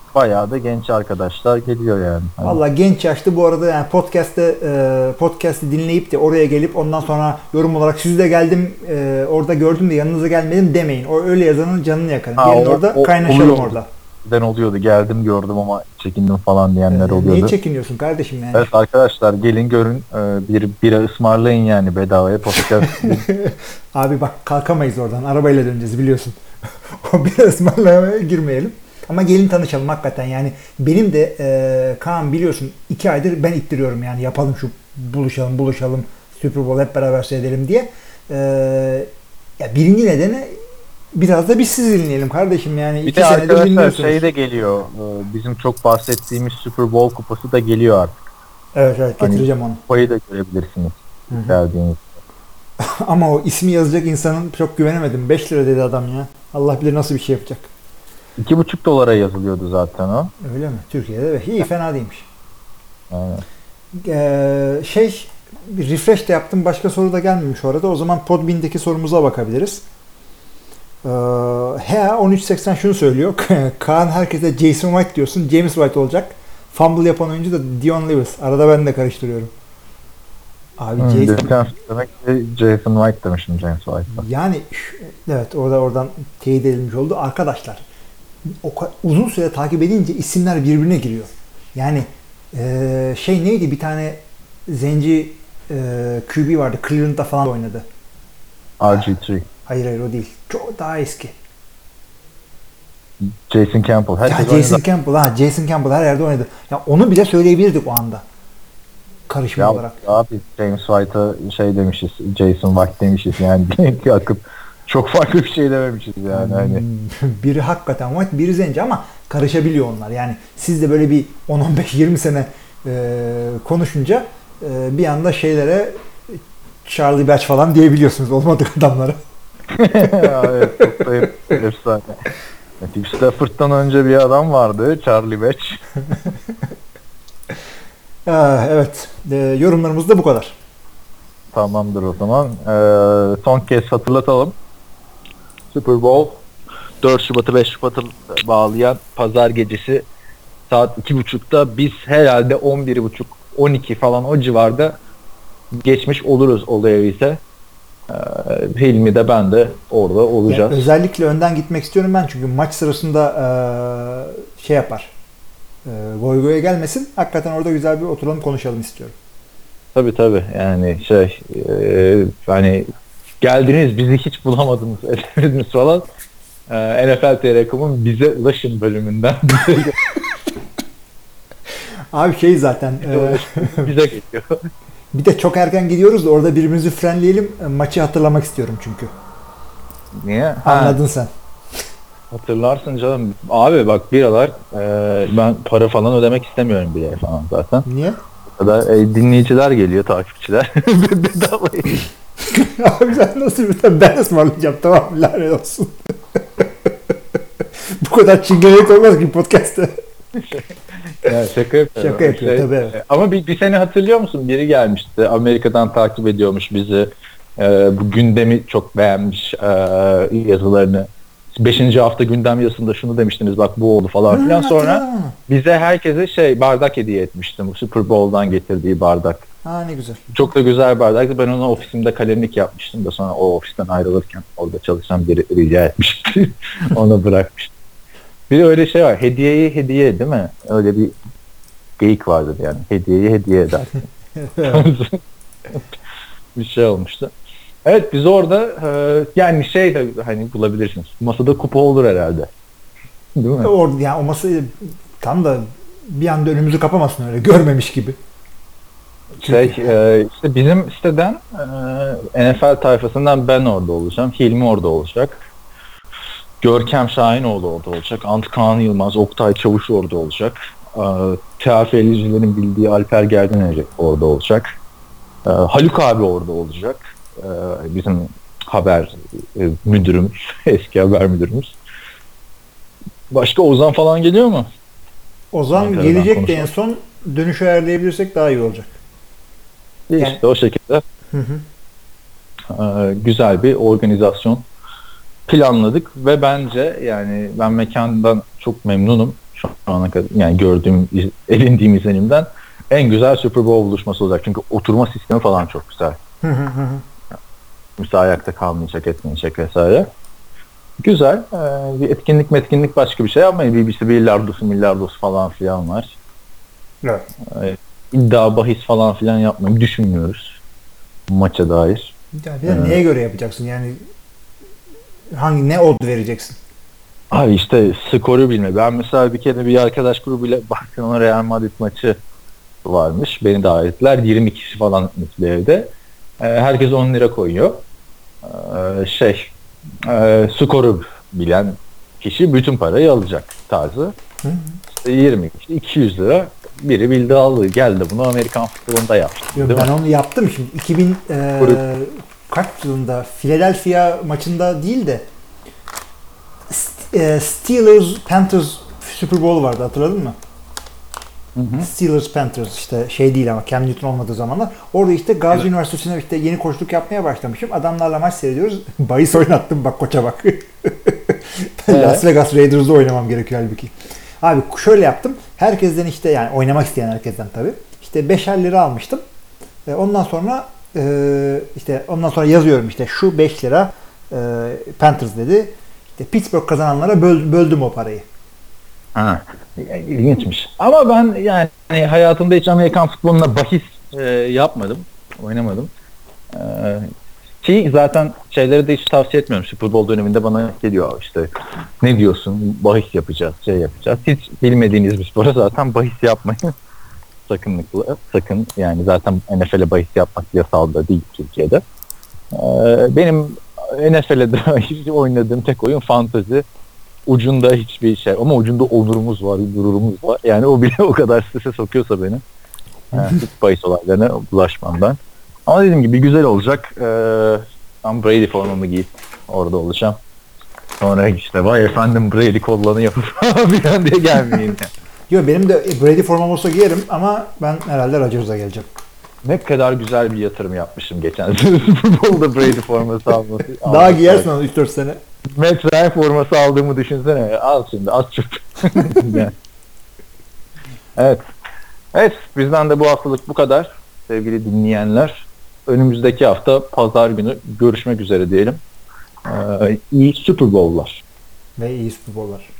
bayağı da genç arkadaşlar geliyor yani. Hani Valla genç yaşta bu arada yani podcast'ı dinleyip de oraya gelip ondan sonra yorum olarak sizi de geldim orada gördüm de yanınıza gelmedim demeyin. O öyle yazanın canını yakarım. Gelin orada kaynaşalım oluyor. orada. Ben oluyordu, geldim gördüm ama çekindim falan diyenler oluyordu. Niye çekiniyorsun kardeşim yani? Evet arkadaşlar, gelin görün, bir bira ısmarlayın yani bedavaya podcast. Abi bak kalkamayız oradan. Arabayla döneceğiz biliyorsun. O bir ısmarlamaya girmeyelim. Ama gelin tanışalım hakikaten yani. Benim de Kaan biliyorsun 2 aydır ben ittiriyorum yani yapalım şu buluşalım Super Bowl hep beraber seyredelim diye. Ya birinci nedeni biraz da biz sizi dinleyelim kardeşim yani. Bir 2 de senedir arkadaşlar dinliyorsunuz. şey de geliyor, bizim çok bahsettiğimiz Super Bowl kupası da geliyor artık. Evet getireceğim onu. Kupayı da görebilirsiniz. Geldiğiniz. Ama o ismi yazacak insanın çok güvenemedim. 5 lira dedi adam ya. Allah bilir nasıl bir şey yapacak. $2,5 yazılıyordu zaten o. Öyle mi? Türkiye'de de iyi fena değilmiş. Aynen. Bir refresh de yaptım. Başka soru da gelmemiş orada. O zaman Podbean'deki sorumuza bakabiliriz. HA1380 şunu söylüyor. Kaan herkese Jason White diyorsun. James White olacak. Fumble yapan oyuncu da Dion Lewis. Arada ben de karıştırıyorum. Abi Demek ki Jason White demişim, James White'da. yani evet oradan teyit edilmiş oldu. Arkadaşlar uzun süre takip edince isimler birbirine giriyor. Yani neydi bir tane zenci QB vardı. Cleveland'da falan oynadı. RG3. Hayır o değil. Çok daha eski. Jason Campbell. Jason Campbell her yerde oynadı. Ya onu bile söyleyebilirdik o anda. Karışma olarak. Abi James White'a şey demişiz. Jason White demişiz yani. Akıp çok farklı bir şey dememişiz yani. Hani. Biri hakikaten White, biri zenci ama karışabiliyor onlar. Yani siz de böyle bir 10-15-20 sene konuşunca bir anda şeylere Charlie Batch falan diyebiliyorsunuz olmadık adamlara. Evet, çok da efsane. Matthew Stafford'dan önce bir adam vardı, Charlie Batch. Evet, yorumlarımız da bu kadar. Tamamdır o zaman. Son kez hatırlatalım. Super Bowl 4 Şubat'ı 5 Şubat'ı bağlayan pazar gecesi saat 2.30'da biz herhalde 11.30-12 falan o civarda geçmiş oluruz olaya ise. Hilmi de ben de orada olacağız. Yani özellikle önden gitmek istiyorum ben çünkü maç sırasında şey yapar. Goy goya gelmesin. Hakikaten orada güzel bir oturalım konuşalım istiyorum. Tabii yani hani geldiniz bizi hiç bulamadınız edemediniz falan. NFL TR.com'un bize ulaşın bölümünden Abi zaten bize geliyor. Bir de çok erken gidiyoruz da orada birbirimizi frenleyelim. Maçı hatırlamak istiyorum çünkü. Niye? Anladın sen. Hatırlarsın canım. Abi bak biralar ben para falan ödemek istemiyorum bile falan zaten. Niye? O kadar dinleyiciler geliyor, takipçiler. Bedava. Abi sen nasıl bir ben ısmarlayacağım tamam lanet olsun. Bu kadar çingenelik olmaz ki podcast'te. Yani şaka yapıyorum. Şaka yapıyor tabii. Evet. Ama bir sene hatırlıyor musun? Biri gelmişti. Amerika'dan takip ediyormuş bizi. Bu gündemi çok beğenmiş yazılarını. 5. hafta gündem yazısında şunu demiştiniz bak bu oldu falan filan. Sonra bize herkese bardak hediye etmiştim. Bu Super Bowl'dan getirdiği bardak. Ne güzel. Çok da güzel bardaktı. Ben ona ofisimde kalemlik yapmıştım da sonra o ofisten ayrılırken orada çalışan biri rica etmişti. Ona bırakmıştım. Bir de öyle şey var. Hediyeyi hediye değil mi? Öyle bir geyik vardır yani. Hediyeyi hediye eder. Bir şey olmuştu. Evet biz orada yani de hani bulabilirsiniz. Masada kupa olur herhalde. Değil mi? Orada yani o masayı tam da bir anda önümüzü kapamasın öyle görmemiş gibi. İşte bizim siteden NFL tayfasından ben orada olacağım. Hilmi orada olacak. Görkem Şahinoğlu orada olacak. Antkan Yılmaz, Oktay Çavuş orada olacak. TFL'cilerin bildiği Alper Gerdener orada olacak. Haluk abi orada olacak. Bizim haber müdürümüz, eski haber müdürümüz. Başka Ozan falan geliyor mu? Ozan Ankara'dan gelecek de en son dönüşü ayarlayabilirsek daha iyi olacak. İşte o şekilde güzel bir organizasyon planladık ve bence yani ben mekandan çok memnunum. şu ana kadar yani edindiğim izlenimden en güzel Super Bowl buluşması olacak. Çünkü oturma sistemi falan çok güzel. Kimse ayakta kalmayacak, etmeyecek vesaire. Güzel. Bir etkinlik başka bir şey ama BBC bilardosu falan filan var. Evet. İddia bahis falan filan yapmayı düşünmüyoruz. Maça dair. Yani bir de neye göre yapacaksın? Yani ne odd vereceksin? Abi işte skoru bilme. Ben mesela bir kere bir arkadaş grubuyla Barcelona Real Madrid maçı varmış. Beni davet ettiler. 20 kişi falan bir evde. Herkes 10 lira koyuyor. Skoru bilen kişi bütün parayı alacak tarzı. İşte 20 kişi 200 lira biri bildi aldı. Geldi bunu Amerikan futbolunda yaptı. Yok, ben onu yaptım şimdi. 2000 kaç yılında Philadelphia maçında değil de Steelers Panthers Super Bowl vardı, hatırladın mı? Steelers Panthers işte şey değil ama Cam Newton olmadığı zamanlar. Orada işte Gazi Üniversitesi'ne işte yeni koçluk yapmaya başlamışım. Adamlarla maç seyrediyoruz. Bahis oynattım, bak koça bak. Las Vegas Raiders'da oynamam gerekiyor halbuki. Abi şöyle yaptım. Herkesten işte yani oynamak isteyen herkesten tabii. İşte 5'er lira almıştım. Ondan sonra yazıyorum işte şu 5 lira Panthers dedi. İşte Pittsburgh kazananlara böldüm o parayı. Ha, ilginçmiş. Ama ben yani hayatımda hiç Amerikan futboluna bahis yapmadım, oynamadım. Ki zaten şeyleri de hiç tavsiye etmiyorum. Super Bowl döneminde bana geliyor işte ne diyorsun, bahis yapacağız, şey yapacağız. Hiç bilmediğiniz bir spora zaten bahis yapmayın. Sakın yani zaten NFL'e bahis yapmak yasal da değil Türkiye'de. Benim NFL'e dair oynadığım tek oyun fantezi. Ucunda hiçbir şey ama ucunda onurumuz var, gururumuz var. Yani o bile o kadar strese sokuyorsa beni. Hiç bahis olaylarına bulaşmam ben. Ama dediğim gibi güzel olacak. Ben Brady formamı giyip orada olacağım. Sonra işte vay efendim Brady kollarını yapıp bir diye gelmeyin. Yok, benim de Brady formam olsa giyerim ama ben herhalde Rodgers'a geleceğim. Ne kadar güzel bir yatırım yapmışım geçen sene Super Bowl'da Brady forması alması. Daha giyersin onu 3-4 sene. Matt Ryan forması aldığımı düşünsene. Al şimdi az çok. Evet. Evet, bizden de bu haftalık bu kadar sevgili dinleyenler. Önümüzdeki hafta pazar günü görüşmek üzere diyelim. İyi Super Bowl'lar. Ve iyi Super Bowl'lar.